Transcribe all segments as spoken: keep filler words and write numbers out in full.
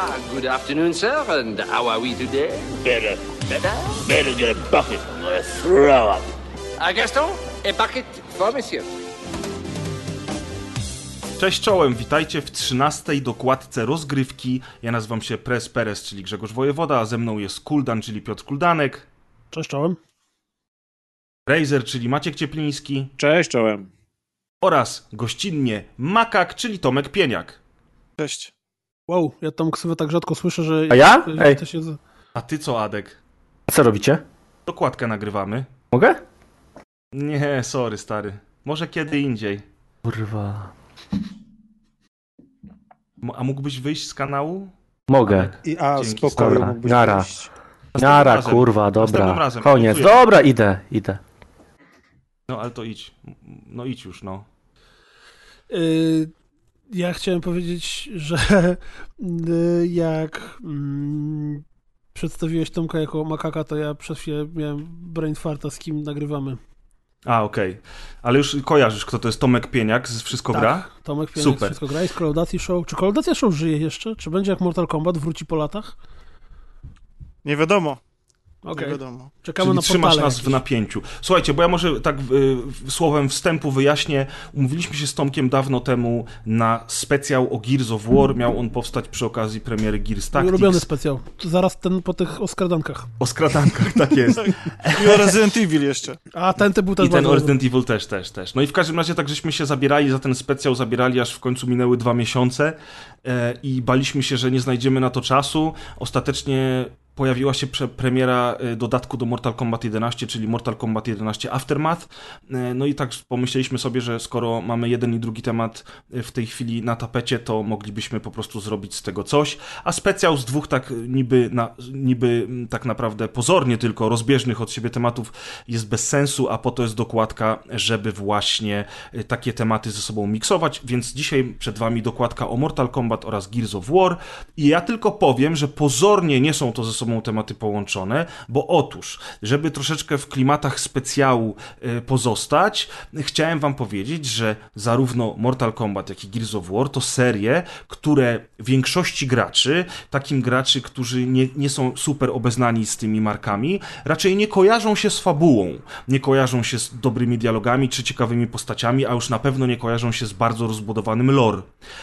Ah, good afternoon, sir, and how are we today? Better. Better? Better get a bucket. I'm gonna throw up. Ah, Gaston, a bucket for monsieur. Cześć czołem, witajcie w trzynastej dokładce rozgrywki. Ja nazywam się Press Perez, czyli Grzegorz Wojewoda, a ze mną jest Kuldan, czyli Piotr Kuldanek. Cześć czołem. Razer, czyli Maciek Ciepliński. Cześć czołem. Oraz gościnnie Makak, czyli Tomek Pieniak. Cześć. Wow, ja tą ksywę tak rzadko słyszę, że... A ja? że Ej. To się... A ty co, Adek? A co robicie? Dokładkę nagrywamy. Mogę? Nie, sorry stary. Może kiedy indziej. Kurwa. M- A mógłbyś wyjść z kanału? Mogę. Adek? I a Dzięki, spokoju dobra. mógłbyś Nara. wyjść. Następnym Nara, razem. kurwa, Następnym dobra. razem. Koniec. Dziękuję. Dobra, idę, idę. No ale to idź. No idź już, no. Yy, ja chciałem powiedzieć, że yy, jak mm, przedstawiłeś Tomka jako makaka, to ja przez chwilę miałem brain farta, z kim nagrywamy. A, okej. Okay. Ale już kojarzysz, kto to jest Tomek Pieniak z Wszystko tak, Gra? Tomek Pieniak Super. z Wszystko Gra i z Call of Duty Show. Czy Call of Duty Show żyje jeszcze? Czy będzie jak Mortal Kombat? Wróci po latach? Nie wiadomo. Okej. Nie wiadomo. Czekamy Czyli na trzymasz portale nas jakieś. w napięciu. Słuchajcie, bo ja może tak y, słowem wstępu wyjaśnię. Umówiliśmy się z Tomkiem dawno temu na specjał o Gears of War. Miał on powstać przy okazji premiery Gears Mój Tactics. ulubiony specjał. To zaraz ten po tych oskradankach. O skradankach, tak jest. I o Resident Evil jeszcze. A ten ty był też I ten bardzo Resident Evil też, też, też. No i w każdym razie tak żeśmy się zabierali za ten specjał, zabierali aż w końcu minęły dwa miesiące e, i baliśmy się, że nie znajdziemy na to czasu. Ostatecznie pojawiła się prze- premiera e, dodatku do Mortal Kombat jedenaście, czyli Mortal Kombat jedenaście Aftermath. E, no i tak pomyśleliśmy sobie, że skoro mamy jeden i drugi temat e, w tej chwili na tapecie, to moglibyśmy po prostu zrobić z tego coś. A specjał z dwóch tak niby, na, niby m, tak naprawdę pozornie tylko rozbieżnych od siebie tematów jest bez sensu, a po to jest dokładka, żeby właśnie e, takie tematy ze sobą miksować, więc dzisiaj przed wami dokładka o Mortal Kombat oraz Gears of War i ja tylko powiem, że pozornie nie są to ze sobą tematy połączone, bo otóż, żeby troszeczkę w klimatach specjału e, pozostać, chciałem wam powiedzieć, że zarówno Mortal Kombat, jak i Gears of War to serie, które większości graczy, takim graczy, którzy nie, nie są super obeznani z tymi markami, raczej nie kojarzą się z fabułą, nie kojarzą się z dobrymi dialogami czy ciekawymi postaciami, a już na pewno nie kojarzą się z bardzo rozbudowanym lore.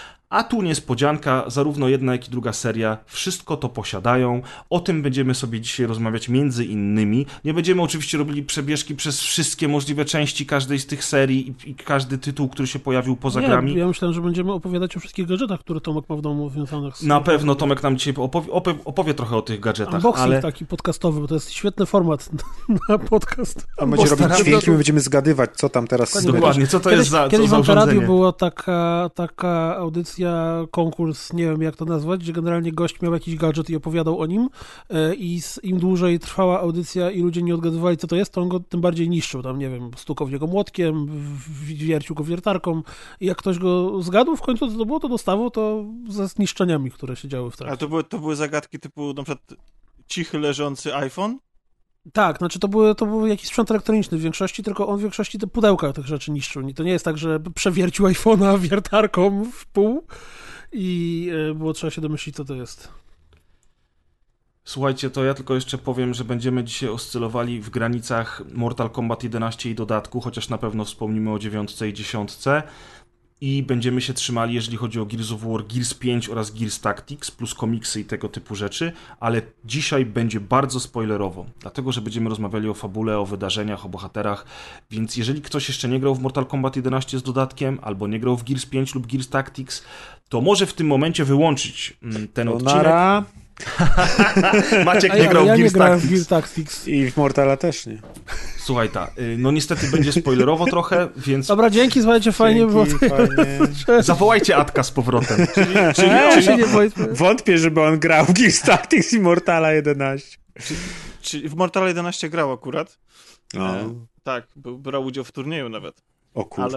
A tu niespodzianka, zarówno jedna, jak i druga seria, wszystko to posiadają. O tym będziemy sobie dzisiaj rozmawiać między innymi. Nie będziemy oczywiście robili przebieżki przez wszystkie możliwe części każdej z tych serii i, i każdy tytuł, który się pojawił poza nie, grami. ja myślałem, że będziemy opowiadać o wszystkich gadżetach, które Tomek ma w domu związanych z... Na pewno Tomek nam dzisiaj opowie, opowie, opowie trochę o tych gadżetach, Unboxing ale... taki podcastowy, bo to jest świetny format na podcast. A będzie robić Postaramy- dźwięki, my będziemy zgadywać, co tam teraz... Dokładnie. Dokładnie, co to Kiedyś, jest za, kiedyś co za w Antaradiu urządzenie? była taka, taka audycja, konkurs, nie wiem jak to nazwać, gdzie generalnie gość miał jakiś gadżet i opowiadał o nim e, i z, im dłużej trwała audycja i ludzie nie odgadywali, co to jest, to on go tym bardziej niszczył. Tam, nie wiem, stukał w niego młotkiem, w- wiercił go wiertarką i jak ktoś go zgadł w końcu, co to było, to dostawał to ze zniszczeniami, które się działy w A trakcie. to były, to były zagadki typu na przykład cichy leżący iPhone? Tak, znaczy to były, to był jakiś sprzęt elektroniczny w większości, tylko on w większości te pudełka tych rzeczy niszczył. To nie jest tak, że przewiercił iPhone'a wiertarką w pół i e, było trzeba się domyślić, co to jest. Słuchajcie, to ja tylko jeszcze powiem, że będziemy dzisiaj oscylowali w granicach Mortal Kombat jedenaście i dodatku, chociaż na pewno wspomnimy o dziewiątce i dziesiątce. I będziemy się trzymali, jeżeli chodzi o Gears of War, Gears pięć oraz Gears Tactics, plus komiksy i tego typu rzeczy, ale dzisiaj będzie bardzo spoilerowo, dlatego, że będziemy rozmawiali o fabule, o wydarzeniach, o bohaterach, więc jeżeli ktoś jeszcze nie grał w Mortal Kombat jedenaście z dodatkiem, albo nie grał w Gears pięć lub Gears Tactics, to może w tym momencie wyłączyć mm, ten To odcinek. nara. Maciek A nie ja, grał ja w nie Gears grałem w Tactics. Gears Tactics. I w Mortala też nie. Słuchaj ta, y, no niestety będzie spoilerowo trochę, więc Dobra, dzięki, słuchajcie, fajnie było. Dzięki, fajnie. zawołajcie Atka z powrotem. Czyli, czyli, Ja się czyli, nie boję. Wątpię, żeby on grał w Gears Tactics i Mortala jedenaście. Czyli w Mortala jedenaście grał akurat. No. E, tak, był, brał udział w turnieju nawet. O kurczę.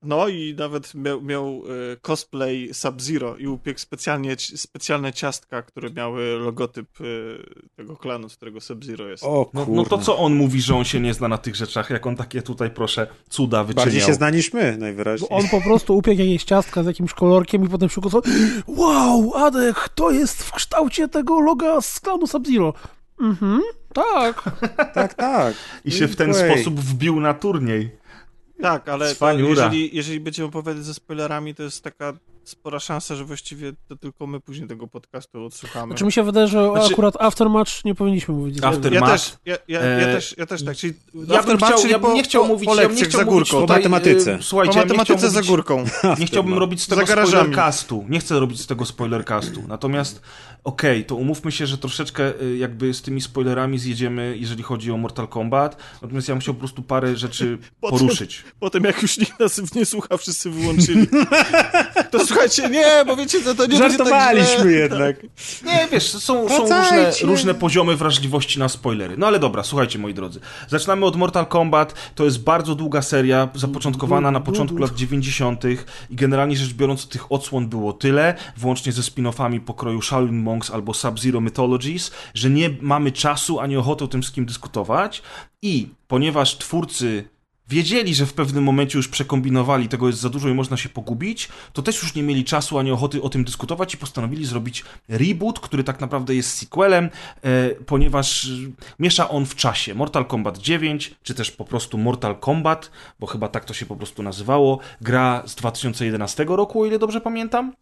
No i nawet miał, miał y, cosplay Sub-Zero i upiekł specjalnie, specjalne ciastka, które miały logotyp y, tego klanu, z którego Sub-Zero jest. O No, kurwa. no to co on mówi, że on się nie zna na tych rzeczach, jak on takie tutaj, proszę, cuda wyczyniał. Bardziej się zna niż my, Bo najwyraźniej. on po prostu upiekł jakieś ciastka z jakimś kolorkiem i potem się ukazał, wow, Adek, to jest w kształcie tego loga z klanu Sub-Zero. Mhm, tak. Tak, tak. I się w ten Ej. sposób wbił na turniej. Tak, ale to, Cwaniura. jeżeli, jeżeli będziemy opowiadać ze spoilerami, to jest taka spora szansa, że właściwie to tylko my później tego podcastu odsłuchamy. Znaczy mi się wydaje, że Znaczy- akurat Aftermatch nie powinniśmy mówić. After- Ja Match. też, ja, ja, ja, E, też, ja też tak, czyli Ja bym, chciał, czyli ja bym po, nie chciał po, mówić, po ja bym nie lekcjach chciał za mówić górką. Po tutaj, matematyce. y, Słuchajcie, Po ja bym nie chciał matematyce za mówić, górką. nie chciałbym robić z Za tego garażami. spoilercastu. Nie chcę robić z tego spoilercastu. Natomiast okej, okay, to umówmy się, że troszeczkę y, jakby z tymi spoilerami zjedziemy, jeżeli chodzi o Mortal Kombat. Natomiast ja bym chciał po prostu parę rzeczy Potem- poruszyć. Potem jak już nikt nas nie słucha, wszyscy wyłączyli. To słuchajcie, nie, bo wiecie, to, to nie będzie tak Żartowaliśmy źle. jednak. Nie, wiesz, są, są różne, Wracajcie. różne poziomy wrażliwości na spoilery. No ale dobra, słuchajcie moi drodzy. Zaczynamy od Mortal Kombat. To jest bardzo długa seria, zapoczątkowana na początku lat dziewięćdziesiątych i generalnie rzecz biorąc tych odsłon było tyle, włącznie ze spin-offami pokroju Shaolin Monks albo Sub-Zero Mythologies, że nie mamy czasu ani ochoty o tym z kim dyskutować i ponieważ twórcy wiedzieli, że w pewnym momencie już przekombinowali, tego jest za dużo i można się pogubić, to też już nie mieli czasu ani ochoty o tym dyskutować i postanowili zrobić reboot, który tak naprawdę jest sequelem, e, ponieważ miesza on w czasie. Mortal Kombat dziewięć, czy też po prostu Mortal Kombat, bo chyba tak to się po prostu nazywało, gra z dwa tysiące jedenastego roku, o ile dobrze pamiętam.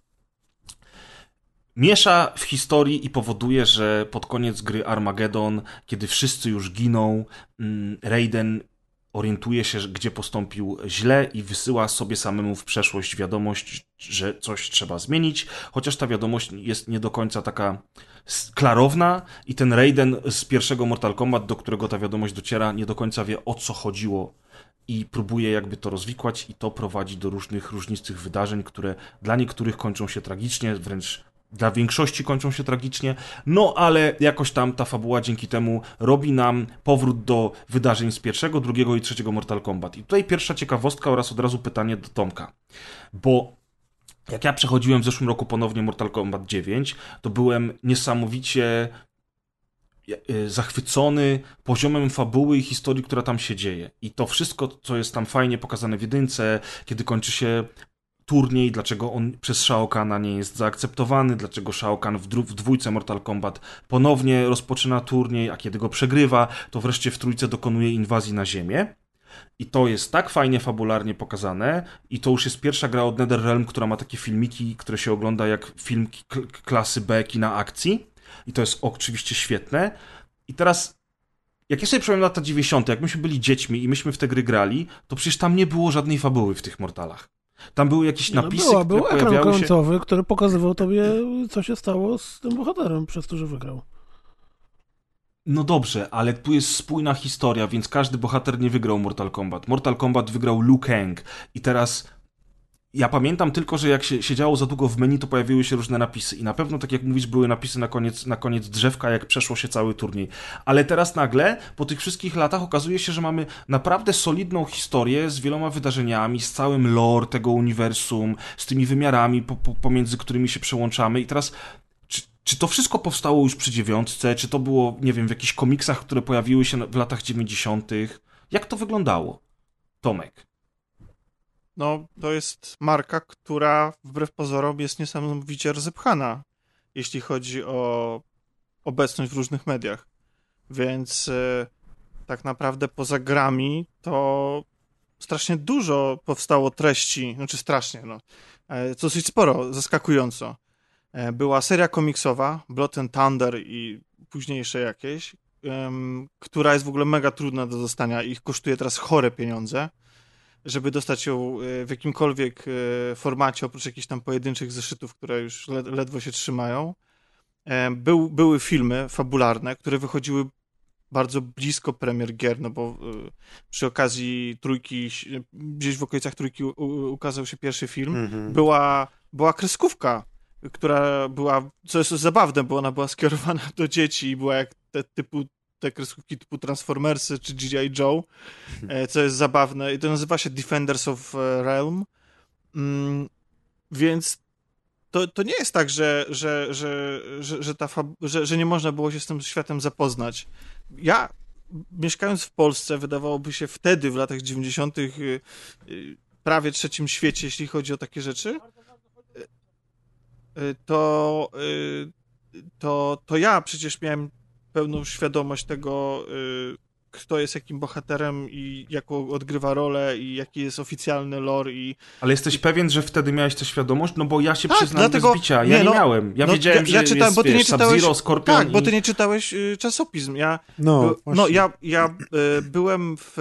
Miesza w historii i powoduje, że pod koniec gry Armageddon, kiedy wszyscy już giną, mm, Raiden orientuje się, że- gdzie postąpił źle i wysyła sobie samemu w przeszłość wiadomość, że coś trzeba zmienić, chociaż ta wiadomość jest nie do końca taka s- klarowna i ten Raiden z pierwszego Mortal Kombat, do którego ta wiadomość dociera, nie do końca wie, o co chodziło i próbuje jakby to rozwikłać i to prowadzi do różnych różnistych wydarzeń, które dla niektórych kończą się tragicznie, wręcz dla większości kończą się tragicznie, no ale jakoś tam ta fabuła dzięki temu robi nam powrót do wydarzeń z pierwszego, drugiego i trzeciego Mortal Kombat. I tutaj pierwsza ciekawostka oraz od razu pytanie do Tomka, bo jak ja przechodziłem w zeszłym roku ponownie Mortal Kombat dziewięć, to byłem niesamowicie e, zachwycony poziomem fabuły i historii, która tam się dzieje. I to wszystko, co jest tam fajnie pokazane w jedynce, kiedy kończy się turniej, dlaczego on przez Shao Kahna nie jest zaakceptowany, dlaczego Shao Kahn w, dru- w dwójce Mortal Kombat ponownie rozpoczyna turniej, a kiedy go przegrywa, to wreszcie w trójce dokonuje inwazji na Ziemię. I to jest tak fajnie fabularnie pokazane i to już jest pierwsza gra od NetherRealm, która ma takie filmiki, które się ogląda jak film k- klasy B kina akcji i to jest oczywiście świetne. I teraz jak ja sobie przypomnę lata dziewięćdziesiąte, jak myśmy byli dziećmi i myśmy w te gry grali, to przecież tam nie było żadnej fabuły w tych Mortalach. Tam były jakieś No napisy, była, które był ekran pojawiały się... końcowy, który pokazywał tobie, co się stało z tym bohaterem przez to, że wygrał. No dobrze, ale tu jest spójna historia, więc każdy bohater nie wygrał Mortal Kombat. Mortal Kombat wygrał Liu Kang i teraz ja pamiętam tylko, że jak się siedziało za długo w menu, to pojawiły się różne napisy i na pewno, tak jak mówisz, były napisy na koniec, na koniec drzewka, jak przeszło się cały turniej. Ale teraz nagle, po tych wszystkich latach okazuje się, że mamy naprawdę solidną historię z wieloma wydarzeniami, z całym lore tego uniwersum, z tymi wymiarami, po, po, pomiędzy którymi się przełączamy i teraz czy, czy to wszystko powstało już przy dziewiątce, czy to było, nie wiem, w jakichś komiksach, które pojawiły się w latach dziewięćdziesiątych? Jak to wyglądało? Tomek. No, to jest marka, która wbrew pozorom jest niesamowicie rozepchana, jeśli chodzi o obecność w różnych mediach. Więc e, tak naprawdę poza grami to strasznie dużo powstało treści, znaczy strasznie, no, e, dosyć sporo, zaskakująco. E, była seria komiksowa, Blood and Thunder i późniejsze jakieś, em, która jest w ogóle mega trudna do dostania i kosztuje teraz chore pieniądze. Żeby dostać ją w jakimkolwiek formacie, oprócz jakichś tam pojedynczych zeszytów, które już led, ledwo się trzymają. Był, były filmy fabularne, które wychodziły bardzo blisko premier gier, no bo przy okazji trójki, gdzieś w okolicach trójki u, ukazał się pierwszy film. Mhm. Była, była kreskówka, która była, co jest zabawne, bo ona była skierowana do dzieci i była jak te typu te kreskówki typu Transformersy czy G I. Joe, co jest zabawne. I to nazywa się Defenders of Realm Mm, więc to, to nie jest tak, że, że, że, że, że, ta fab- że, że nie można było się z tym światem zapoznać. Ja, mieszkając w Polsce, wydawałoby się wtedy, w latach dziewięćdziesiątych, yy, yy, prawie trzecim świecie, jeśli chodzi o takie rzeczy, yy, to, yy, to, to ja przecież miałem pełną świadomość tego, yy, kto jest jakim bohaterem i jaką odgrywa rolę i jaki jest oficjalny lore i... Ale jesteś pewien, że wtedy miałeś tę świadomość? No bo ja się Tak, przyznam dlatego- bez bicia, ja nie, nie, no, miałem. Ja no, wiedziałem, ja, ja że czytałem, jest, bo ty wiesz, nie czytałeś, Sub-Zero, Scorpion tak, i... bo ty nie czytałeś y, czasopism. Ja, No, by, właśnie. no ja, ja y, byłem w...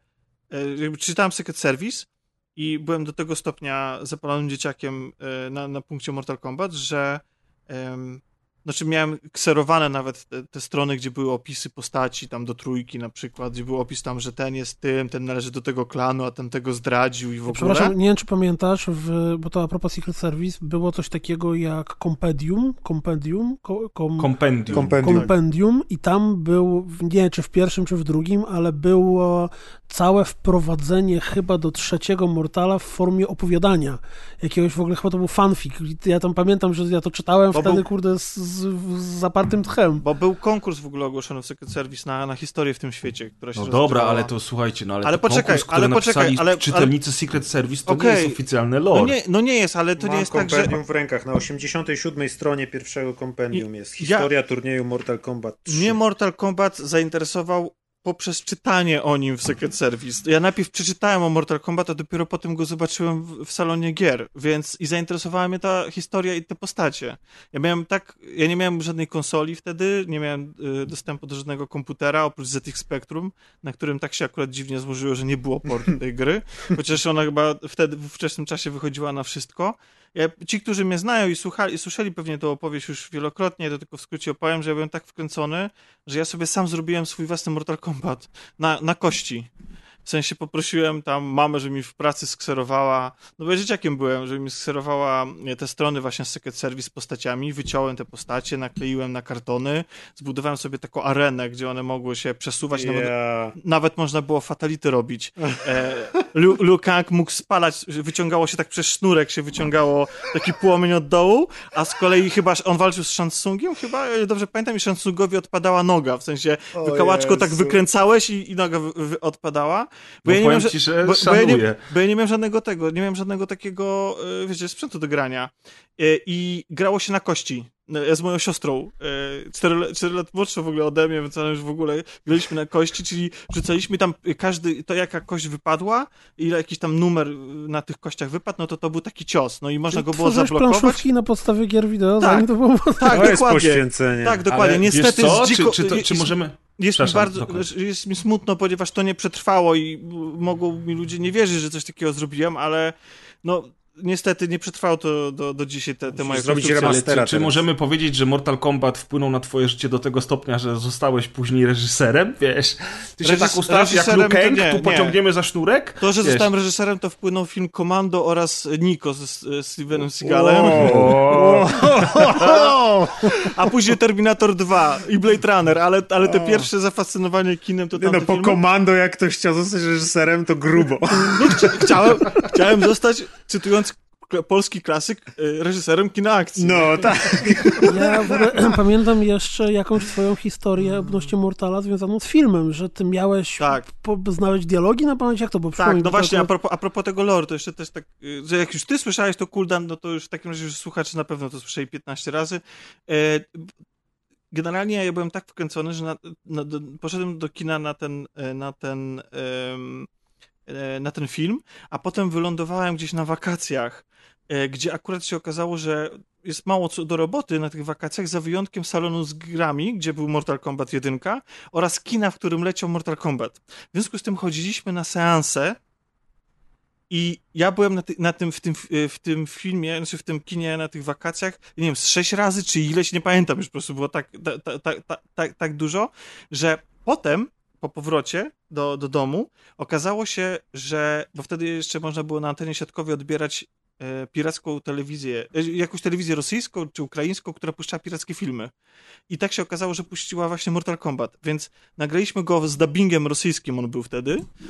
Y, czytałem Secret Service i byłem do tego stopnia zapalonym dzieciakiem y, na, na punkcie Mortal Kombat, że... Ym, Znaczy miałem kserowane nawet te, te strony, gdzie były opisy postaci, tam do trójki na przykład, gdzie był opis tam, że ten jest tym, ten należy do tego klanu, a ten tego zdradził i w ogóle. Przepraszam, nie wiem, czy pamiętasz, w, bo to a propos Secret Service, było coś takiego jak Compendium, Compendium, ko, kom, Kompendium. Kompendium. Compendium i tam był, nie wiem, czy w pierwszym, czy w drugim, ale było całe wprowadzenie chyba do trzeciego Mortala w formie opowiadania. Jakiegoś w ogóle, chyba to był fanfic. Ja tam pamiętam, że ja to czytałem Bo wtedy, był- kurde, z, z, z zapartym tchem. Bo był konkurs w ogóle ogłoszony w Secret Service na, na historię w tym świecie, która się No dobra, rozgrywała. ale to słuchajcie, no ale, Ale to poczekaj, konkurs, który ale napisali poczekaj, ale- czytelnicy Secret Service, to Okej. nie jest oficjalny lore. No nie, no nie jest, ale to Mam nie jest tak, że... kompendium w rękach. Na osiemdziesiątej siódmej stronie pierwszego kompendium I- jest ja- historia turnieju Mortal Kombat trzy. Mnie Mortal Kombat zainteresował poprzez czytanie o nim w Secret Service. Ja najpierw przeczytałem o Mortal Kombat, a dopiero potem go zobaczyłem w, w salonie gier, więc i zainteresowała mnie ta historia i te postacie. Ja miałem tak, ja nie miałem żadnej konsoli wtedy, nie miałem y, dostępu do żadnego komputera, oprócz Z X Spectrum, na którym tak się akurat dziwnie złożyło, że nie było portu tej gry, chociaż ona chyba wtedy w wczesnym czasie wychodziła na wszystko. Ja, ci, którzy mnie znają i słuchali, i słyszeli pewnie tę opowieść już wielokrotnie, to tylko w skrócie opowiem, że ja byłem tak wkręcony, że ja sobie sam zrobiłem swój własny Mortal Kombat na, na kości. W sensie poprosiłem tam mamę, żeby mi w pracy skserowała, no bo ja dzieciakiem byłem, żeby mi skserowała te strony właśnie z Secret Service z postaciami, wyciąłem te postacie, nakleiłem na kartony, zbudowałem sobie taką arenę, gdzie one mogły się przesuwać, nawet, Ja... nawet można było fatality robić. E, Liu, Liu Kang mógł spalać, wyciągało się tak przez sznurek, się wyciągało taki płomień od dołu, a z kolei chyba on walczył z Shansungiem, chyba, o ile dobrze pamiętam, i Shansungowi odpadała noga, w sensie O wykałaczko tak Jezu. wykręcałeś i, i noga wy, wy, odpadała. Bo No ja nie powiem miałem, ci, że bo, bo, ja nie, szanuję. bo ja nie miałem żadnego tego, nie miałem żadnego takiego, e, wiecie, sprzętu do grania. E, I grało się na kości. E, Z moją siostrą, e, cztery, le- cztery lat młodszą w ogóle ode mnie, więc ona już w ogóle graliśmy na kości, czyli rzucaliśmy tam e, każdy, to jaka kość wypadła, ile jakiś tam numer e, na tych kościach wypadł, no to to był taki cios, no i można go było Tworzyłeś zablokować. planszówki na podstawie gier wideo, Tak. zanim to było... Tak, To jest dokładnie. poświęcenie. Tak, dokładnie. Ale Niestety wiesz co? z dziko... Czy, czy, to, czy jest- możemy... Jest mi Przepraszam, bardzo, dokończ. jest mi smutno, ponieważ to nie przetrwało i mogą mi ludzie nie wierzyć, że coś takiego zrobiłem, ale no niestety nie przetrwało to do, do dzisiaj te, te moje zrobić konstrukcje. Ale remastera czy, czy teraz. możemy powiedzieć, że Mortal Kombat wpłynął na twoje życie do tego stopnia, że zostałeś później reżyserem? Wiesz, ty się Reżys- tak ustawisz jak reżyserem Liu to Kang, nie, tu nie. pociągniemy za sznurek? To, że Wiesz. zostałem reżyserem, to wpłynął film Commando oraz Nico z, z Stevenem Seagalem, O! a później Terminator dwa i Blade Runner, ale, ale te pierwsze zafascynowanie kinem to Nie no, tamte po filmy. komando, jak ktoś chciał zostać reżyserem, to grubo. No, chcia, chciałem, chciałem zostać, cytując k- polski klasyk, y, reżyserem kina akcji. No, tak. Ja w ogóle pamiętam jeszcze jakąś twoją historię odnośnie Mortala związaną z filmem, że ty miałeś, Tak. po, znałeś dialogi na pamięć, jak to było? Tak, Przypomnij, no bo to właśnie, a akurat- propos, a propos tego lore, to jeszcze też tak, y, że jak już ty słyszałeś to Kuldan, no to już w takim razie już słuchacze na pewno to słyszeli piętnaście razy. E, Generalnie ja byłem tak wkręcony, że na, na, do, poszedłem do kina na ten, e, na ten, em, e, na ten film, a potem wylądowałem gdzieś na wakacjach, e, gdzie akurat się okazało, że jest mało co do roboty na tych wakacjach, za wyjątkiem salonu z grami, gdzie był Mortal Kombat jeden oraz kina, w którym leciał Mortal Kombat. W związku z tym chodziliśmy na seanse i ja byłem na, ty, na tym, w, tym, w tym filmie, znaczy w tym kinie na tych wakacjach, nie wiem, z sześć razy czy ileś, nie pamiętam już, po prostu było tak, ta, ta, ta, ta, tak, tak dużo, że potem, po powrocie do, do domu, okazało się, że, bo wtedy jeszcze można było na antenie siatkowej odbierać e, piracką telewizję, e, jakąś telewizję rosyjską czy ukraińską, która puszczała pirackie filmy. I tak się okazało, że puściła właśnie Mortal Kombat, więc nagraliśmy go z dubbingiem rosyjskim, on był wtedy,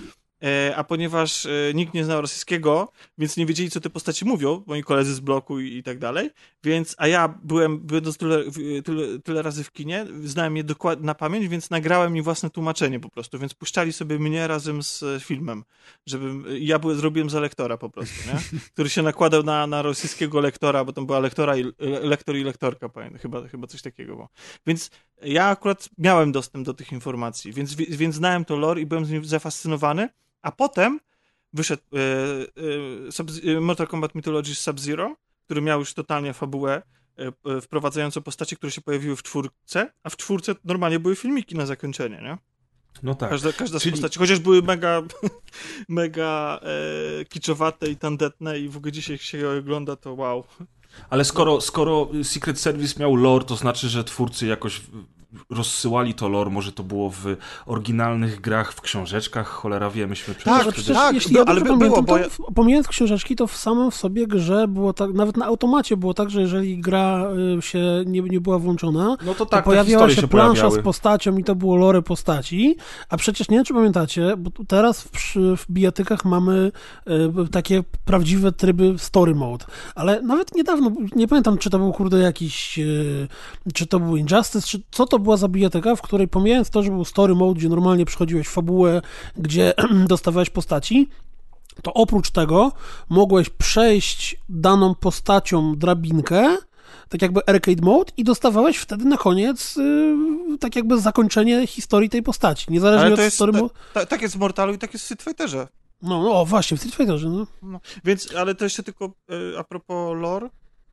e, a ponieważ e, nikt nie znał rosyjskiego, więc nie wiedzieli, co te postaci mówią, moi koledzy z bloku i, i tak dalej, więc, a ja byłem, będąc tyle, tyle, tyle razy w kinie, znałem je dokładnie na pamięć, więc nagrałem im własne tłumaczenie po prostu, więc puszczali sobie mnie razem z filmem, żebym, ja byłem, zrobiłem za lektora po prostu, nie? Który się nakładał na, na rosyjskiego lektora, bo tam była lektora i, lektor i lektorka, pamiętam, chyba, chyba coś takiego było. Więc ja akurat miałem dostęp do tych informacji, więc, więc znałem to lore i byłem z nim zafascynowany, a potem wyszedł e, e, Mortal Kombat Mythology Sub-Zero, który miał już totalnie fabułę e, wprowadzającą postacie, które się pojawiły w czwórce, a w czwórce normalnie były filmiki na zakończenie, nie? No tak. Każda, każda Czyli... z postaci, chociaż były mega mega e, kiczowate i tandetne i w ogóle dzisiaj się je ogląda, to wow. Ale skoro, skoro Secret Service miał lore, to znaczy, że twórcy jakoś rozsyłali to lore, może to było w oryginalnych grach, w książeczkach, cholera wie, myśmy przecież... Tak, wtedy... przecież, tak, jeśli ja ale dobrze by, pamiętam, było, bo to, pomijając książeczki, to w samym w sobie grze było tak, nawet na automacie było tak, że jeżeli gra y, się nie, nie była włączona, no to, tak, to pojawiała się, się plansza pojawiały. z postacią i to było lore postaci, a przecież nie wiem, czy pamiętacie, bo tu teraz w, przy, w bijatykach mamy y, takie prawdziwe tryby story mode, ale nawet niedawno, nie pamiętam, czy to był kurde jakiś, y, czy to był Injustice, czy co to była za bijatyka, w której pomijając to, że był story mode, gdzie normalnie przechodziłeś fabułę, gdzie dostawałeś postaci, to oprócz tego mogłeś przejść daną postacią drabinkę, tak jakby arcade mode i dostawałeś wtedy na koniec yy, tak jakby zakończenie historii tej postaci, niezależnie ale to od jest, story ta, mode. ta, tak jest w Mortalu i tak jest w Street Fighterze. No, no o, właśnie, w Street Fighterze, no. No, więc, ale to jeszcze tylko y, a propos lore,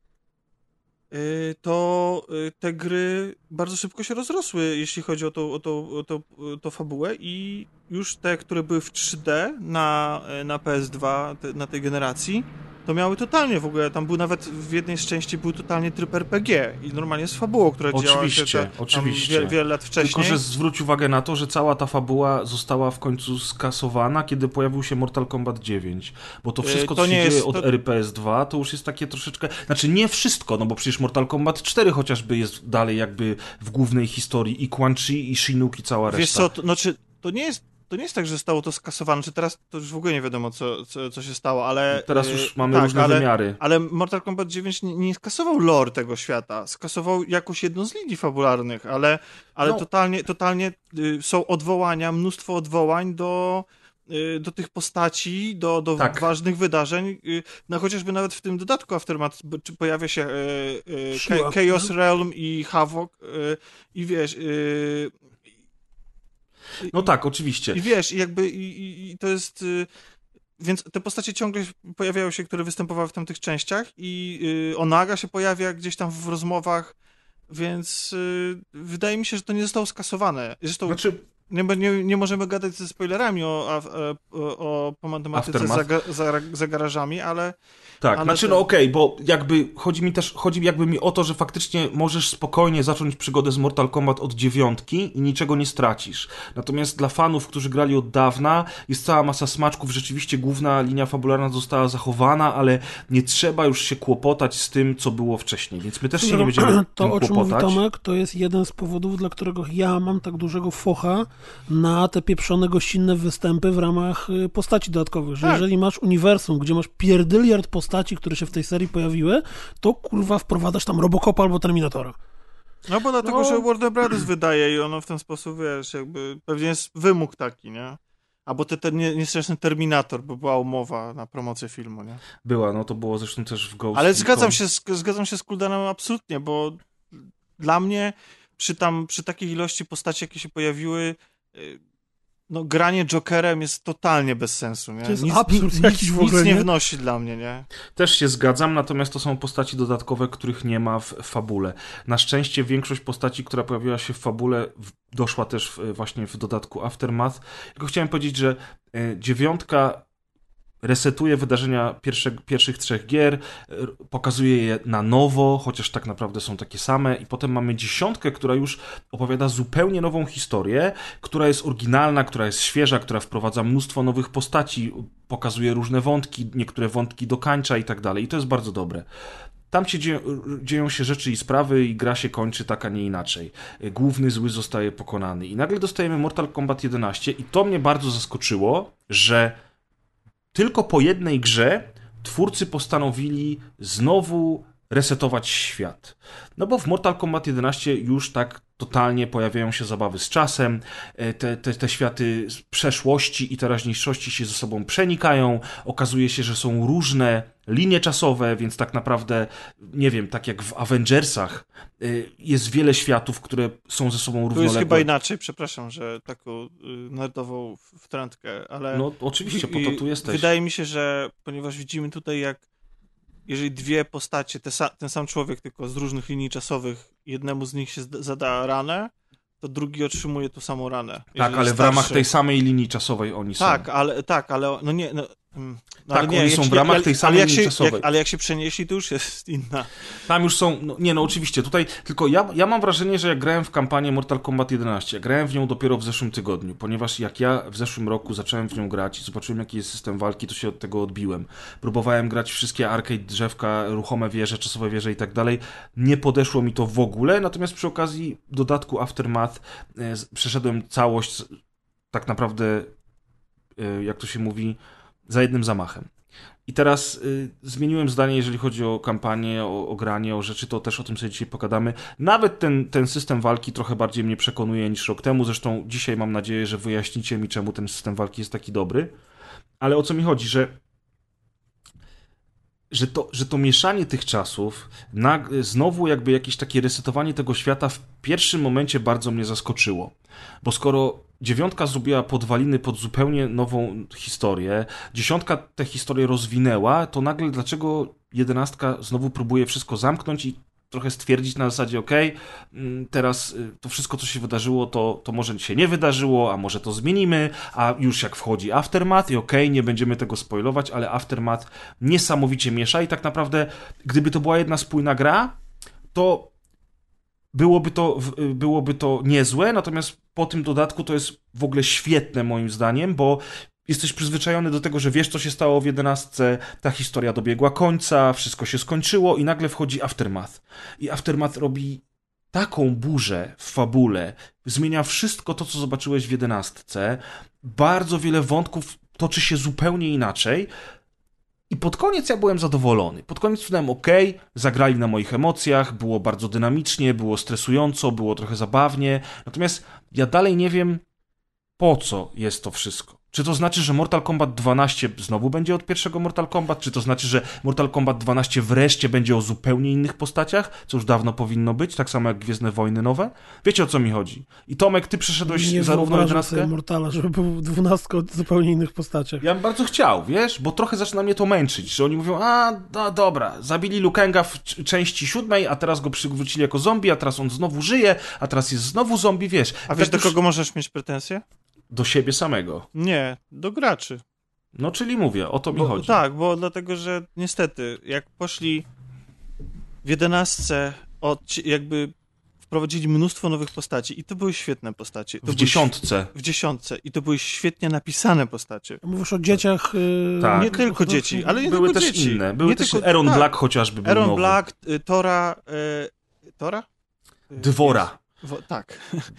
y, to y, te gry bardzo szybko się rozrosły, jeśli chodzi o tą, o tą, o tą, o tą fabułę i już te, które były w trzy D na, na P S dwa, te, na tej generacji, to miały totalnie w ogóle, tam był nawet w jednej z części był totalnie tryb R P G i normalnie z fabułą, która działa się Oczywiście, ta, oczywiście. Wiele, wiele lat wcześniej. Tylko, że zwróć uwagę na to, że cała ta fabuła została w końcu skasowana, kiedy pojawił się Mortal Kombat dziewięć, bo to wszystko, to co się nie dzieje jest, od to... ery P S dwa, to już jest takie troszeczkę, znaczy nie wszystko, no bo przecież Mortal Kombat cztery chociażby jest dalej jakby w głównej historii i Quan Chi, i Shinnok i cała reszta. Wiesz co, to, znaczy, to nie jest To nie jest tak, że zostało to skasowane, czy teraz to już w ogóle nie wiadomo, co, co, co się stało, ale... Teraz już mamy tak, różne ale, wymiary. Ale Mortal Kombat dziewięć nie, nie skasował lore tego świata, skasował jakąś jedną z linii fabularnych, ale, ale no. totalnie, totalnie y, są odwołania, mnóstwo odwołań do, y, do tych postaci, do, do tak. ważnych wydarzeń, y, no chociażby nawet w tym dodatku Aftermath czy pojawia się y, y, Chaos Realm i Havoc y, i wiesz... Y, No tak, oczywiście. I wiesz, i jakby i, i, i to jest... Y, więc te postacie ciągle pojawiają się, które występowały w tamtych częściach i y, Onaga się pojawia gdzieś tam w rozmowach, więc y, wydaje mi się, że to nie zostało skasowane. Zresztą znaczy... nie, nie, nie możemy gadać ze spoilerami o, o, o, o matematyce za, za, za garażami, ale... Tak, ale znaczy to... no okej, okay, bo jakby chodzi mi też, chodzi jakby mi o to, że faktycznie możesz spokojnie zacząć przygodę z Mortal Kombat od dziewiątki i niczego nie stracisz. Natomiast dla fanów, którzy grali od dawna, jest cała masa smaczków, rzeczywiście główna linia fabularna została zachowana, ale nie trzeba już się kłopotać z tym, co było wcześniej, więc my też się nie będziemy to, tym o czym kłopotać. mówi Tomek, to jest jeden z powodów, dla którego ja mam tak dużego focha na te pieprzone gościnne występy w ramach postaci dodatkowych, że tak. Jeżeli masz uniwersum, gdzie masz pierdyliard postaci, które się w tej serii pojawiły, to kurwa wprowadzasz tam Robocopa albo Terminatora. No bo dlatego, no. że Warner Brothers wydaje i ono w ten sposób, wiesz, jakby pewnie jest wymóg taki, nie? Albo ten te, nie, nieszczęsny Terminator, bo była umowa na promocję filmu, nie? Była, no to było zresztą też w Ghost. Ale zgadzam się, z, zgadzam się z Kuldanem absolutnie, bo dla mnie przy tam, przy takiej ilości postaci, jakie się pojawiły, no granie Jokerem jest totalnie bez sensu, nie? To jest nic, absurd nic, jakiś w ogóle, nic nie, nie wnosi dla mnie, nie? Też się zgadzam, natomiast to są postaci dodatkowe, których nie ma w fabule. Na szczęście większość postaci, która pojawiła się w fabule, doszła też w, właśnie w dodatku Aftermath. Tylko chciałem powiedzieć, że y, dziewiątka resetuje wydarzenia pierwsze, pierwszych trzech gier, pokazuje je na nowo, chociaż tak naprawdę są takie same, i potem mamy dziesiątkę, która już opowiada zupełnie nową historię, która jest oryginalna, która jest świeża, która wprowadza mnóstwo nowych postaci, pokazuje różne wątki, niektóre wątki dokańcza i tak dalej, i to jest bardzo dobre. tam się dzieją, dzieją się rzeczy i sprawy i gra się kończy tak, a nie inaczej. Główny zły zostaje pokonany. I nagle dostajemy Mortal Kombat jedenaście i to mnie bardzo zaskoczyło, że tylko po jednej grze twórcy postanowili znowu resetować świat. No bo w Mortal Kombat jedenaście już tak totalnie pojawiają się zabawy z czasem, te, te, te światy z przeszłości i teraźniejszości się ze sobą przenikają, okazuje się, że są różne linie czasowe, więc tak naprawdę, nie wiem, tak jak w Avengersach jest wiele światów, które są ze sobą równoległe. To jest chyba inaczej, przepraszam, że taką nerdową wtrątkę, ale... No oczywiście, po to tu jesteś. Wydaje mi się, że ponieważ widzimy tutaj, jak jeżeli dwie postacie, te sa- ten sam człowiek, tylko z różnych linii czasowych, jednemu z nich się zda- zada ranę, to drugi otrzymuje tą samą ranę. Tak, ale w starszy... ramach tej samej linii czasowej oni są. Tak, ale, tak, ale no nie... No, no, tak, ale nie, oni są się, w ramach ale, tej samej ale linii się, czasowej. Jak, ale jak się przenieśli, to już jest inna. Tam już są, no, nie no oczywiście, tutaj, tylko ja, ja mam wrażenie, że jak grałem w kampanię Mortal Kombat jedenaście, grałem w nią dopiero w zeszłym tygodniu, ponieważ jak ja w zeszłym roku zacząłem w nią grać i zobaczyłem, jaki jest system walki, to się od tego odbiłem. Próbowałem grać wszystkie arcade drzewka, ruchome wieże, czasowe wieże i tak dalej. Nie podeszło mi to w ogóle, natomiast przy okazji dodatku Aftermath e, przeszedłem całość tak naprawdę, e, jak to się mówi, za jednym zamachem. I teraz y, zmieniłem zdanie, jeżeli chodzi o kampanię, o, o granie, o rzeczy, to też o tym sobie dzisiaj pogadamy. Nawet ten, ten system walki trochę bardziej mnie przekonuje niż rok temu, zresztą dzisiaj mam nadzieję, że wyjaśnicie mi, czemu ten system walki jest taki dobry. Ale o co mi chodzi, że że to, że to mieszanie tych czasów, na, znowu jakby jakieś takie resetowanie tego świata w pierwszym momencie bardzo mnie zaskoczyło. Bo skoro dziewiątka zrobiła podwaliny pod zupełnie nową historię, dziesiątka tę historię rozwinęła, to nagle dlaczego jedenastka znowu próbuje wszystko zamknąć i trochę stwierdzić na zasadzie, okej, okay, teraz to wszystko, co się wydarzyło, to, to może się nie wydarzyło, a może to zmienimy, a już jak wchodzi Aftermath i okej, okay, nie będziemy tego spoilować, ale Aftermath niesamowicie miesza i tak naprawdę, gdyby to była jedna spójna gra, to byłoby to, byłoby to niezłe, natomiast po tym dodatku to jest w ogóle świetne moim zdaniem, bo jesteś przyzwyczajony do tego, że wiesz, co się stało w jedenastce, ta historia dobiegła końca, wszystko się skończyło i nagle wchodzi Aftermath. I Aftermath robi taką burzę w fabule, zmienia wszystko to, co zobaczyłeś w jedenastce, bardzo wiele wątków toczy się zupełnie inaczej i pod koniec ja byłem zadowolony. Pod koniec powiedziałem, okej, zagrali na moich emocjach, było bardzo dynamicznie, było stresująco, było trochę zabawnie, natomiast ja dalej nie wiem, po co jest to wszystko. Czy to znaczy, że Mortal Kombat dwanaście znowu będzie od pierwszego Mortal Kombat? Czy to znaczy, że Mortal Kombat dwanaście wreszcie będzie o zupełnie innych postaciach? Co już dawno powinno być, tak samo jak Gwiezdne Wojny nowe? Wiecie, o co mi chodzi. I Tomek, ty przeszedłeś nie zarówno jedenastkę... Nie Mortala, żeby był dwunastka o zupełnie innych postaciach. Ja bym bardzo chciał, wiesz, bo trochę zaczyna mnie to męczyć, że oni mówią, a, no dobra, zabili Lukenga w części siódmej, a teraz go przywrócili jako zombie, a teraz on znowu żyje, a teraz jest znowu zombie, wiesz. A wiesz, tak do już... kogo możesz mieć pretensje? Do siebie samego. Nie, do graczy. No, czyli mówię, o to mi bo, chodzi. Tak, bo dlatego, że niestety, jak poszli w jedenastce, od, jakby wprowadzili mnóstwo nowych postaci i to były świetne postacie. To w dziesiątce. W dziesiątce. I to były świetnie napisane postacie. Mówisz o dzieciach... Yy, tak. Nie tylko dzieci, ale nie były tylko też dzieci. inne. Były nie też tylko, Aaron tak. Black chociażby był Aaron nowy. Black, y, Tora... Y, Tora? Y, Dwora. Wo, tak.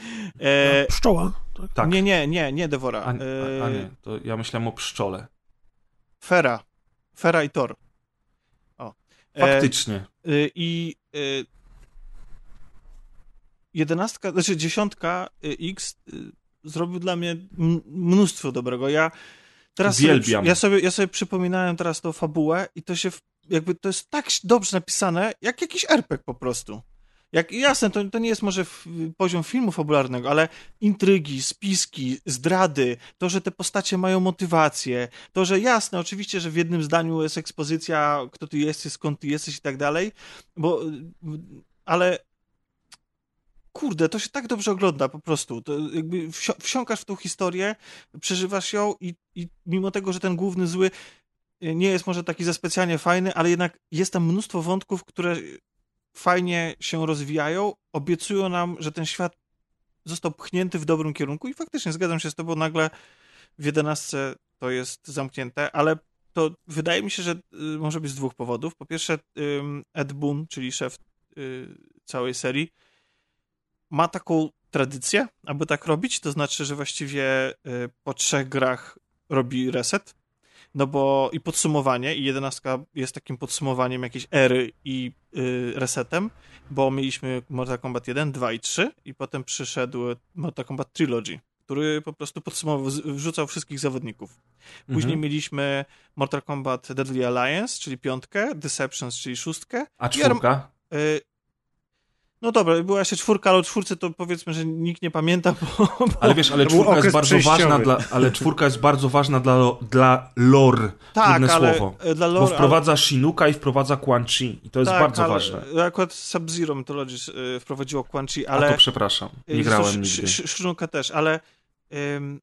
e, Pszczoła. Tak. tak. Nie, nie, nie, nie Dewora. A, a, a nie, to ja myślałem o pszczole. Fera. Fera i Thor. O. Faktycznie. E, y, I y, jedenastka, znaczy dziesiątka y, X y, zrobił dla mnie m- mnóstwo dobrego. Ja teraz Uwielbiam. Sobie, ja, sobie, ja sobie przypominałem teraz tą fabułę i to się w, jakby to jest tak dobrze napisane, jak jakiś er pe gie po prostu. Jak, jasne, to, to nie jest może w, poziom filmu fabularnego, ale intrygi, spiski, zdrady, to, że te postacie mają motywację, to, że jasne, oczywiście, że w jednym zdaniu jest ekspozycja, kto ty jesteś, skąd ty jesteś i tak dalej, bo, ale kurde, to się tak dobrze ogląda po prostu. To jakby wsi- wsiąkasz w tą historię, przeżywasz ją i, i mimo tego, że ten główny zły nie jest może taki za specjalnie fajny, ale jednak jest tam mnóstwo wątków, które fajnie się rozwijają, obiecują nam, że ten świat został pchnięty w dobrym kierunku i faktycznie zgadzam się z tobą, nagle w jedenastce to jest zamknięte, ale to wydaje mi się, że y, może być z dwóch powodów. Po pierwsze, y, Ed Boon, czyli szef y, całej serii, ma taką tradycję, aby tak robić, to znaczy, że właściwie y, po trzech grach robi reset, no bo i podsumowanie, i jedenastka jest takim podsumowaniem jakiejś ery i y, resetem, bo mieliśmy Mortal Kombat jeden, dwa i trzy i potem przyszedł Mortal Kombat Trilogy, który po prostu podsumował, wrzucał wszystkich zawodników. Później mhm. mieliśmy Mortal Kombat Deadly Alliance, czyli piątkę, Deceptions, czyli szóstkę. A czwórka? I, y, no dobra, była jeszcze czwórka, ale o czwórce to powiedzmy, że nikt nie pamięta, bo... bo ale wiesz, ale czwórka jest bardzo ważna dla, ale czwórka jest bardzo ważna dla, dla lore, tak, trudne ale słowo, dla lore, bo wprowadza ale... Shinuka i wprowadza Quan Chi i to jest tak, bardzo ale ważne. Akurat Sub-Zero Mythologies y, wprowadziło Quan Chi, ale... A to przepraszam, nie grałem nigdy. Shinuka też, ale... Ym,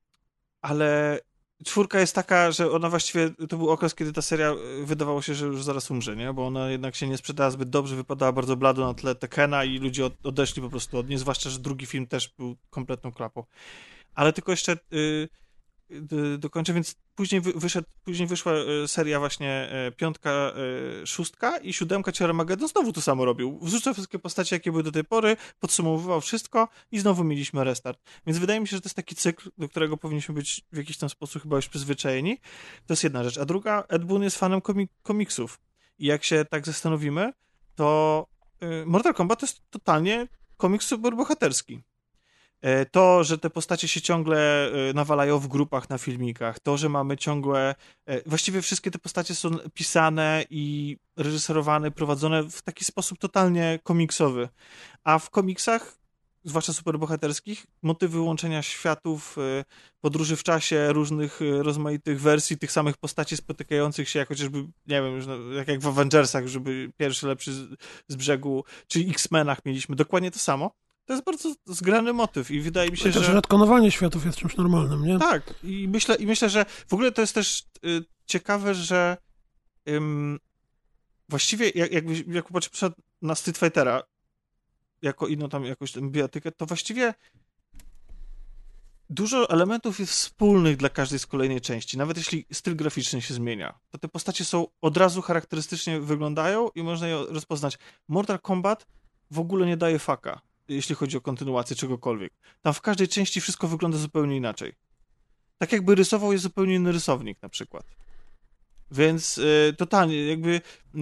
ale... Czwórka jest taka, że ona właściwie, to był okres, kiedy ta seria wydawało się, że już zaraz umrze, nie? Bo ona jednak się nie sprzedała zbyt dobrze, wypadała bardzo blado na tle Tekena i ludzie od, odeszli po prostu od niej, zwłaszcza, że drugi film też był kompletną klapą. Ale tylko jeszcze yy, yy, dokończę, więc później, wy, wyszedł, później wyszła yy, seria właśnie yy, piątka, yy, szóstka i siódemka, czy Armageddon znowu to samo robił. Wrzucał wszystkie postacie, jakie były do tej pory, podsumowywał wszystko i znowu mieliśmy restart. Więc wydaje mi się, że to jest taki cykl, do którego powinniśmy być w jakiś tam sposób chyba już przyzwyczajeni. To jest jedna rzecz. A druga, Ed Boon jest fanem komik- komiksów. I jak się tak zastanowimy, to yy, Mortal Kombat to jest totalnie komiks superbohaterski. To, że te postacie się ciągle nawalają w grupach na filmikach, to, że mamy ciągłe... Właściwie wszystkie te postacie są pisane i reżyserowane, prowadzone w taki sposób totalnie komiksowy. A w komiksach, zwłaszcza superbohaterskich, motywy łączenia światów, podróży w czasie, różnych rozmaitych wersji tych samych postaci spotykających się, jak chociażby, nie wiem, jak, jak w Avengersach, żeby pierwszy lepszy z, z brzegu, czy X-Menach mieliśmy dokładnie to samo. To jest bardzo zgrany motyw i wydaje mi się, to, że... retkonowanie światów jest czymś normalnym, nie? Tak, i myślę, i myślę, że w ogóle to jest też y, ciekawe, że ym, właściwie jak, jak, jak popatrzę na Street Fightera jako inną tam jakąś tam bijatykę, to właściwie dużo elementów jest wspólnych dla każdej z kolejnej części. Nawet jeśli styl graficzny się zmienia, to te postacie są od razu charakterystycznie wyglądają i można je rozpoznać. Mortal Kombat w ogóle nie daje faka, jeśli chodzi o kontynuację czegokolwiek. Tam w każdej części wszystko wygląda zupełnie inaczej. Tak jakby rysował je zupełnie inny rysownik na przykład. Więc y, totalnie jakby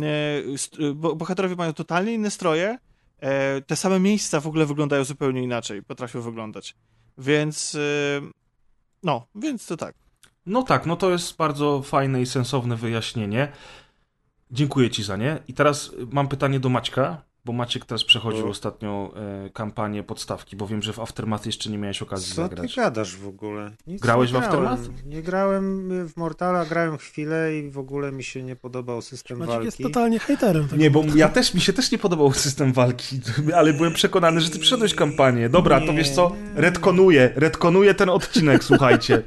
y, bo, bohaterowie mają totalnie inne stroje, y, te same miejsca w ogóle wyglądają zupełnie inaczej, potrafią wyglądać. Więc y, no, więc to tak. No tak, no to jest bardzo fajne i sensowne wyjaśnienie. Dziękuję ci za nie. I teraz mam pytanie do Maćka, bo Maciek teraz przechodził o. ostatnio e, kampanię podstawki, bo wiem, że w Aftermath jeszcze nie miałeś okazji Co zagrać. Co ty gadasz w ogóle? Nic Grałeś nie w Aftermath? Nie grałem w Mortala, grałem chwilę i w ogóle mi się nie podobał system Maciek walki. jest totalnie hejterem. Nie, bo ja też, mi się też nie podobał system walki, ale byłem przekonany, że ty przeszedłeś kampanię. Dobra, nie, to wiesz co? Retkonuję, retkonuję ten odcinek, słuchajcie.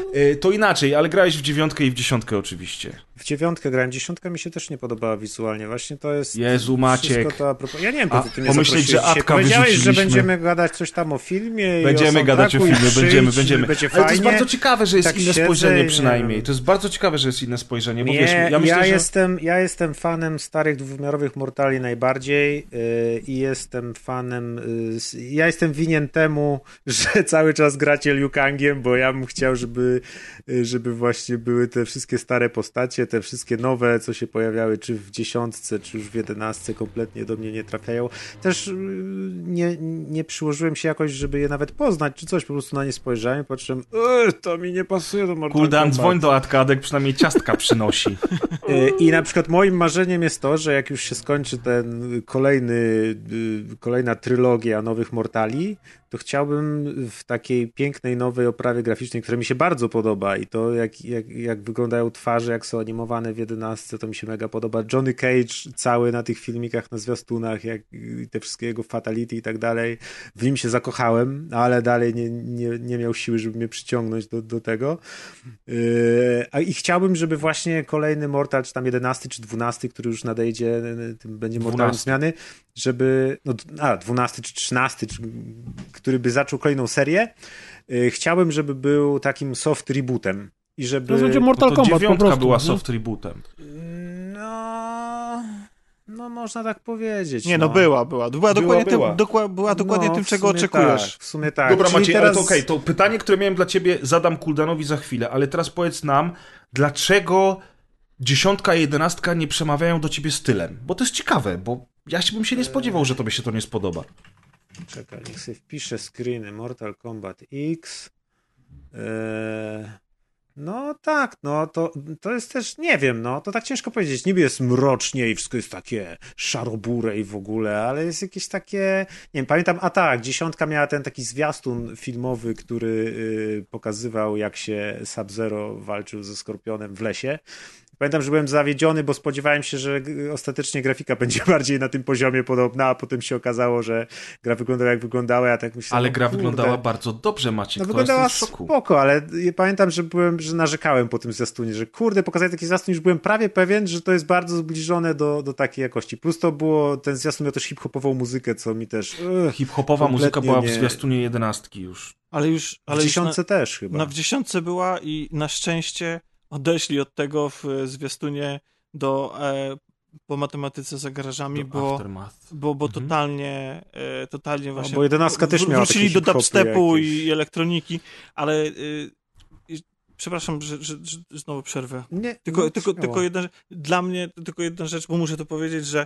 To inaczej, ale grałeś w dziewiątkę i w dziesiątkę oczywiście. W dziewiątkę grałem, dziesiątka mi się też nie podobała wizualnie, właśnie to jest... Jezu, Maciek. To a propos... Ja nie wiem, po co ty mnie pomyśleć, że Atka powiedziałeś, że będziemy gadać coś tam o filmie Będziemy i o gadać o filmie, będziemy, będziemy. Będzie ale fajnie. to jest bardzo ciekawe, że jest tak inne siedzę, spojrzenie przynajmniej. To jest bardzo ciekawe, że jest inne spojrzenie, bo nie, wiesz, ja myślę, ja że... Jestem, ja jestem fanem starych dwuwymiarowych Mortali najbardziej yy, i jestem fanem... Yy, ja jestem winien temu, że cały czas gracie Liu Kangiem, bo ja bym chciał, żeby, yy, żeby właśnie były te wszystkie stare postacie, te wszystkie nowe, co się pojawiały, czy w dziesiątce, czy już w jedenastce, kompletnie do mnie nie trafiają. Też yy, nie, nie przyłożyłem się jakoś, żeby je nawet poznać, czy coś, po prostu na nie spojrzałem, patrzyłem, to mi nie pasuje do Mortal Kuldan, Kombat. dzwoń do Atkadek, przynajmniej ciastka przynosi. I na przykład moim marzeniem jest to, że jak już się skończy ten kolejny, kolejna trylogia nowych Mortali, to chciałbym w takiej pięknej, nowej oprawie graficznej, która mi się bardzo podoba i to jak, jak, jak wyglądają twarze, jak są animowane w jedenastce, to mi się mega podoba. Johnny Cage cały na tych filmikach, na zwiastunach, jak te wszystkie jego fatality i tak dalej. W nim się zakochałem, ale dalej nie, nie, nie miał siły, żeby mnie przyciągnąć do, do tego. Yy, a i chciałbym, żeby właśnie kolejny Mortal, czy tam jedenasty, czy dwunasty, który już nadejdzie, tym będzie Mortalem zmiany, żeby, no a, dwunasty, czy trzynasty, czy który by zaczął kolejną serię, chciałbym, żeby był takim soft rebootem. i żeby... To będzie Mortal to Kombat po dziewiątka prostu. była nie? soft rebootem. No... No można tak powiedzieć. Nie, no, no była, była. Była dokładnie, była. Tym, dokła, była dokładnie no, tym, w czego sumie oczekujesz. Tak, w sumie tak. Dobra, Czyli Maciej, teraz... ale to okej, okay, to pytanie, które miałem dla ciebie, zadam Kuldanowi za chwilę, ale teraz powiedz nam, dlaczego dziesiątka i jedenastka nie przemawiają do ciebie stylem? Bo to jest ciekawe, bo ja bym się nie spodziewał, że tobie się to nie spodoba. Czekaj, niech sobie wpiszę screeny Mortal Kombat X. Eee... No tak, no to, to jest też, nie wiem, no to tak ciężko powiedzieć. Niby jest mrocznie i wszystko jest takie szarobure i w ogóle, ale jest jakieś takie, nie wiem, pamiętam, a tak, dziesiątka miała ten taki zwiastun filmowy, który y, pokazywał, jak się Sub-Zero walczył ze Skorpionem w lesie. Pamiętam, że byłem zawiedziony, bo spodziewałem się, że ostatecznie grafika będzie bardziej na tym poziomie podobna, a potem się okazało, że gra wyglądała jak wyglądała, ja tak myślałem, Ale no, gra kurde. wyglądała bardzo dobrze, Maciek, No to wyglądała jestem w szoku. spoko, ale ja pamiętam, że byłem, że narzekałem po tym zwiastunie, że kurde, pokazali taki zwiastun, już byłem prawie pewien, że to jest bardzo zbliżone do, do takiej jakości. Plus to było, ten zwiastun miał też hip-hopową muzykę, co mi też... Ugh, Hip-hopowa muzyka była w nie. zwiastunie jedenastki już. Ale już... Ale w już dziesiątce na, też chyba. na, w dziesiątce była i na szczęście odeszli od tego w zwiastunie do... E, po matematyce za garażami, Do bo, Aftermath. bo, bo Mhm. totalnie, e, totalnie właśnie... bo jedenastka też miała wrócili takie do hip-hopy dubstepu jakieś. i elektroniki, ale... Y, Przepraszam, że, że, że znowu przerwę. Nie, Tylko, no, tylko, śmiało. tylko jedna, dla mnie tylko jedna rzecz, bo muszę to powiedzieć, że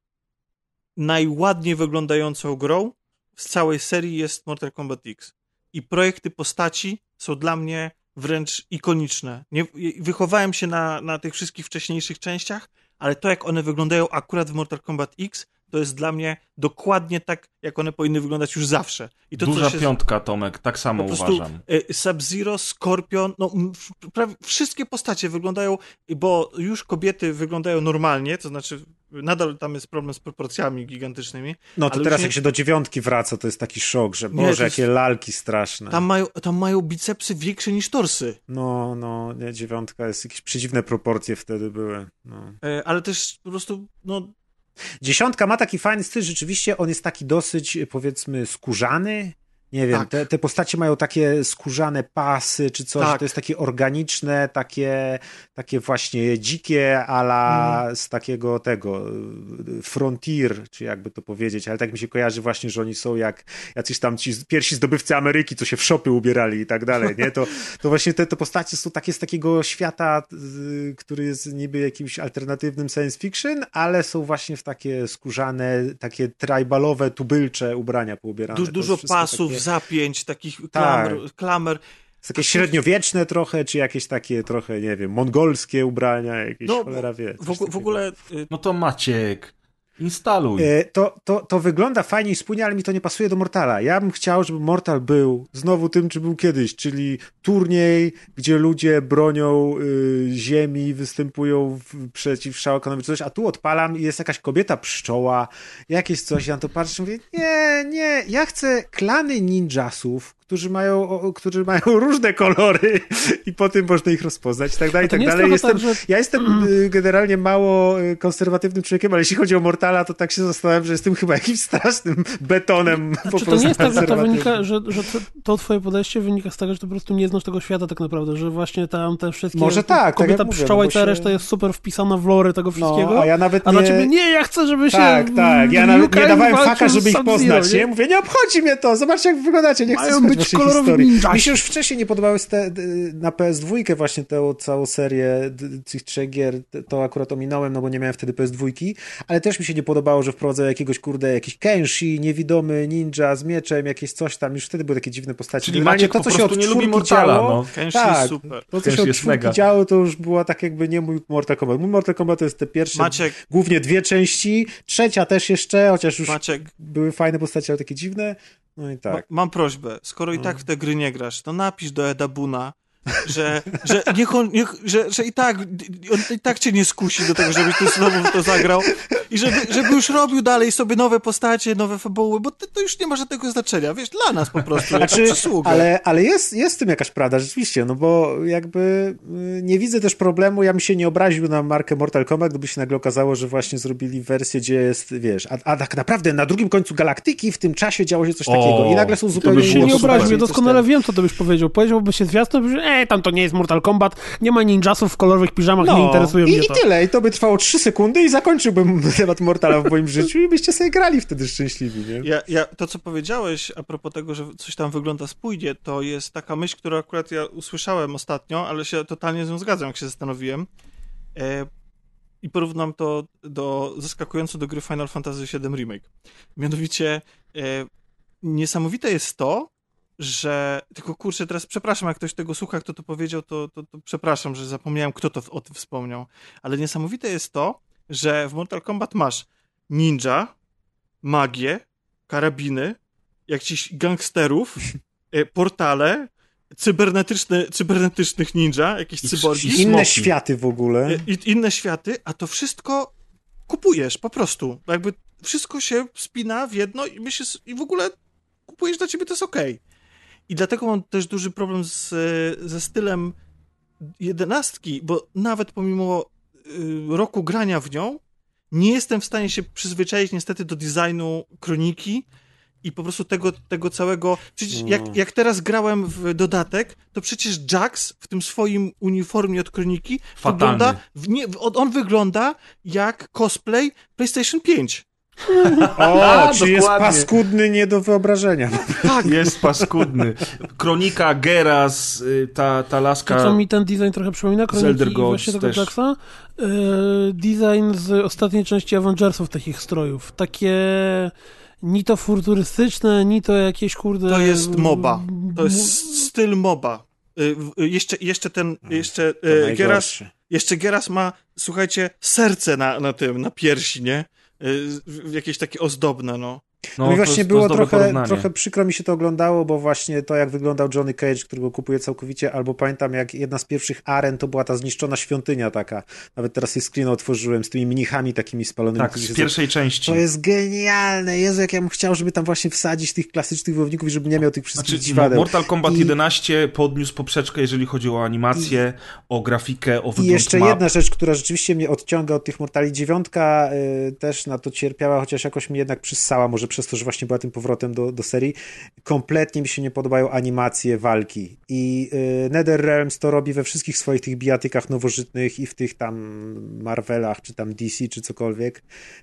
najładniej wyglądającą grą z całej serii jest Mortal Kombat X. I projekty postaci są dla mnie wręcz ikoniczne. Nie, wychowałem się na, na tych wszystkich wcześniejszych częściach, ale to, jak one wyglądają akurat w Mortal Kombat X, to jest dla mnie dokładnie tak, jak one powinny wyglądać już zawsze. I to, Duża co piątka, Tomek, tak samo po prostu uważam. Sub-Zero, Scorpion, no prawie wszystkie postacie wyglądają, bo już kobiety wyglądają normalnie, to znaczy nadal tam jest problem z proporcjami gigantycznymi. No to ale teraz już nie... jak się do dziewiątki wraca, to jest taki szok, że Nie, Boże, to jest- jakie lalki straszne. Tam mają, tam mają bicepsy większe niż torsy, No, no, nie, dziewiątka jest, jakieś przedziwne proporcje wtedy były. No. e, ale też po prostu, no Dziesiątka ma taki fajny styl, rzeczywiście on jest taki dosyć, powiedzmy, skórzany. Nie wiem, Tak. te, te postacie mają takie skórzane pasy czy coś, Tak. to jest takie organiczne, takie, takie właśnie dzikie a la Mm. z takiego tego y, Frontier, czy jakby to powiedzieć, ale tak mi się kojarzy właśnie, że oni są jak jacyś tam ci pierwsi zdobywcy Ameryki, co się w szopy ubierali i tak dalej, nie? To, to właśnie te, te postacie są takie z takiego świata, y, który jest niby jakimś alternatywnym science fiction, ale są właśnie w takie skórzane, takie tribalowe, tubylcze ubrania poubierane. du, To dużo jest wszystko pasów, takie- zapięć, takich Tak. klamer, klamer. Jest takie średniowieczne trochę, czy jakieś takie trochę, nie wiem, mongolskie ubrania, jakieś No, cholera wie. coś W, ogó- w takiego. ogóle y, No to Maciek, instaluj. E, To, to, to wygląda fajnie i spójnie, ale mi to nie pasuje do Mortala. Ja bym chciał, żeby Mortal był znowu tym, czym był kiedyś, czyli turniej, gdzie ludzie bronią y, ziemi, występują w, przeciw Shao Kahnowi czy coś, a tu odpalam i jest jakaś kobieta pszczoła, jakieś coś, ja na to patrzę i mówię, nie, nie, ja chcę klany ninjasów, którzy mają, o, którzy mają różne kolory i po tym można ich rozpoznać i tak dalej, i to tak nie jest dalej. trochę Jestem, tak, że- Ja jestem y, generalnie mało y, konserwatywnym człowiekiem, ale jeśli chodzi o Mortala, to tak się zastanawiam, że jestem chyba jakimś strasznym betonem po Czy prostu to nie jest tak, że to konserwatywnym. wynika, że, że to, to twoje podejście wynika z tego, że ty po prostu nie znasz tego świata tak naprawdę, że właśnie tam te wszystkie Może tak, tak kobieta jak mówię, pszczoła no i bo ta się- reszta jest super wpisana w lore tego wszystkiego, No, a ja nawet a nie... dla ciebie nie, ja chcę, żeby się Tak, tak, ja nawet nie Liu Kang dawałem walczył faka, z żeby ich Sub-Zero, poznać, nie? nie? Mówię, nie obchodzi mnie to, zobaczcie jak wyglądacie, nie chcę Mają słuchać być waszej kolorowi historii. ninjasi. Mi się już wcześniej nie podobały te, na P S dwa właśnie tę całą serię d- tych trzech gier, to akurat ominąłem, no bo nie miałem wtedy P S dwa, ale też mi się nie podobało, że wprowadzają jakiegoś, kurde, jakiś Kenshi, niewidomy ninja z mieczem, jakieś coś tam, już wtedy były takie dziwne postacie. Czyli Generalnie Maciek to, po co się prostu od nie lubi czwórki Mortala, działo, no. Kenshi tak, jest super. to, co Kenshi się od jest czwórki mega. działo, to już była tak jakby nie mój Mortal Kombat. Mój Mortal Kombat to jest te pierwsze, Maciek, głównie dwie części, trzecia też jeszcze, chociaż już Maciek, były fajne postacie, ale takie dziwne. No i tak. ma, mam prośbę, skoro i No. tak w te gry nie grasz, to napisz do Eda Boona, że, że, niech on, niech, że, że i tak on i tak cię nie skusi do tego, żebyś ty znowu w to zagrał i żeby, żeby już robił dalej sobie nowe postacie, nowe fabuły, bo to, to już nie ma żadnego znaczenia, wiesz, dla nas po prostu, jako Znaczy, przysługę. ale, ale jest, jest w tym jakaś prawda, rzeczywiście, no bo jakby y, nie widzę też problemu, ja bym się nie obraził na markę Mortal Kombat, gdyby się nagle okazało, że właśnie zrobili wersję, gdzie jest, wiesz, a, a tak naprawdę na drugim końcu galaktyki w tym czasie działo się coś O, takiego i nagle są to zupełnie by Byś było się nie super. obraził, ja coś doskonale tam. wiem, co to byś powiedział. Powiedziałby się zwiastun, że nie, tam to nie jest Mortal Kombat, nie ma ninjasów w kolorowych piżamach, No, nie interesują i, mnie i to. tyle. I to by trwało trzy sekundy i zakończyłbym temat Mortala w moim życiu i byście sobie grali wtedy szczęśliwi, nie? Ja, ja, to, co powiedziałeś a propos tego, że coś tam wygląda spójnie, to jest taka myśl, którą akurat ja usłyszałem ostatnio, ale się totalnie z nią zgadzam, jak się zastanowiłem. E, I porównam to do, zaskakująco do gry Final Fantasy siedem Remake. Mianowicie e, niesamowite jest to, że, tylko kurczę, teraz przepraszam, jak ktoś tego słucha, kto to powiedział, to, to, to przepraszam, że zapomniałem, kto to o tym wspomniał, ale niesamowite jest to, że w Mortal Kombat masz ninja, magię, karabiny, jakichś gangsterów, portale, cybernetyczne, cybernetycznych ninja, jakieś I, cyborgi. i Inne smoki. światy w ogóle. I, inne światy, a to wszystko kupujesz po prostu. Jakby wszystko się spina w jedno i myślisz, i w ogóle kupujesz, dla ciebie to jest okej. Okay. I dlatego mam też duży problem z, ze stylem jedenastki, bo nawet pomimo y, roku grania w nią, nie jestem w stanie się przyzwyczaić niestety do designu Kroniki i po prostu tego, tego całego... Przecież no. jak, jak teraz grałem w dodatek, to przecież Jax w tym swoim uniformie od Kroniki wygląda, w nie, on wygląda jak cosplay PlayStation pięć. O, A, czy jest dokładnie. paskudny nie do wyobrażenia. Tak, jest paskudny. Kronika, Geras, y, ta, ta laska... To, co mi ten design trochę przypomina, Kroniki Elder i Gods właśnie tego też. Jacksa, yy, design z ostatniej części Avengersów takich strojów. Takie ni to futurystyczne, ni to jakieś, kurde... To jest MOBA. To jest styl MOBA. Y, y, jeszcze, jeszcze ten, jeszcze y, Geras, jeszcze Geras ma, słuchajcie, serce na, na tym, na piersi, nie? Y, jakieś takie ozdobne, no. No, No, i to właśnie jest- to było jest dobre trochę, porównanie. trochę przykro mi się to oglądało, bo właśnie to, jak wyglądał Johnny Cage, którego kupuję całkowicie, albo pamiętam, jak jedna z pierwszych aren to była ta zniszczona świątynia taka. Nawet teraz jej screen otworzyłem z tymi mnichami takimi spalonymi. Tak, którzy z się- pierwszej części. To jest genialne. Jezu, jak ja bym chciał, żeby tam właśnie wsadzić tych klasycznych wojowników i żeby nie miał tych wszystkich Znaczy, dziwadeł. Mortal Kombat I- jedenaście podniósł poprzeczkę, jeżeli chodzi o animację, o grafikę, o I wygląd jeszcze map. jedna rzecz, która rzeczywiście mnie odciąga od tych Mortali. Dziewiątka y, też na to cierpiała, chociaż jakoś mnie jednak przyssała, może przez to, że właśnie była tym powrotem do, do serii. Kompletnie mi się nie podobają animacje walki. I y, NetherRealms to robi we wszystkich swoich tych bijatykach nowożytnych i w tych tam Marvelach, czy tam D C, czy cokolwiek.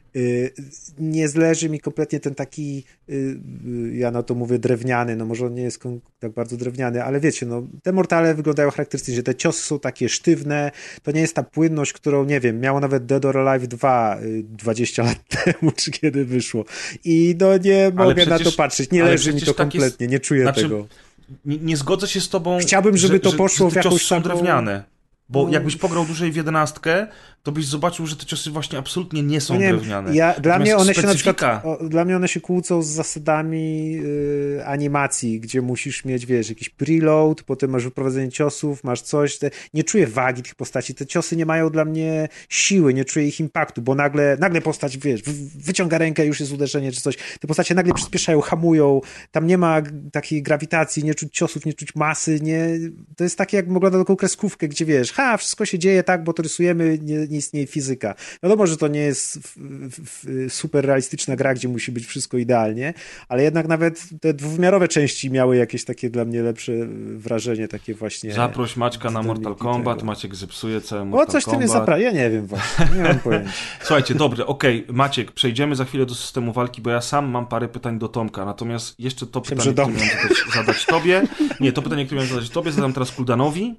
Y, nie zleży mi kompletnie ten taki, y, y, ja na to mówię drewniany, no może on nie jest kon- tak bardzo drewniany, ale wiecie, no te Mortale wyglądają charakterystycznie, te ciosy są takie sztywne, to nie jest ta płynność, którą, nie wiem, miało nawet Dead or Alive dwa y, dwadzieścia lat temu, czy kiedy wyszło. I no nie mogę przecież- na to patrzeć, nie ale leży mi przecież to tak jest- kompletnie, nie czuję znaczy, tego. Nie, nie zgodzę się z tobą. Chciałbym, żeby że, to że, poszło że w te jakąś ciosy są taką- drewniane. Bo No. jakbyś pograł dłużej w jedenastkę, to byś zobaczył, że te ciosy właśnie absolutnie nie są No nie wiem, drewniane. ja, dla Natomiast mnie one się na specyfika- przykład, o, dla mnie one się kłócą z zasadami y, animacji, gdzie musisz mieć, wiesz, jakiś preload, potem masz wyprowadzenie ciosów, masz coś, te, nie czuję wagi tych postaci, te ciosy nie mają dla mnie siły, nie czuję ich impaktu, bo nagle, nagle postać, wiesz, wy- wyciąga rękę, już jest uderzenie czy coś, te postacie nagle przyspieszają, hamują, tam nie ma g- takiej grawitacji, nie czuć ciosów, nie czuć masy, nie, to jest takie, jak ogląda taką kreskówkę, gdzie wiesz, ha, wszystko się dzieje tak, bo to rysujemy, nie, nie istnieje fizyka. Wiadomo, że to nie jest f, f, f, super realistyczna gra, gdzie musi być wszystko idealnie, ale jednak nawet te dwuwymiarowe części miały jakieś takie dla mnie lepsze wrażenie, takie właśnie... Zaproś Maćka na Mortal dynamiki Kombat, tego. Maciek zepsuje cały Mortal O, coś ty mnie Kombat. zapra... Ja nie wiem właśnie, nie mam pojęcia. Słuchajcie, dobrze, okej, Maciek, przejdziemy za chwilę do systemu walki, bo ja sam mam parę pytań do Tomka, natomiast jeszcze to Myślałem, pytanie, że które miałem zadać, zadać tobie, nie, to pytanie, które miałem zadać tobie, zadam teraz Kuldanowi.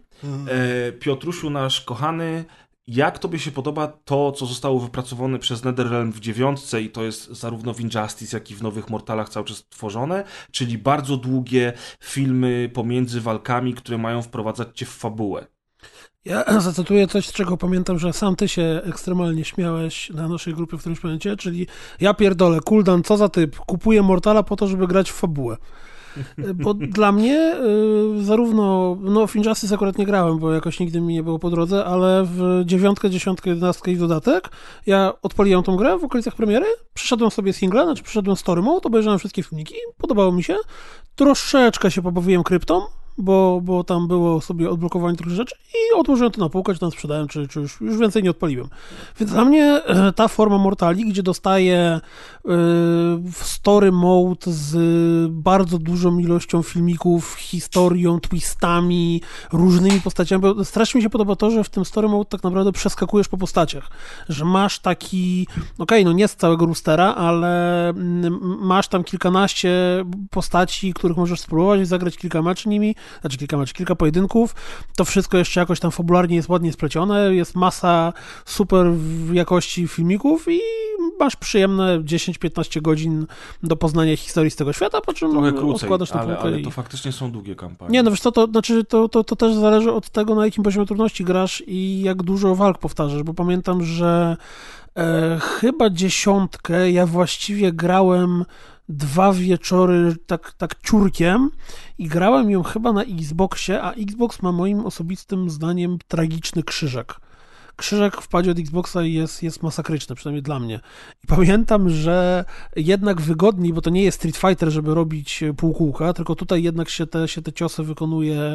E, Piotrusiu, nasz kochany, jak tobie się podoba to, co zostało wypracowane przez NetherRealm w dziewiątce i to jest zarówno w Injustice, jak i w nowych Mortalach cały czas tworzone, czyli bardzo długie filmy pomiędzy walkami, które mają wprowadzać cię w fabułę. Ja zacytuję coś, z czego pamiętam, że sam ty się ekstremalnie śmiałeś na naszej grupie w którymś momencie, czyli ja pierdolę, Kuldan, co za typ, kupuję Mortala po to, żeby grać w fabułę. Bo dla mnie y, zarówno, no w Injustice akurat nie grałem, bo jakoś nigdy mi nie było po drodze, ale w dziewiątkę, dziesiątkę, jedenastkę i w dodatek ja odpaliłem tą grę w okolicach premiery, przeszedłem sobie singla, znaczy przeszedłem story mode, obejrzałem wszystkie filmiki, podobało mi się, troszeczkę się pobawiłem kryptą, bo, bo tam było sobie odblokowanie trochę rzeczy i odłożyłem to na półkę, czy tam sprzedałem, czy, czy już, już więcej nie odpaliłem. Więc dla mnie ta forma Mortali, gdzie dostaję yy, story mode z bardzo dużą ilością filmików, historią, twistami, różnymi postaciami, bo strasznie mi się podoba to, że w tym story mode tak naprawdę przeskakujesz po postaciach, że masz taki, okej, okay, no nie z całego roostera, ale masz tam kilkanaście postaci, których możesz spróbować i zagrać kilka meczy nimi, znaczy kilka meczy, kilka pojedynków, to wszystko jeszcze jakoś tam fabularnie jest ładnie splecione, jest masa super jakości filmików i masz przyjemne dziesięć piętnaście godzin do poznania historii z tego świata, po czym trochę krócej, odkładasz na ale, półkę ale i... to faktycznie są długie kampanie. Nie, no wiesz co, to, znaczy, to, to, to też zależy od tego, na jakim poziomie trudności grasz i jak dużo walk powtarzasz, bo pamiętam, że e, chyba dziesiątkę ja właściwie grałem dwa wieczory tak, tak ciurkiem i grałem ją chyba na Xboxie, a Xbox ma moim osobistym zdaniem tragiczny krzyżek. Krzyżek w padzie od Xboxa jest, jest masakryczny, przynajmniej dla mnie. I pamiętam, że jednak wygodniej, bo to nie jest Street Fighter, żeby robić półkółka, tylko tutaj jednak się te, się te ciosy wykonuje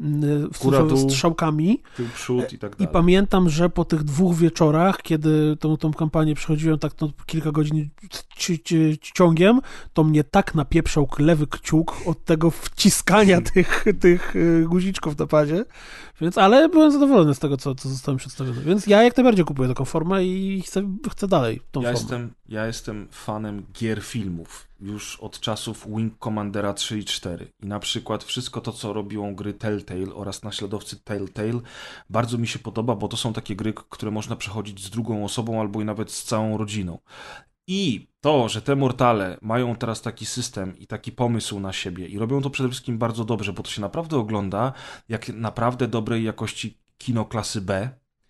w strzałkami. Tył, przód i tak dalej. I pamiętam, że po tych dwóch wieczorach, kiedy tą, tą kampanię przechodziłem tak no, kilka godzin ci, ci, ciągiem, to mnie tak napieprzał lewy kciuk od tego wciskania tych, tych guziczków na padzie. Więc, ale byłem zadowolony z tego, co, co zostało mi przedstawione. Więc ja jak najbardziej kupuję taką formę i chcę, chcę dalej tą ja formę. Jestem, ja jestem fanem gier filmów już od czasów Wing Commandera trzy i cztery. I na przykład wszystko to, co robią gry Telltale oraz naśladowcy Telltale, bardzo mi się podoba, bo to są takie gry, które można przechodzić z drugą osobą albo i nawet z całą rodziną. I to, że te Mortale mają teraz taki system i taki pomysł na siebie i robią to przede wszystkim bardzo dobrze, bo to się naprawdę ogląda jak naprawdę dobrej jakości kino klasy B,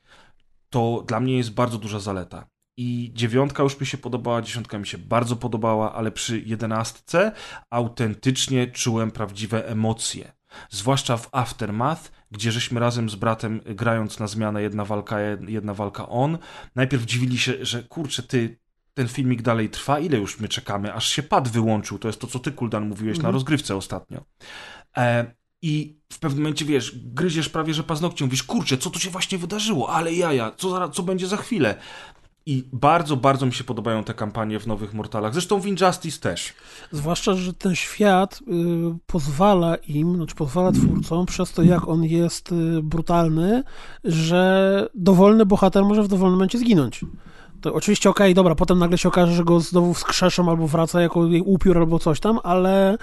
to dla mnie jest bardzo duża zaleta. I dziewiątka już mi się podobała, dziesiątka mi się bardzo podobała, ale przy jedenastce autentycznie czułem prawdziwe emocje. Zwłaszcza w Aftermath, gdzie żeśmy razem z bratem grając na zmianę jedna walka, jedna walka on, najpierw dziwili się, że kurczę, ty, ten filmik dalej trwa, ile już my czekamy, aż się pad wyłączył, to jest to, co ty, Kuldan, mówiłeś mm-hmm. na rozgrywce ostatnio. E, I w pewnym momencie, wiesz, gryziesz prawie, że paznokciem, mówisz, kurczę, co tu się właśnie wydarzyło, ale jaja, co, zaraz, co będzie za chwilę? I bardzo, bardzo mi się podobają te kampanie w nowych Mortalach. Zresztą w Injustice też. Zwłaszcza, że ten świat y, pozwala im, znaczy pozwala twórcom przez to, jak on jest y, brutalny, że dowolny bohater może w dowolnym momencie zginąć. To oczywiście okej, okay, dobra, potem nagle się okaże, że go znowu wskrzeszą albo wraca jako jej upiór albo coś tam, ale y,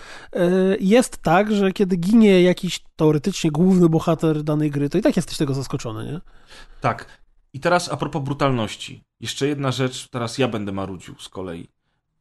jest tak, że kiedy ginie jakiś teoretycznie główny bohater danej gry, to i tak jesteś tego zaskoczony, nie? Tak. I teraz a propos brutalności. Jeszcze jedna rzecz, teraz ja będę marudził z kolei.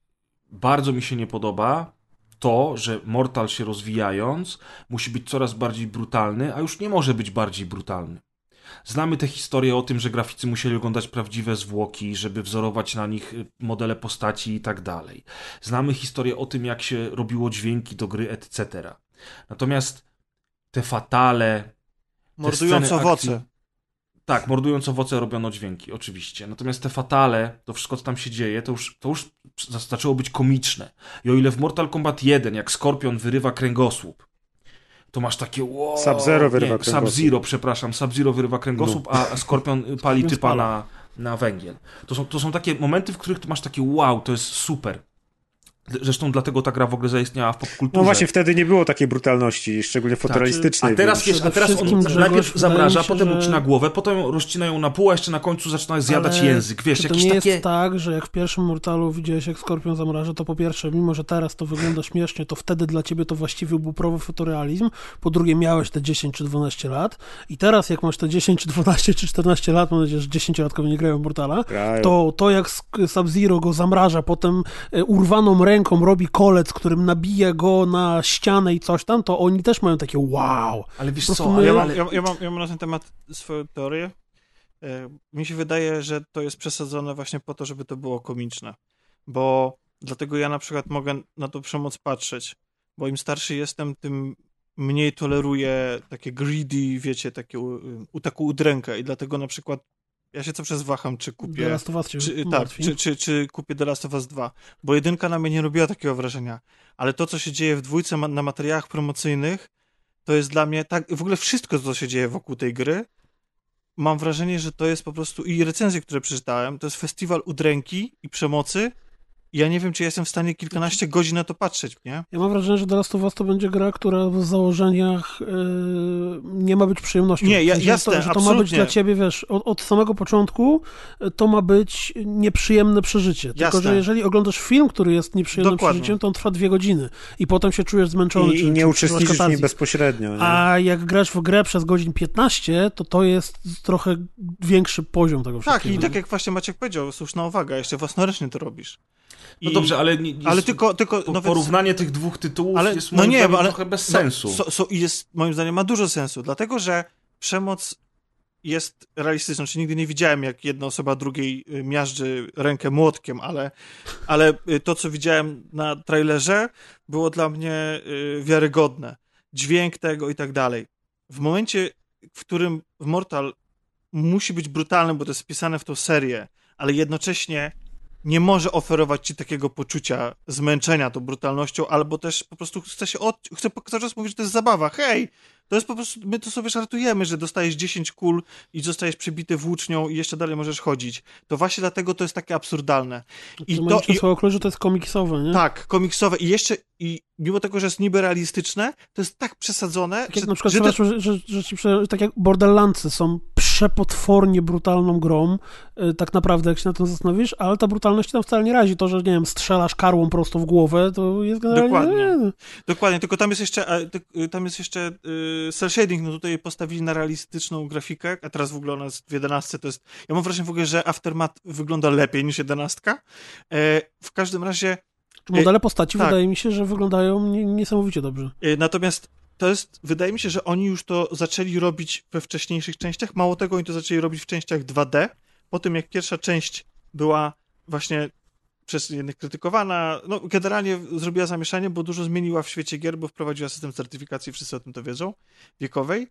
Bardzo mi się nie podoba to, że Mortal się rozwijając musi być coraz bardziej brutalny, a już nie może być bardziej brutalny. Znamy tę historię o tym, że graficy musieli oglądać prawdziwe zwłoki, żeby wzorować na nich modele postaci i tak dalej. Znamy historię o tym, jak się robiło dźwięki do gry, et cetera. Natomiast te fatale... Mordując owoce. Akcji, tak, mordując owoce robiono dźwięki, oczywiście. Natomiast te fatale, to wszystko, co tam się dzieje, to już, to już zaczęło być komiczne. I o ile w Mortal Kombat jeden, jak Skorpion wyrywa kręgosłup, to masz takie wow, Sub-Zero wyrywa nie, kręgosłup. Sub-Zero, przepraszam, Sub-Zero wyrywa kręgosłup, no. a Skorpion pali typa na, na węgiel. To są, to są takie momenty, w których masz takie wow, to jest super. Zresztą dlatego ta gra w ogóle zaistniała w popkulturze. No właśnie, wtedy nie było takiej brutalności, szczególnie fotorealistycznej. Tak. A teraz, wiesz, a teraz on najpierw zamraża, potem że... ucina głowę, potem rozcina ją na pół, a jeszcze na końcu zaczyna zjadać Ale język. Wiesz, to jakieś nie takie... jest tak, że jak w pierwszym Mortalu widziałeś, jak Skorpion zamraża, to po pierwsze, mimo że teraz to wygląda śmiesznie, to wtedy dla ciebie to właściwie był prawy fotorealizm. Po drugie, miałeś te dziesięć czy dwanaście lat i teraz jak masz te dziesięć czy dwanaście czy czternaście lat, mam nadzieję, że dziesięciolatkowie nie grają w Mortala, to, to jak Sub-Zero go zamraża, potem urwaną ręką robi kole, którym nabija go na ścianę i coś tam, to oni też mają takie wow. Ale wiesz co, my... ale... ja, mam, ja, ja, mam, ja mam na ten temat swoją teorię. E, mi się wydaje, że to jest przesadzone właśnie po to, żeby to było komiczne. Bo dlatego ja na przykład mogę na tą przemoc patrzeć, bo im starszy jestem, tym mniej toleruję takie greedy, wiecie, takie, u, taką udrękę i dlatego na przykład ja się co przez waham, czy kupię... The Last of Us czy, tak, czy, czy, czy kupię The Last of Us dwa, bo jedynka na mnie nie robiła takiego wrażenia, ale to, co się dzieje w dwójce na materiałach promocyjnych, to jest dla mnie tak, w ogóle wszystko, co się dzieje wokół tej gry, mam wrażenie, że to jest po prostu, i recenzje, które przeczytałem, to jest festiwal udręki i przemocy. Ja nie wiem, czy ja jestem w stanie kilkanaście godzin na to patrzeć, nie? Ja mam wrażenie, że The Last of Us to będzie gra, która w założeniach yy, nie ma być przyjemnością. Nie, ja, w sensie, jasne, to, że to absolutnie. ma być dla ciebie, wiesz, od, od samego początku to ma być nieprzyjemne przeżycie. Tylko, Jasne. że jeżeli oglądasz film, który jest nieprzyjemnym Dokładnie. przeżyciem, to on trwa dwie godziny i potem się czujesz zmęczony. I, czy, i nie czy uczestniczysz w niej katarzis. bezpośrednio. Nie? A jak grasz w grę przez godzin piętnaście, to to jest trochę większy poziom tego Tak, wszystkiego. i tak jak właśnie Maciek powiedział, słuszna uwaga, jeszcze własnoręcznie to robisz. I... No dobrze, ale, nie, jest, ale tylko, tylko po- no porównanie tych dwóch tytułów ale, jest no moim nie, zdaniem ale, trochę bez no, sensu. So, so, jest, moim zdaniem ma dużo sensu, dlatego że przemoc jest realistyczna. Czy nigdy nie widziałem, jak jedna osoba drugiej y, miażdży rękę młotkiem, ale, ale y, to, co widziałem na trailerze, było dla mnie y, wiarygodne. Dźwięk tego i tak dalej. W momencie, w którym w Mortal musi być brutalny, bo to jest wpisane w tą serię, ale jednocześnie nie może oferować ci takiego poczucia zmęczenia tą brutalnością, albo też po prostu chce się od... chce cały czas mówić, że to jest zabawa. Hej, to jest po prostu, my to sobie żartujemy, że dostajesz dziesięć kul i zostajesz przebity włócznią i jeszcze dalej możesz chodzić. To właśnie dlatego to jest takie absurdalne. I to, to, i... i, Okres, że to jest komiksowe, nie? tak, komiksowe i jeszcze, i mimo tego, że jest niby realistyczne, to jest tak przesadzone, Tak jak że, na przykład, że że, to... że, że, że ci prze... tak jak Borderlandsy są przepotwornie brutalną grą, yy, tak naprawdę, jak się na tym zastanowisz, ale ta brutalność tam wcale nie razi. To, że, nie wiem, strzelasz karłą prosto w głowę, to jest generalnie... Dokładnie. Dokładnie, tylko tam jest jeszcze, a, ty- tam jest jeszcze yy, cel shading, no tutaj postawili na realistyczną grafikę, a teraz w ogóle ona jest w jedenastce, to jest, ja mam wrażenie w ogóle, że Aftermath wygląda lepiej niż jedenastka. E, w każdym razie... Modele postaci tak. wydaje mi się, że wyglądają nie, niesamowicie dobrze. e, natomiast to jest, wydaje mi się, że oni już to zaczęli robić we wcześniejszych częściach, mało tego, oni to zaczęli robić w częściach dwa D, po tym jak pierwsza część była właśnie przez jednych krytykowana, no generalnie zrobiła zamieszanie, bo dużo zmieniła w świecie gier, bo wprowadziła system certyfikacji, wszyscy o tym to wiedzą, wiekowej,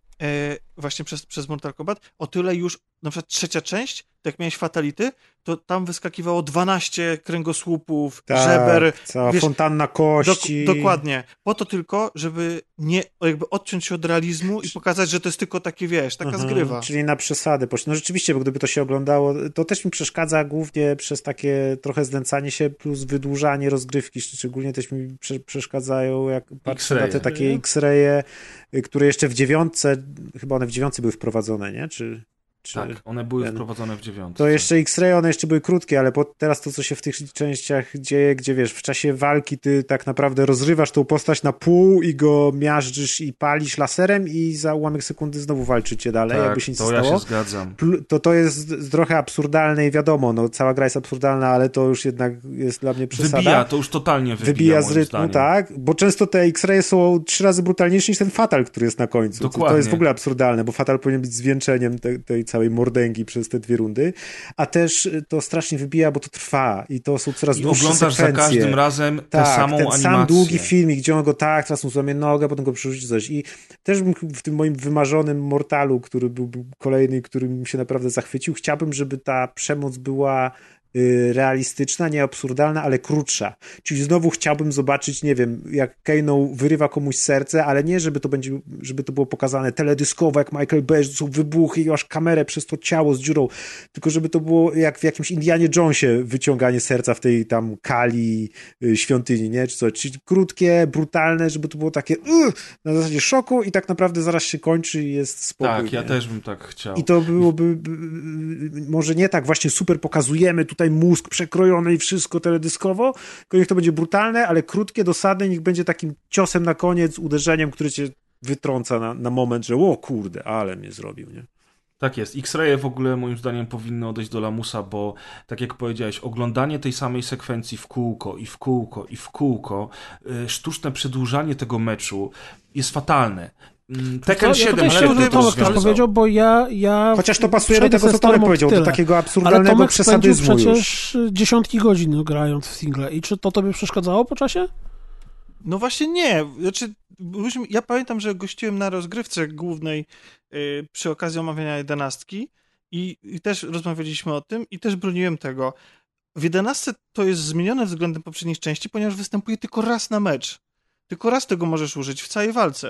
e, właśnie przez, przez Mortal Kombat. O tyle już, na przykład trzecia część, tak jak miałeś Fatality, to tam wyskakiwało dwanaście kręgosłupów, tak, żeber. Cała wiesz, fontanna kości. Dok- dokładnie. Po to tylko, żeby nie, jakby odciąć się od realizmu i pokazać, że to jest tylko takie, wiesz, taka Mhm, zgrywa. Czyli na przesady poszli. No rzeczywiście, bo gdyby to się oglądało, to też mi przeszkadza głównie przez takie trochę znęcanie się plus wydłużanie rozgrywki. Szczególnie też mi prze- przeszkadzają, jak patrzę na te takie X-raye, które jeszcze w dziewiątce, chyba one w dziewiątce były wprowadzone, nie? Czy... Czy tak, one były ten... wprowadzone w dziewiątce. To jeszcze X-ray, one jeszcze były krótkie, ale po, teraz to, co się w tych częściach dzieje, gdzie wiesz, w czasie walki ty tak naprawdę rozrywasz tą postać na pół i go miażdżysz i palisz laserem i za ułamek sekundy znowu walczycie dalej, tak, jakby się nic to nie stało. ja się zgadzam. To to jest trochę absurdalne i wiadomo, no cała gra jest absurdalna, ale to już jednak jest dla mnie przesada. Wybija, to już totalnie wybija, Wybija z rytmu, zdaniem. tak, bo często te X-raye są trzy razy brutalniejsze niż ten Fatal, który jest na końcu. Dokładnie. To, to jest w ogóle absurdalne, bo Fatal powinien być zwieńczeniem te, tej całej mordęgi przez te dwie rundy, a też to strasznie wybija, bo to trwa i to są coraz I dłuższe oglądasz sekwencje. za każdym razem tę tak, samą ten animację. sam długi filmik, gdzie on go tak, teraz mu złamie nogę, potem go przerzuci coś i też bym w tym moim wymarzonym Mortalu, który był, był kolejny, który mi się naprawdę zachwycił, chciałbym, żeby ta przemoc była realistyczna, nie absurdalna, ale krótsza. Czyli znowu chciałbym zobaczyć, nie wiem, jak Kano wyrywa komuś serce, ale nie, żeby to będzie, żeby to było pokazane teledyskowo, jak Michael Bay, że są wybuchy i aż kamerę przez to ciało z dziurą, tylko żeby to było jak w jakimś Indianie Jonesie wyciąganie serca w tej tam kali świątyni, nie? Czy co? Czyli krótkie, brutalne, żeby to było takie uh, na zasadzie szoku i tak naprawdę zaraz się kończy i jest spokój. Tak, ja nie? też bym tak chciał. I to byłoby może nie tak właśnie super pokazujemy tutaj mózg przekrojony i wszystko teledyskowo, tylko niech to będzie brutalne, ale krótkie, dosadne, niech będzie takim ciosem na koniec, uderzeniem, który cię wytrąca na, na moment, że o kurde, ale mnie zrobił, nie? Tak jest. X-raye w ogóle moim zdaniem powinny odejść do lamusa, bo tak jak powiedziałeś, oglądanie tej samej sekwencji w kółko i w kółko i w kółko, yy, sztuczne przedłużanie tego meczu jest fatalne. Tekken siedem, ja ale to Tomek też powiedział, bo ja, ja... Chociaż to pasuje do tego, co Tomek powiedział, do takiego absurdalnego ale przesadyzmu już. przecież dziesiątki godzin grając w single. I czy to tobie przeszkadzało po czasie? No właśnie nie. Znaczy, ja pamiętam, że gościłem na rozgrywce głównej yy, przy okazji omawiania jedenastki i, i też rozmawialiśmy o tym i też broniłem tego. W jedenastce to jest zmienione względem poprzednich części, ponieważ występuje tylko raz na mecz. Tylko raz tego możesz użyć w całej walce.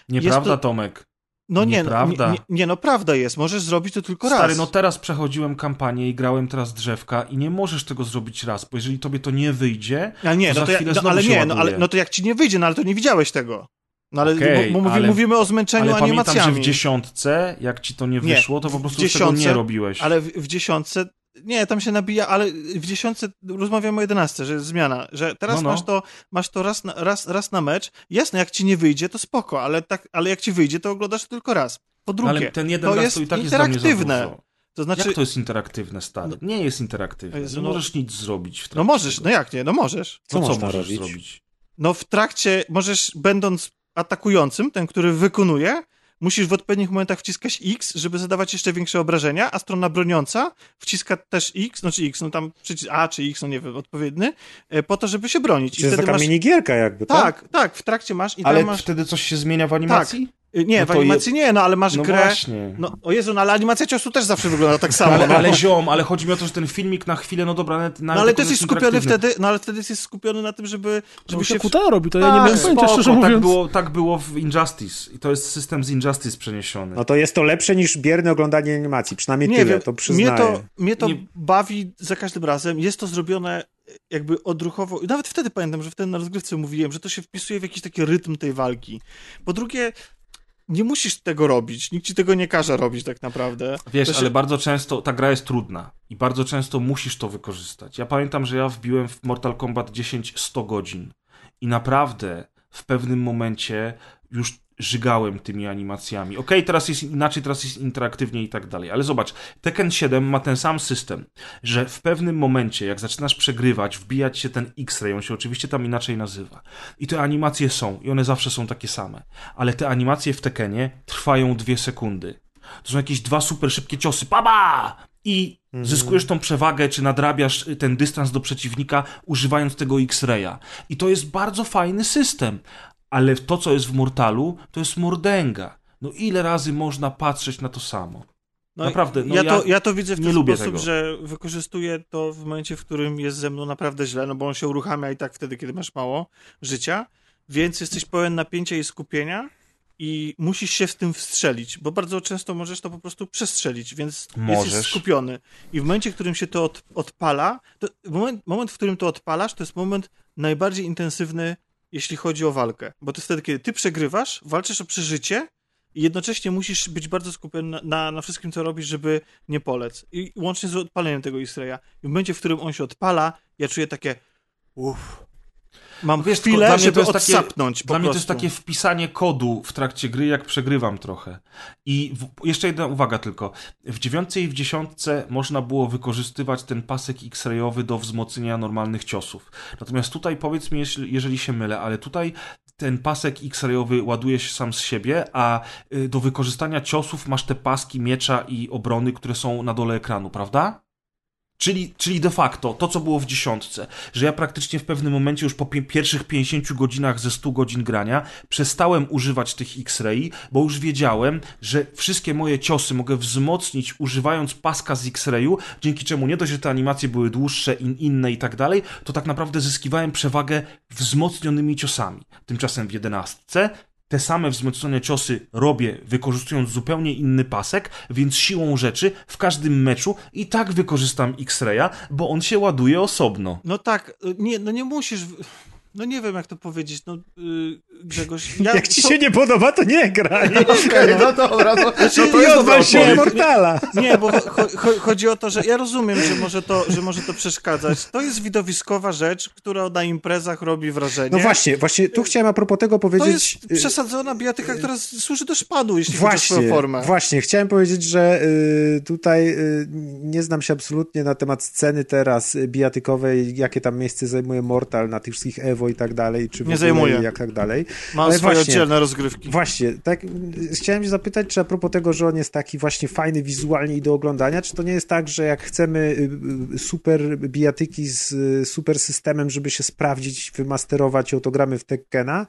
Nieprawda, to... Tomek. No nie, Nieprawda. nie, nie, nie, no prawda jest, możesz zrobić to tylko Stary, raz. no teraz przechodziłem kampanię i grałem teraz drzewka i nie możesz tego zrobić raz, bo jeżeli tobie to nie wyjdzie, A nie, to no za to chwilę ja, no, znowu ale się nie, ładuje. no, ale, no to jak ci nie wyjdzie, no ale to nie widziałeś tego. No ale Okej, bo, bo ale- mówimy o zmęczeniu Ale pamiętam, animacjami. że w dziesiątce, jak ci to nie Nie, wyszło, to po w prostu już tego dziesiątce, nie robiłeś. Ale w, w dziesiątce, nie, tam się nabija, ale w dziesiątce rozmawiamy o jedenastce, że jest zmiana, że teraz No, no. masz to, masz to raz, na, raz, raz na mecz. Jasne, jak ci nie wyjdzie, to spoko, ale, tak, ale jak ci wyjdzie, to oglądasz to tylko raz. Po drugie, Ale ten jeden to raz jest to i tak jest dla mnie za interaktywne. dużo. To znaczy, Jak to jest interaktywne, stary? Nie jest interaktywne. Jezu, Nie no- możesz nic zrobić w trakcie no możesz, tego. no jak nie, no możesz. Co No co można możesz robić? zrobić? No w trakcie, możesz, będąc atakującym, ten, który wykonuje, musisz w odpowiednich momentach wciskać X, żeby zadawać jeszcze większe obrażenia, a strona broniąca wciska też X, no czy X, no tam przycisk A czy X, no nie wiem, odpowiedni, e, po to, żeby się bronić. To jest taka minigierka jakby, tak? Tak, tak, w trakcie masz i Ale tam masz... wtedy coś się zmienia w animacji? Nie, no w to animacji nie, no ale masz No grę... właśnie. No, o Jezu, no ale animacja ciosu też zawsze wygląda tak samo. Ale, no. ale ziom, ale chodzi mi o to, że ten filmik na chwilę, no dobra, nawet No ale to też jest skupiony wtedy, no ale wtedy jest skupiony na tym, żeby, żeby On się... się kuta robi, to ja Tak, nie miałem pojęcia, spoko, szczerze mówiąc. Tak było, tak było w Injustice. I to jest system z Injustice przeniesiony. No to jest to lepsze niż bierne oglądanie animacji, przynajmniej Nie tyle, wiem, to przyznaję. mnie to, mnie to Nie- bawi za każdym razem. Jest to zrobione jakby odruchowo. Nawet wtedy pamiętam, że wtedy na rozgrywce mówiłem, że to się wpisuje w jakiś taki rytm tej walki. Po drugie, nie musisz tego robić. Nikt ci tego nie każe robić tak naprawdę. Wiesz, To się... ale bardzo często ta gra jest trudna i bardzo często musisz to wykorzystać. Ja pamiętam, że ja wbiłem w Mortal Kombat dziesięć sto godzin i naprawdę w pewnym momencie już żygałem tymi animacjami. Okej, teraz jest inaczej, teraz jest interaktywnie i tak dalej, ale zobacz, Tekken siedem ma ten sam system, że w pewnym momencie, jak zaczynasz przegrywać, wbijać się ten X-ray, on się oczywiście tam inaczej nazywa. I te animacje są, i one zawsze są takie same. Ale te animacje w Tekkenie trwają dwie sekundy. To są jakieś dwa super szybkie ciosy. Baba! I zyskujesz tą przewagę, czy nadrabiasz ten dystans do przeciwnika, używając tego X-raya. I to jest bardzo fajny system. Ale to, co jest w Mortalu, to jest mordęga. No ile razy można patrzeć na to samo? No, Naprawdę, no ja, ja to, ja to widzę w nie ten lubię sposób, tego. że wykorzystuję to w momencie, w którym jest ze mną naprawdę źle, no bo on się uruchamia i tak wtedy, kiedy masz mało życia, więc jesteś pełen napięcia i skupienia i musisz się w tym wstrzelić, bo bardzo często możesz to po prostu przestrzelić, więc Możesz. jesteś skupiony. I w momencie, w którym się to od, odpala, to moment, moment, w którym to odpalasz, to jest moment najbardziej intensywny, jeśli chodzi o walkę. Bo to jest wtedy, kiedy ty przegrywasz, walczysz o przeżycie i jednocześnie musisz być bardzo skupiony na, na, na wszystkim, co robisz, żeby nie polec. I łącznie z odpaleniem tego X-raya. I w momencie, w którym on się odpala, ja czuję takie uff. Mam Wiesz, tylko chwilę, dla mnie żeby to jest takie- odsapnąć po Dla mnie to prostu. jest takie wpisanie kodu w trakcie gry, jak przegrywam trochę. I w, jeszcze jedna uwaga tylko. W dziewiątce i w dziesiątce można było wykorzystywać ten pasek X-rayowy do wzmocnienia normalnych ciosów. Natomiast tutaj, powiedz mi, jeśli- jeżeli się mylę, ale tutaj ten pasek X-rayowy ładuje się sam z siebie, a y, do wykorzystania ciosów masz te paski miecza i obrony, które są na dole ekranu, prawda? Czyli, czyli de facto to, co było w dziesiątce, że ja praktycznie w pewnym momencie już po pi- pierwszych pięćdziesięciu godzinach ze stu godzin grania przestałem używać tych X-ray, bo już wiedziałem, że wszystkie moje ciosy mogę wzmocnić używając paska z X-rayu, dzięki czemu nie dość, że te animacje były dłuższe, in, inne i tak dalej, to tak naprawdę zyskiwałem przewagę wzmocnionymi ciosami. Tymczasem w jedenastce te same wzmocnione ciosy robię, wykorzystując zupełnie inny pasek, więc siłą rzeczy w każdym meczu i tak wykorzystam X-raya, bo on się ładuje osobno. No tak, nie, no nie musisz... No nie wiem, jak to powiedzieć, no yy, Grzegorz... Ja, Jak ci to- się nie podoba, to nie graj. Okej, no dobra, to, Znaczy, no to I jest odwal dobra się od odpowiedź. Mortala. Nie, bo cho cho chodzi o to, że ja rozumiem, że może to, że może to przeszkadzać. To jest widowiskowa rzecz, która na imprezach robi wrażenie. No właśnie, właśnie tu chciałem a propos tego To powiedzieć... jest przesadzona bijatyka, która służy do szpadu, jeśli chodzi o Właśnie, swoją formę. właśnie. Chciałem powiedzieć, że y, tutaj y, nie znam się absolutnie na temat sceny teraz y, bijatykowej, jakie tam miejsce zajmuje Mortal na tych wszystkich Evo i tak dalej, czy w Nie ogóle zajmuje. jak tak dalej. Ma Ale swoje właśnie- oddzielne rozgrywki. Właśnie, tak y, chciałem się zapytać, czy a propos tego, że on jest taki właśnie fajny wizualnie i do oglądania, czy to nie jest tak, że jak chcemy y, y, super bijatyki z y, super systemem, żeby się sprawdzić, wymasterować ją, to gramy w Tekkena,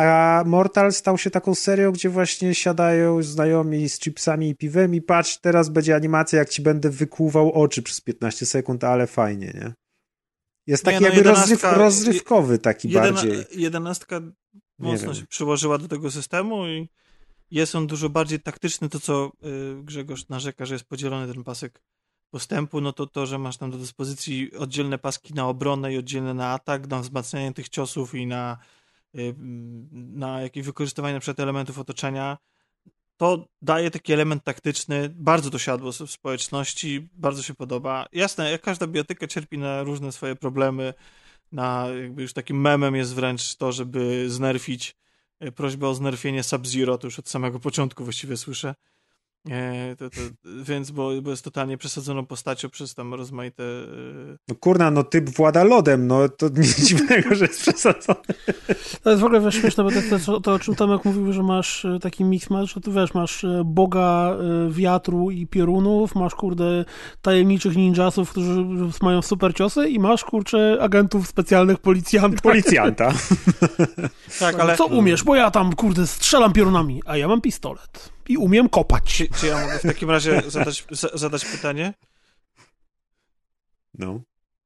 a Mortal stał się taką serią, gdzie właśnie siadają znajomi z chipsami i piwem i patrz, teraz będzie animacja, jak ci będę wykłuwał oczy przez piętnaście sekund, ale fajnie, nie? Jest taki Nie, no, jakby rozryw, jedenastka- rozrywkowy taki Jedena, bardziej. jedenastka mocno wiem. się przyłożyła do tego systemu i jest on dużo bardziej taktyczny. To, co y, Grzegorz narzeka, że jest podzielony ten pasek postępu, no to to, że masz tam do dyspozycji oddzielne paski na obronę i oddzielne na atak, na wzmacnianie tych ciosów i na, y, na jakieś wykorzystywanie na przykład elementów otoczenia, to daje taki element taktyczny, bardzo to siadło w społeczności, bardzo się podoba. Jasne, jak każda bijatyka cierpi na różne swoje problemy, na jakby już takim memem jest wręcz to, żeby znerfić, prośba o znerfienie Sub-Zero, to już od samego początku właściwie słyszę. E, to, to, więc, bo, bo jest totalnie przesadzoną postacią przez tam rozmaite... E... No kurna, no typ włada lodem, no to nic dziwnego, że jest przesadzony. To jest w ogóle wiesz, śmieszne, bo to, to, to o czym Tomek mówił, że masz taki miks, masz, że tu wiesz, masz boga wiatru i piorunów, masz kurde tajemniczych ninjasów, którzy mają super ciosy i masz kurczę agentów specjalnych policjantów. Policjanta. Tak, ale... Co umiesz? Bo ja tam kurde strzelam piorunami, a ja mam pistolet. I umiem kopać. Czy, czy ja mogę w takim razie zadać, za, zadać pytanie? No.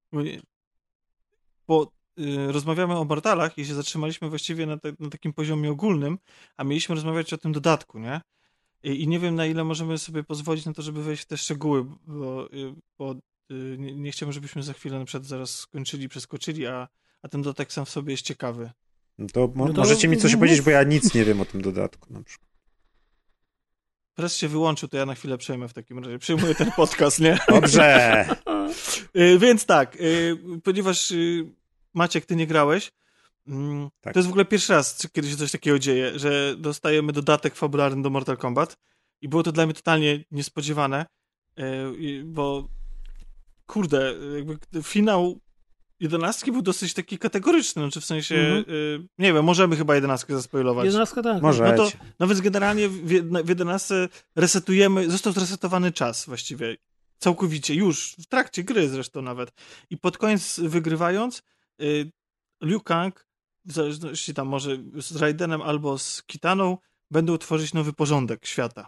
Bo y, rozmawiamy o Mortalach i się zatrzymaliśmy właściwie na, te, na takim poziomie ogólnym, a mieliśmy rozmawiać o tym dodatku, nie? I, i nie wiem, na ile możemy sobie pozwolić na to, żeby wejść w te szczegóły, bo, y, bo y, nie, nie chciałbym, żebyśmy za chwilę na przykład zaraz skończyli, przeskoczyli, a, a ten dodatek sam w sobie jest ciekawy. No to, mo- no to możecie mi coś mów. powiedzieć, bo ja nic nie wiem o tym dodatku na przykład. Press się wyłączył, to ja na chwilę przejmę w takim razie. Przyjmuję ten podcast, nie? Dobrze. y, więc tak, y, ponieważ y, Maciek, ty nie grałeś, y, tak. to jest w ogóle pierwszy raz, kiedy się coś takiego dzieje, że dostajemy dodatek fabularny do Mortal Kombat i było to dla mnie totalnie niespodziewane, y, bo kurde, jakby finał jedenastki był dosyć taki kategoryczny, znaczy w sensie, Mhm. y, nie wiem, możemy chyba jedenastkę zaspoilować. Jedenastka tak. Może. No to, no więc generalnie w, w jedenastce resetujemy, został zresetowany czas właściwie, całkowicie, już w trakcie gry zresztą nawet. I pod koniec wygrywając, y, Liu Kang, w zależności tam może z Raidenem albo z Kitaną, będą tworzyć nowy porządek świata.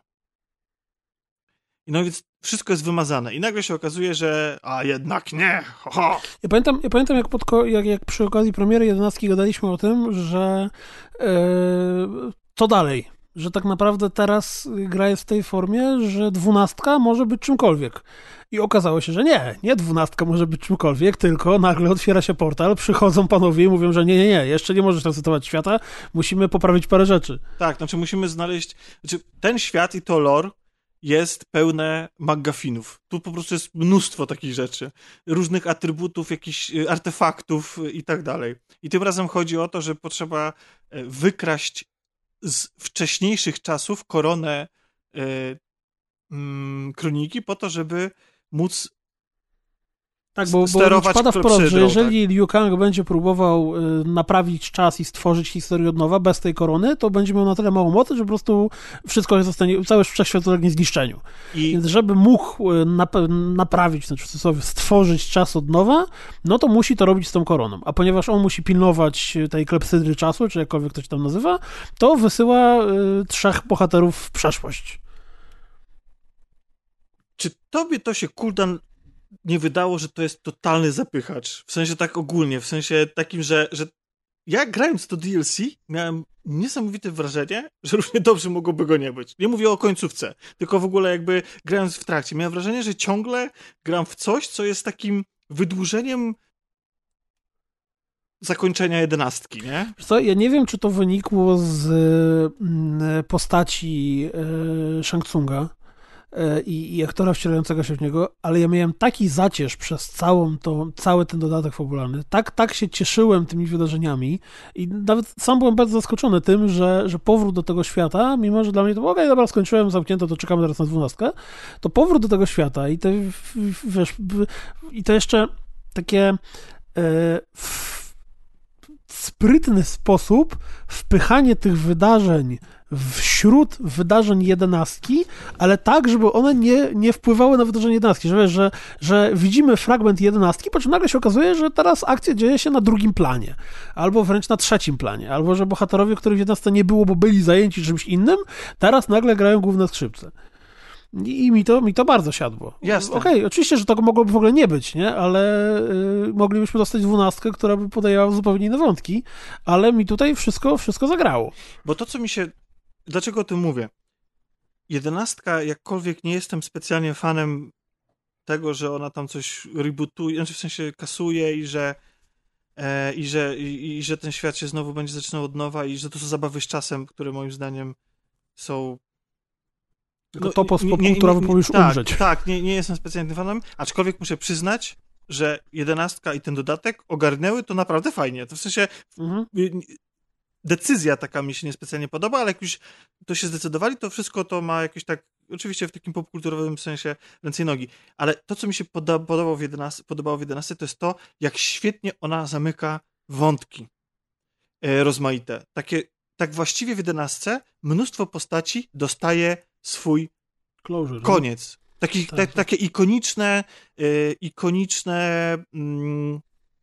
I no więc wszystko jest wymazane. I nagle się okazuje, że a jednak nie, ho, ho. Ja pamiętam, ja pamiętam jak, pod, jak, jak przy okazji premiery jedenastki gadaliśmy o tym, że yy, co dalej? Że tak naprawdę teraz gra jest w tej formie, że dwunastka może być czymkolwiek. I okazało się, że nie, nie dwunastka może być czymkolwiek, tylko nagle otwiera się portal, przychodzą panowie i mówią, że nie, nie, nie, jeszcze nie możesz resetować świata, musimy poprawić parę rzeczy. Tak, znaczy musimy znaleźć, znaczy ten świat i to lore jest pełne McGuffinów. Tu po prostu jest mnóstwo takich rzeczy. Różnych atrybutów, jakichś artefaktów i tak dalej. I tym razem chodzi o to, że potrzeba wykraść z wcześniejszych czasów koronę y, y, kroniki po to, żeby móc Tak, bo, bo sterować pada wprost, klepsydrą, że jeżeli tak. Liu Kang będzie próbował y, naprawić czas i stworzyć historię od nowa bez tej korony, to będzie miał na tyle mało mocy, że po prostu wszystko zostanie, cały wszechświat ulegnie zniszczeniu. I... Więc żeby mógł y, nap- naprawić, znaczy w cudzysłowie stworzyć czas od nowa, no to musi to robić z tą koroną. A ponieważ on musi pilnować tej klepsydry czasu, czy jakkolwiek to się tam nazywa, to wysyła y, trzech bohaterów w przeszłość. Czy tobie to się, Kuldan, nie wydało, że to jest totalny zapychacz? W sensie tak ogólnie, w sensie takim, że, że ja grając to D L C miałem niesamowite wrażenie, że równie dobrze mogłoby go nie być. Nie mówię o końcówce, tylko w ogóle jakby grając w trakcie. Miałem wrażenie, że ciągle gram w coś, co jest takim wydłużeniem zakończenia jedenastki, nie? Wiesz co, ja nie wiem, czy to wynikło z y, postaci y, Shang Tsunga, i, i aktora wcielającego się w niego, ale ja miałem taki zacierz przez całą to, cały ten dodatek fabularny, tak, tak się cieszyłem tymi wydarzeniami i nawet sam byłem bardzo zaskoczony tym, że, że powrót do tego świata, mimo że dla mnie to okej, okay, dobra, skończyłem, zamknięto, to czekamy teraz na dwunastkę, to powrót do tego świata i te, wiesz, i to jeszcze takie e, w sprytny sposób wpychanie tych wydarzeń wśród wydarzeń jedenastki, ale tak, żeby one nie, nie wpływały na wydarzenie jedenastki, że, wiesz, że, że widzimy fragment jedenastki, po czym nagle się okazuje, że teraz akcja dzieje się na drugim planie, albo wręcz na trzecim planie, albo że bohaterowie, których w jedenastce nie było, bo byli zajęci czymś innym, teraz nagle grają główne skrzypce. I mi to, mi to bardzo siadło. Jasne. Okej, okay, oczywiście, że tego mogłoby w ogóle nie być, nie? Ale y, moglibyśmy dostać dwunastkę, która by podejęła zupełnie inne wątki, ale mi tutaj wszystko, wszystko zagrało. Bo to, co mi się dlaczego o tym mówię? Jedenastka, jakkolwiek nie jestem specjalnie fanem tego, że ona tam coś rebootuje, znaczy w sensie kasuje i że e, i, że, i, i że ten świat się znowu będzie zaczynał od nowa i że to są zabawy z czasem, które moim zdaniem są... No, to popkulturowy powinien już tak, umrzeć. Tak, nie, nie jestem specjalnym fanem, aczkolwiek muszę przyznać, że jedenastka i ten dodatek ogarnęły to naprawdę fajnie. To w sensie mhm. decyzja taka mi się niespecjalnie podoba, ale jak już to się zdecydowali, to wszystko to ma jakieś tak, oczywiście w takim popkulturowym sensie ręce i nogi. Ale to, co mi się poda- podobało w jedenastce, podobało w jedenastce, to jest to, jak świetnie ona zamyka wątki e, rozmaite. Takie, tak właściwie w jedenastce mnóstwo postaci dostaje swój Closure, koniec. Taki, tak, ta, tak. Takie ikoniczne, y, ikoniczne mm,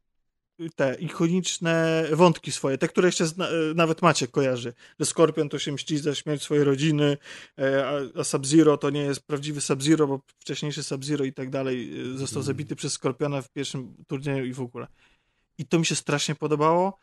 te ikoniczne wątki swoje, te, które jeszcze zna, nawet Maciek kojarzy, że Skorpion to się mści za śmierć swojej rodziny, a, a Sub-Zero to nie jest prawdziwy Sub-Zero, bo wcześniejszy Sub-Zero i tak dalej został mm. zabity przez Skorpiona w pierwszym turnieju i w ogóle. I to mi się strasznie podobało.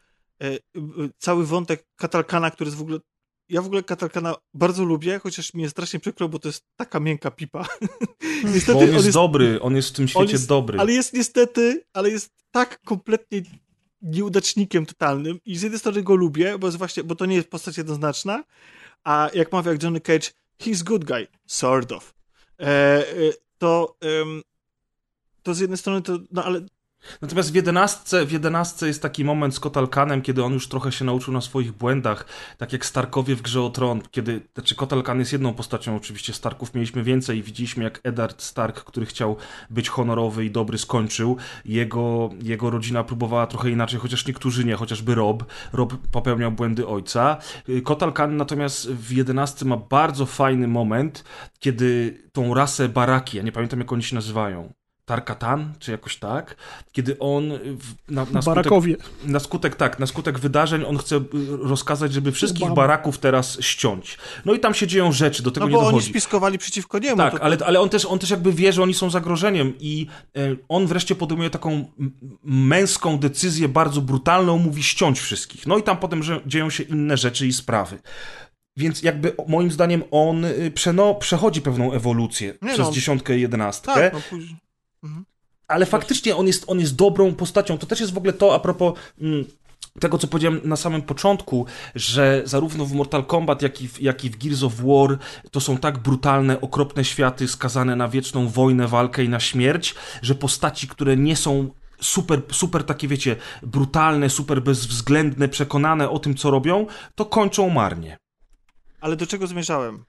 Cały wątek Katalkana, który jest w ogóle ja w ogóle Katalkana bardzo lubię, chociaż mi jest strasznie przykro, bo to jest taka miękka pipa. Niestety, bo on jest, on jest dobry, on jest w tym świecie jest, dobry. Ale jest niestety, ale jest tak kompletnie nieudacznikiem totalnym i z jednej strony go lubię, bo, jest właśnie, bo to nie jest postać jednoznaczna, a jak mawia jak Johnny Cage, he's good guy, sort of. E, to, um, to z jednej strony to, no ale Natomiast w jedenastce, w jedenastce jest taki moment z Kotalkanem, kiedy on już trochę się nauczył na swoich błędach, tak jak Starkowie w Grze o Tron, kiedy, znaczy Kotalkan jest jedną postacią, oczywiście Starków mieliśmy więcej i widzieliśmy jak Eddard Stark, który chciał być honorowy i dobry, skończył. Jego, jego rodzina próbowała trochę inaczej, chociaż niektórzy nie, chociażby Rob. Rob popełniał błędy ojca. Kotalkan natomiast w jedenastce ma bardzo fajny moment, kiedy tą rasę Baraki, ja nie pamiętam jak oni się nazywają, Tarkatan, czy jakoś tak, kiedy on na, na, skutek, na skutek tak, na skutek wydarzeń on chce rozkazać, żeby wszystkich Obama. baraków teraz ściąć. No i tam się dzieją rzeczy, do tego no nie dochodzi. No bo oni spiskowali przeciwko niemu. Tak, to... ale, ale on, też, on też jakby wie, że oni są zagrożeniem i e, on wreszcie podejmuje taką męską decyzję, bardzo brutalną, mówi ściąć wszystkich. No i tam potem że, dzieją się inne rzeczy i sprawy. Więc jakby moim zdaniem on przeno, przechodzi pewną ewolucję nie przez no. dziesiątkę i jedenastkę. Tak, no później. Mhm. Ale faktycznie on jest, on jest dobrą postacią. To też jest w ogóle to a propos mm, tego, co powiedziałem na samym początku, że zarówno w Mortal Kombat, jak i w, jak i w Gears of War to są tak brutalne, okropne światy skazane na wieczną wojnę, walkę i na śmierć, że postaci, które nie są super, super takie, wiecie, brutalne, super bezwzględne, przekonane o tym, co robią, to kończą marnie. Ale do czego zmierzałem?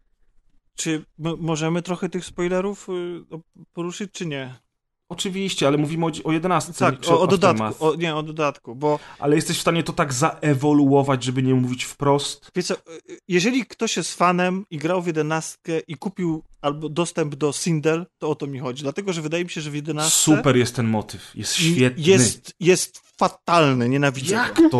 Czy m- możemy trochę tych spoilerów y, poruszyć, czy nie? Oczywiście, ale mówimy o, o jedenastce. Tak, o, o dodatku. O, nie, o dodatku, bo... Ale jesteś w stanie to tak zaewoluować, żeby nie mówić wprost? Wiesz co, jeżeli ktoś jest fanem i grał w jedenastkę i kupił albo dostęp do Sindel, to o to mi chodzi. Dlatego, że wydaje mi się, że w jedenastce... Super jest ten motyw, jest świetny. Jest, jest fatalny, nienawidzę Jak go. to?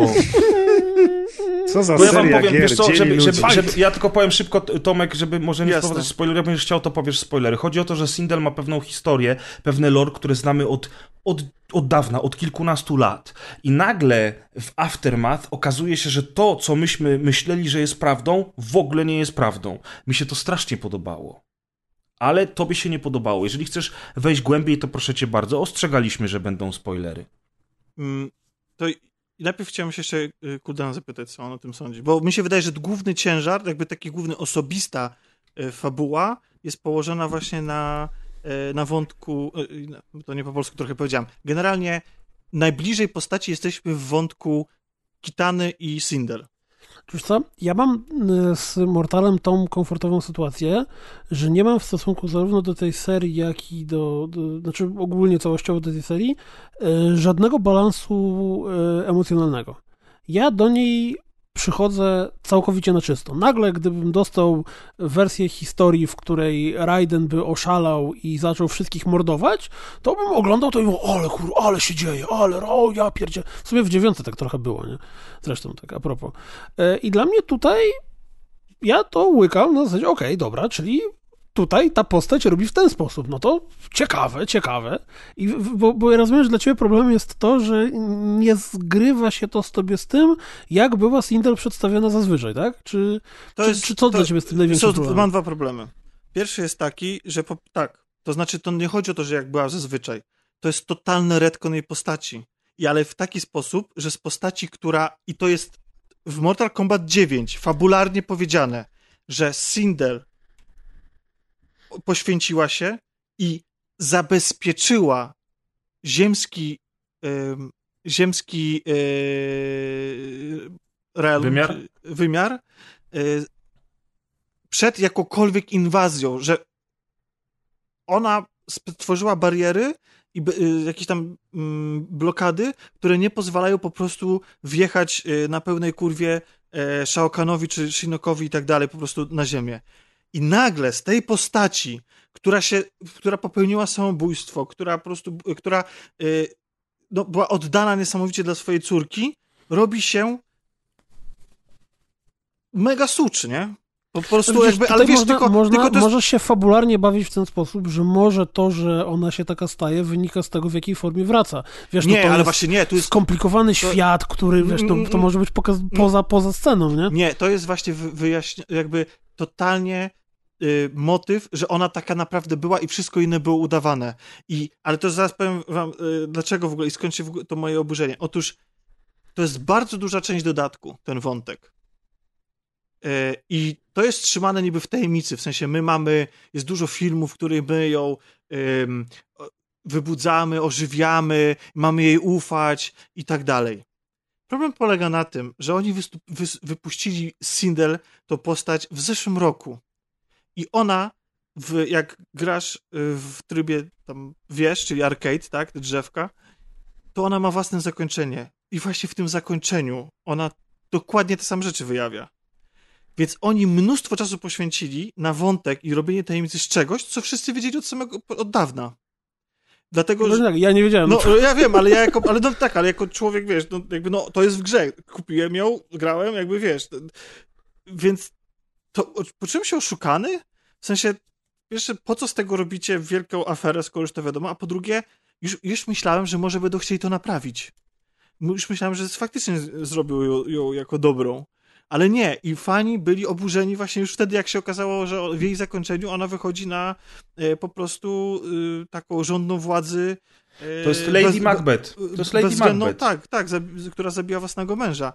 Co za Bo ja seria wam powiem, gier, wiesz co, żeby, żeby, żeby, żeby, ja tylko powiem szybko, Tomek, żeby może nie Jasne. wprowadzać spoilerów, jak będziesz chciał, to powiesz spoilery. Chodzi o to, że Sindel ma pewną historię, pewne lore, które znamy od, od, od dawna, od kilkunastu lat. I nagle w Aftermath okazuje się, że to, co myśmy myśleli, że jest prawdą, w ogóle nie jest prawdą. Mi się to strasznie podobało. Ale tobie się nie podobało. Jeżeli chcesz wejść głębiej, to proszę cię bardzo, ostrzegaliśmy, że będą spoilery. Mm, to... I najpierw chciałem się jeszcze Kuldana zapytać, co on o tym sądzi. Bo mi się wydaje, że główny ciężar, jakby taki główny osobista fabuła jest położona właśnie na, na wątku, to nie po polsku trochę powiedziałem, generalnie najbliżej postaci jesteśmy w wątku Kitany i Sindel. Wiesz co, ja mam z Mortalem tą komfortową sytuację, że nie mam w stosunku zarówno do tej serii, jak i do, do znaczy ogólnie całościowo do tej serii, żadnego balansu emocjonalnego. Ja do niej przychodzę całkowicie na czysto. Nagle, gdybym dostał wersję historii, w której Raiden by oszalał i zaczął wszystkich mordować, to bym oglądał to i mówił, ale kur, ale się dzieje, ale, o ja pierdzie. W sumie w dziewiątce tak trochę było, nie? Zresztą tak, a propos. I dla mnie tutaj ja to łykam na zasadzie, okej, okay, dobra, czyli tutaj ta postać robi w ten sposób. No to ciekawe, ciekawe. I, bo, bo ja rozumiem, że dla ciebie problemem jest to, że nie zgrywa się to z tobie z tym, jak była Sindel przedstawiona zazwyczaj, tak? Czy, To czy, jest, czy co to, dla ciebie jest tym największym są, problemem? Mam dwa problemy. Pierwszy jest taki, że po, tak, to znaczy to nie chodzi o to, że jak była zazwyczaj. To jest totalny retcon jej postaci. I ale w taki sposób, że z postaci, która, i to jest w Mortal Kombat dziewięć fabularnie powiedziane, że Sindel poświęciła się i zabezpieczyła ziemski ym, ziemski yy, realm, Wymiar? wymiar yy, przed jakąkolwiek inwazją, że ona stworzyła bariery i y, jakieś tam y, blokady, które nie pozwalają po prostu wjechać y, na pełnej kurwie y, Shao Kahnowi czy Shinnockowi i tak dalej po prostu na ziemię. I nagle z tej postaci, która się, która popełniła samobójstwo, która po prostu, y, która y, no, była oddana niesamowicie dla swojej córki, robi się mega sucz, nie? Po prostu Widzisz, jakby, ale wiesz, można, tylko, można, tylko to jest... możesz się fabularnie bawić w ten sposób, że może to, że ona się taka staje, wynika z tego, w jakiej formie wraca. Wiesz, nie, no to ale jest właśnie nie, tu jest skomplikowany to... świat, który, wiesz, to, to może być pokaz... poza, poza sceną, nie? Nie, to jest właśnie wyjaśnienie, jakby totalnie y, motyw, że ona taka naprawdę była i wszystko inne było udawane. I, ale to zaraz powiem wam, y, dlaczego w ogóle i skąd się w ogóle to moje oburzenie. Otóż to jest bardzo duża część dodatku, ten wątek. Y, I to jest trzymane niby w tajemnicy, w sensie my mamy, jest dużo filmów, w których my ją y, wybudzamy, ożywiamy, mamy jej ufać i tak dalej. Problem polega na tym, że oni wystup, wy, wypuścili Sindel, tą postać, w zeszłym roku. I ona, w, jak grasz w trybie tam wiesz, czyli arcade, tak, te drzewka, to ona ma własne zakończenie. I właśnie w tym zakończeniu ona dokładnie te same rzeczy wyjawia. Więc oni mnóstwo czasu poświęcili na wątek i robienie tajemnicy z czegoś, co wszyscy wiedzieli od samego, od dawna. Dlatego, że... Ja nie wiedziałem. No, ja wiem, ale ja jako, ale no tak, ale jako człowiek, wiesz, no jakby, no, to jest w grze. Kupiłem ją, grałem, jakby, wiesz. Więc to, poczułem się oszukany? W sensie, pierwsze, po co z tego robicie wielką aferę, skoro już to wiadomo, a po drugie, już, już myślałem, że może będą chcieli to naprawić. Już myślałem, że faktycznie zrobił ją, ją jako dobrą. Ale nie. I fani byli oburzeni właśnie już wtedy, jak się okazało, że w jej zakończeniu ona wychodzi na e, po prostu e, taką rządną władzy. E, to jest Lady bez, Macbeth. To jest Lady Macbeth. Tak, tak, za, która zabija własnego męża.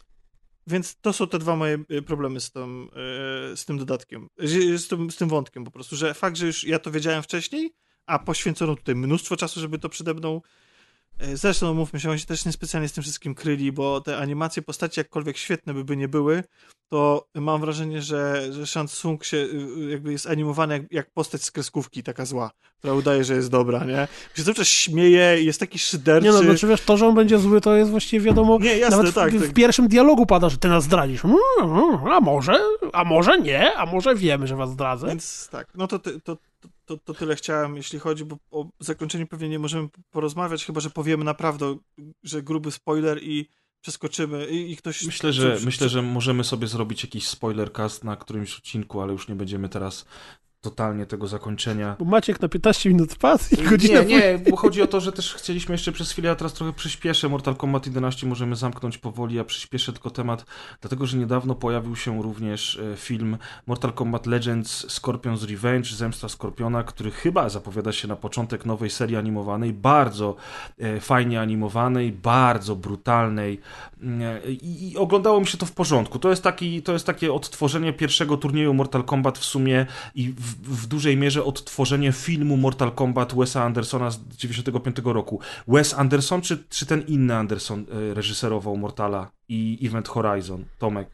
Więc to są te dwa moje problemy z, tą, e, z tym dodatkiem. Z tym, z tym wątkiem po prostu, że fakt, że już ja to wiedziałem wcześniej, a poświęcono tutaj mnóstwo czasu, żeby to przede mną. Zresztą, mówmy się, oni się też niespecjalnie z tym wszystkim kryli, bo te animacje postaci, jakkolwiek świetne by, by nie były, to mam wrażenie, że, że Shang Tsung się jakby jest animowany jak, jak postać z kreskówki, taka zła, która udaje, że jest dobra, nie? Się cały czas śmieje i jest taki szyderczy. Nie no, znaczy wiesz, to, że on będzie zły, to jest właściwie wiadomo, nie, jasne, nawet w, tak, w tak. pierwszym dialogu pada, że ty nas zdradzisz. A może, a może nie, a może wiemy, że was zdradzę. Więc tak, no to, to, to, to, to tyle chciałem, jeśli chodzi, bo o zakończeniu pewnie nie możemy porozmawiać, chyba że powiemy naprawdę, że gruby spoiler i przeskoczymy i, i ktoś... Myślę, że, czy, myślę, czy... że możemy sobie zrobić jakiś spoilercast na którymś odcinku, ale już nie będziemy teraz totalnie tego zakończenia. Bo Maciek na piętnaście minut pas i godzinę... Nie, nie, bo chodzi o to, że też chcieliśmy jeszcze przez chwilę, ja teraz trochę przyspieszę, Mortal Kombat jedenaście możemy zamknąć powoli, ja przyspieszę tylko temat, dlatego, że niedawno pojawił się również film Mortal Kombat Legends Scorpion's Revenge, Zemsta Skorpiona, który chyba zapowiada się na początek nowej serii animowanej, bardzo e, fajnie animowanej, bardzo brutalnej e, i, i oglądało mi się to w porządku. To jest, taki, to jest takie odtworzenie pierwszego turnieju Mortal Kombat w sumie i w, w dużej mierze odtworzenie filmu Mortal Kombat Wesa Andersona z dziewięćdziesiątego piątego roku. Wes Anderson, czy, czy ten inny Anderson e, reżyserował Mortala i Event Horizon? Tomek.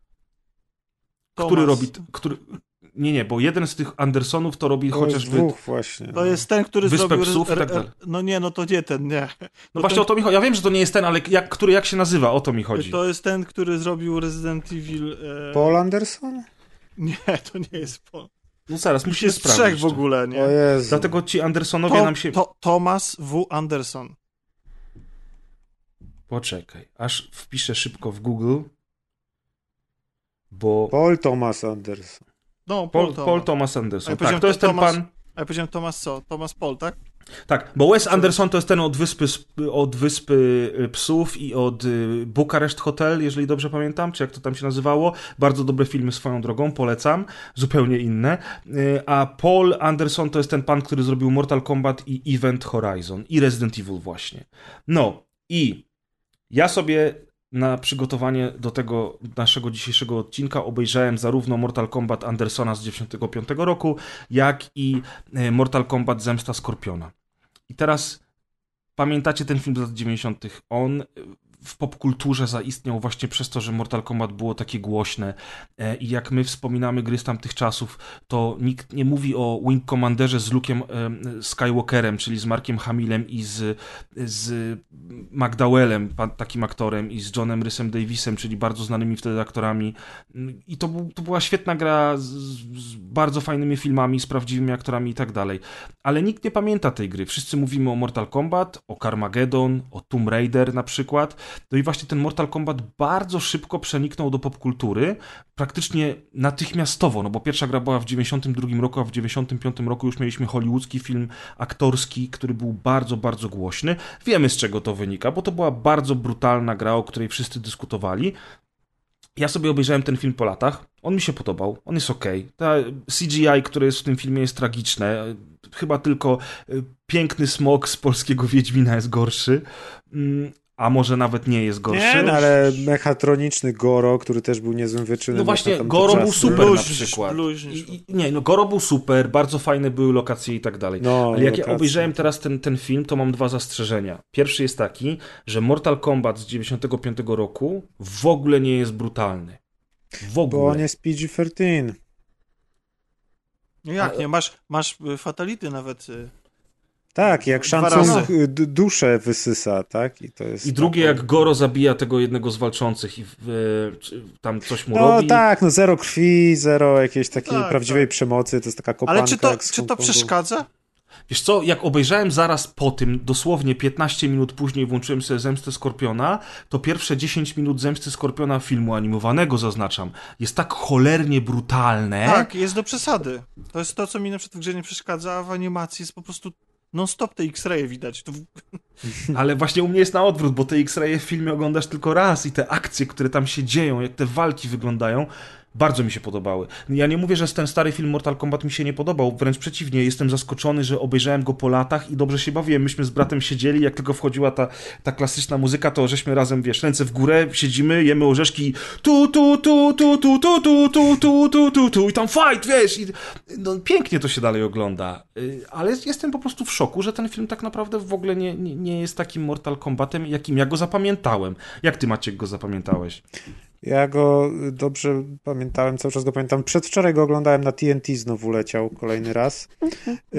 Thomas. Który robi... Który... Nie, nie, bo jeden z tych Andersonów to robi to chociażby... dwóch właśnie. To jest ten, który Wyspę zrobił... Psów i tak dalej. No nie, no to nie ten, nie. No to właśnie ten... o to mi chodzi. Ja wiem, że to nie jest ten, ale jak, który jak się nazywa? O to mi chodzi. To jest ten, który zrobił Resident Evil... E... Paul Anderson? Nie, to nie jest Paul. No zaraz, musimy jest sprawdzić. trzech w ogóle, nie? O Jezu. Dlatego ci Andersonowie to, nam się... To, Thomas W. Anderson. Poczekaj, aż wpiszę szybko w Google, bo... Paul Thomas Anderson. No, Paul, Paul, Thomas. Paul Thomas Anderson. Ja Tak, to jest ten Thomas, pan... A ja powiedziałem Thomas co? Thomas Paul, tak? Tak, bo Wes Anderson to jest ten od Wyspy, od Wyspy Psów i od Bukarest Hotel, jeżeli dobrze pamiętam, czy jak to tam się nazywało. Bardzo dobre filmy swoją drogą, polecam. Zupełnie inne. A Paul Anderson to jest ten pan, który zrobił Mortal Kombat i Event Horizon i Resident Evil właśnie. No i ja sobie na przygotowanie do tego naszego dzisiejszego odcinka obejrzałem zarówno Mortal Kombat Andersona z dziewięćdziesiątego piątego roku, jak i Mortal Kombat Zemsta Skorpiona. I teraz pamiętacie ten film z lat dziewięćdziesiątych? On w popkulturze zaistniał właśnie przez to, że Mortal Kombat było takie głośne i jak my wspominamy gry z tamtych czasów, to nikt nie mówi o Wing Commanderze z Luke'em Skywalkerem, czyli z Markiem Hamillem i z, z McDowellem, takim aktorem, i z Johnem Rhysem Davisem, czyli bardzo znanymi wtedy aktorami. I to, był, to była świetna gra z, z bardzo fajnymi filmami, z prawdziwymi aktorami i tak dalej. Ale nikt nie pamięta tej gry. Wszyscy mówimy o Mortal Kombat, o Carmageddon, o Tomb Raider na przykład. No i właśnie ten Mortal Kombat bardzo szybko przeniknął do popkultury, praktycznie natychmiastowo, no bo pierwsza gra była w dziewięćdziesiątym drugim roku, a w dziewięćdziesiątym piątym roku już mieliśmy hollywoodzki film aktorski, który był bardzo, bardzo głośny. Wiemy, z czego to wynika, bo to była bardzo brutalna gra, o której wszyscy dyskutowali. Ja sobie obejrzałem ten film po latach, on mi się podobał, on jest okej. Okay. C G I, które jest w tym filmie, jest tragiczne. Chyba tylko piękny smok z polskiego Wiedźmina jest gorszy. A może nawet nie jest gorszy. Nie, no, ale mechatroniczny Goro, który też był niezłym wyczynem. No właśnie, Goro był super Bluź, na przykład. Bluź, I, i, nie, no Goro był super, bardzo fajne były lokacje i tak dalej. No, ale jak lokacje. ja obejrzałem teraz ten, ten film, to mam dwa zastrzeżenia. Pierwszy jest taki, że Mortal Kombat z dziewięćdziesiątego piątego roku w ogóle nie jest brutalny. W ogóle. Bo on jest P G trzynaście. No jak nie? Masz, masz fatality nawet... Tak, jak Shansung duszę wysysa, tak? I, to jest I drugie, tak, jak Goro zabija tego jednego z walczących i w, tam coś mu no, robi. No tak, no zero krwi, zero jakiejś takiej tak, prawdziwej tak. przemocy, to jest taka kopanka. Ale czy to, jak z czy to Hongkongu. przeszkadza? Wiesz co, jak obejrzałem zaraz po tym, dosłownie piętnaście minut później włączyłem sobie Zemstę Skorpiona, to pierwsze dziesięć minut Zemsty Skorpiona, filmu animowanego zaznaczam, jest tak cholernie brutalne. Tak, jest do przesady. To jest to, co mi na przykład w grze nie przeszkadza, a w animacji jest po prostu non-stop te X-raye widać. To... Ale właśnie u mnie jest na odwrót, bo te X-raye w filmie oglądasz tylko raz i te akcje, które tam się dzieją, jak te walki wyglądają, bardzo mi się podobały. Ja nie mówię, że ten stary film Mortal Kombat mi się nie podobał, wręcz przeciwnie, jestem zaskoczony, że obejrzałem go po latach i dobrze się bawiłem. Myśmy z bratem siedzieli, jak tylko wchodziła ta, ta klasyczna muzyka, to żeśmy razem, wiesz, ręce w górę, siedzimy, jemy orzeszki, tu, tu, tu, tu, tu, tu, tu, tu, tu, tu, tu, tu i tam fight, wiesz, i no, pięknie to się dalej ogląda, ale jestem po prostu w szoku, że ten film tak naprawdę w ogóle nie, nie, nie jest takim Mortal Kombatem, jakim ja go zapamiętałem. Jak ty, Maciek, go zapamiętałeś? Ja go dobrze pamiętałem, cały czas go pamiętam. Przedwczoraj go oglądałem na T N T, znowu leciał kolejny raz. Yy,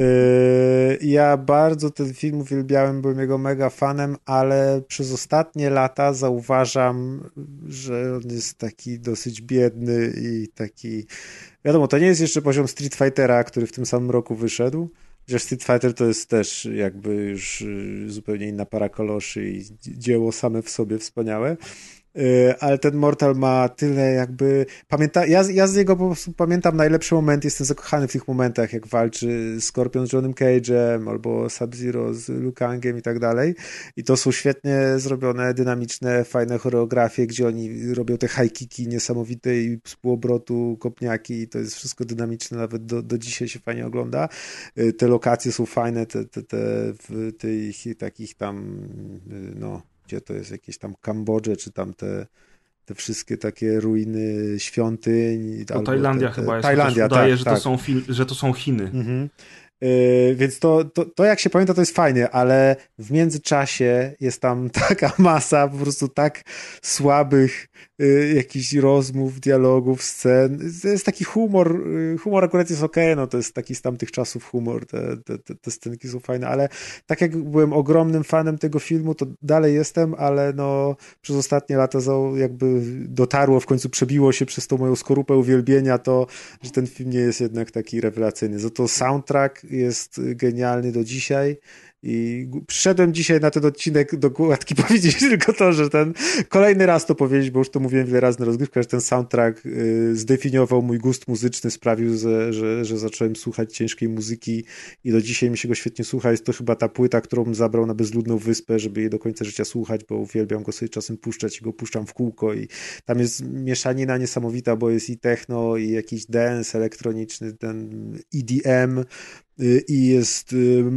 ja bardzo ten film uwielbiałem, byłem jego mega fanem, ale przez ostatnie lata zauważam, że on jest taki dosyć biedny i taki... Wiadomo, to nie jest jeszcze poziom Street Fightera, który w tym samym roku wyszedł. Chociaż Street Fighter to jest też jakby już zupełnie inna para kaloszy i dzieło same w sobie wspaniałe. Ale ten Mortal ma tyle jakby... Pamięta... Ja, ja z niego po prostu pamiętam najlepszy moment, jestem zakochany w tych momentach, jak walczy Scorpion z Johnem Cage'em albo Sub-Zero z Liu Kangiem i tak dalej. I to są świetnie zrobione, dynamiczne, fajne choreografie, gdzie oni robią te high kicki niesamowite i z półobrotu kopniaki i to jest wszystko dynamiczne, nawet do, do dzisiaj się fajnie ogląda. Te lokacje są fajne, te, te, te w tych takich tam no gdzie to jest jakieś tam Kambodże, czy tam te, te wszystkie takie ruiny świątyń. To Tajlandia te, te, chyba jest. Tajlandia, udaje, tak, że, tak. To są fi- że to są Chiny. Mhm. Yy, więc to, to, to jak się pamięta, to jest fajnie, ale w międzyczasie jest tam taka masa po prostu tak słabych yy, jakichś rozmów, dialogów, scen. To jest taki humor, yy, humor akurat jest okej, okay, no to jest taki z tamtych czasów humor, te, te, te, te scenki są fajne, ale tak jak byłem ogromnym fanem tego filmu, to dalej jestem, ale no przez ostatnie lata jakby dotarło, w końcu przebiło się przez tą moją skorupę uwielbienia to, że ten film nie jest jednak taki rewelacyjny. Za to soundtrack jest genialny do dzisiaj I przyszedłem dzisiaj na ten odcinek do Gładki powiedzieć tylko to, że ten kolejny raz to powiedzieć, bo już to mówiłem wiele razy na rozgrywkach, że ten soundtrack y, zdefiniował mój gust muzyczny, sprawił, że, że, że zacząłem słuchać ciężkiej muzyki i do dzisiaj mi się go świetnie słucha. Jest to chyba ta płyta, którą bym zabrał na bezludną wyspę, żeby jej do końca życia słuchać, bo uwielbiam go sobie czasem puszczać i go puszczam w kółko i tam jest mieszanina niesamowita, bo jest i techno, i jakiś dance elektroniczny, ten E D M, i jest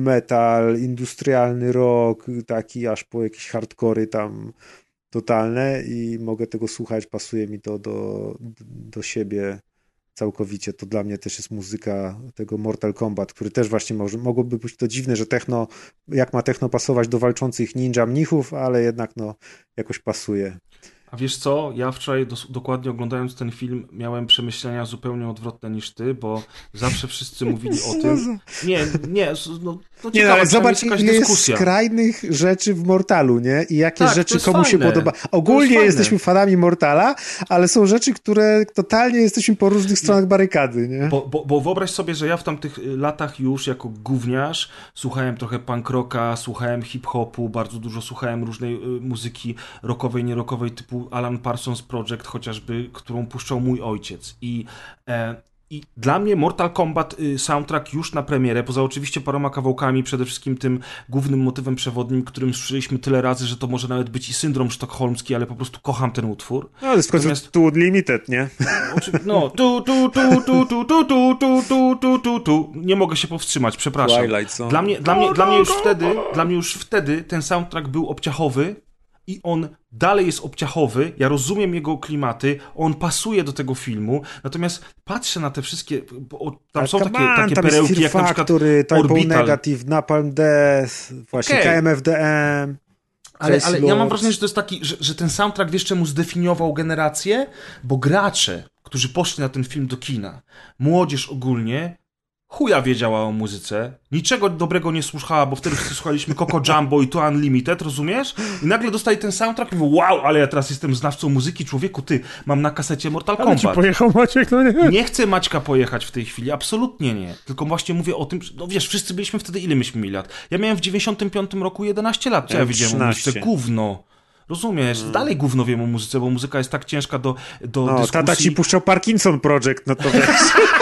metal, industrialny rock, taki aż po jakieś hardkory tam totalne i mogę tego słuchać, pasuje mi to do, do siebie całkowicie. To dla mnie też jest muzyka tego Mortal Kombat, który też właśnie może, mogłoby być to dziwne, że techno, jak ma techno pasować do walczących ninja mnichów, ale jednak no jakoś pasuje. A wiesz co, ja wczoraj dos- dokładnie oglądając ten film miałem przemyślenia zupełnie odwrotne niż ty, bo zawsze wszyscy mówili o tym. Nie, nie, no, no nie, no, ale zobacz, ile dyskusja. Jest skrajnych rzeczy w Mortalu, nie? I jakie tak, rzeczy komu fajne. się podoba. Ogólnie jesteśmy fanami Mortala, ale są rzeczy, które totalnie jesteśmy po różnych stronach barykady, nie? Bo, bo, bo wyobraź sobie, że ja w tamtych latach już jako gówniarz słuchałem trochę punk rocka, słuchałem hip-hopu, bardzo dużo słuchałem różnej y, muzyki rockowej, nierockowej typu Alan Parsons Project chociażby, którą puszczał mój ojciec. I, e, i dla mnie Mortal Kombat y, soundtrack już na premierę, poza oczywiście paroma kawałkami, przede wszystkim tym głównym motywem przewodnim, którym słyszeliśmy tyle razy, że to może nawet być i syndrom sztokholmski, ale po prostu kocham ten utwór. No, ale w końcu tu Unlimited, nie? No, tu, tu, tu, tu, tu, tu, tu, tu, tu, tu, tu, tu. Nie mogę się powstrzymać, przepraszam. Dla mnie, dla mnie, dla mnie już wtedy, dla mnie już wtedy ten soundtrack był obciachowy, i on dalej jest obciachowy, ja rozumiem jego klimaty, on pasuje do tego filmu, natomiast patrzę na te wszystkie, bo tam ale są takie, on, takie tam perełki jest jak na przykład Orbital, Negative, Napalm Death, właśnie okay. K M F D M. Ale, ale ja mam wrażenie, że to jest taki, że, że ten soundtrack, wiesz czemu zdefiniował generację? Bo gracze, którzy poszli na ten film do kina, młodzież ogólnie, chuja wiedziała o muzyce, niczego dobrego nie słuchała, bo wtedy wszyscy słuchaliśmy Coco Jumbo i To Unlimited, rozumiesz? I nagle dostaje ten soundtrack i mówi, wow, ale ja teraz jestem znawcą muzyki, człowieku, ty, mam na kasecie Mortal Kombat. Ale ci pojechał Maciek, no nie? Nie chcę Maćka pojechać w tej chwili, absolutnie nie. Tylko właśnie mówię o tym, że, no wiesz, wszyscy byliśmy wtedy, ile myśmy mieli lat? Ja miałem w dziewięćdziesiątym piątym roku jedenaście lat, co ja, ja widziałem o muzyce, gówno. Rozumiesz? Hmm. Dalej gówno wiem o muzyce, bo muzyka jest tak ciężka do, do no, dyskusji. Tata ci puszczał Parkinson Project, no to wiesz.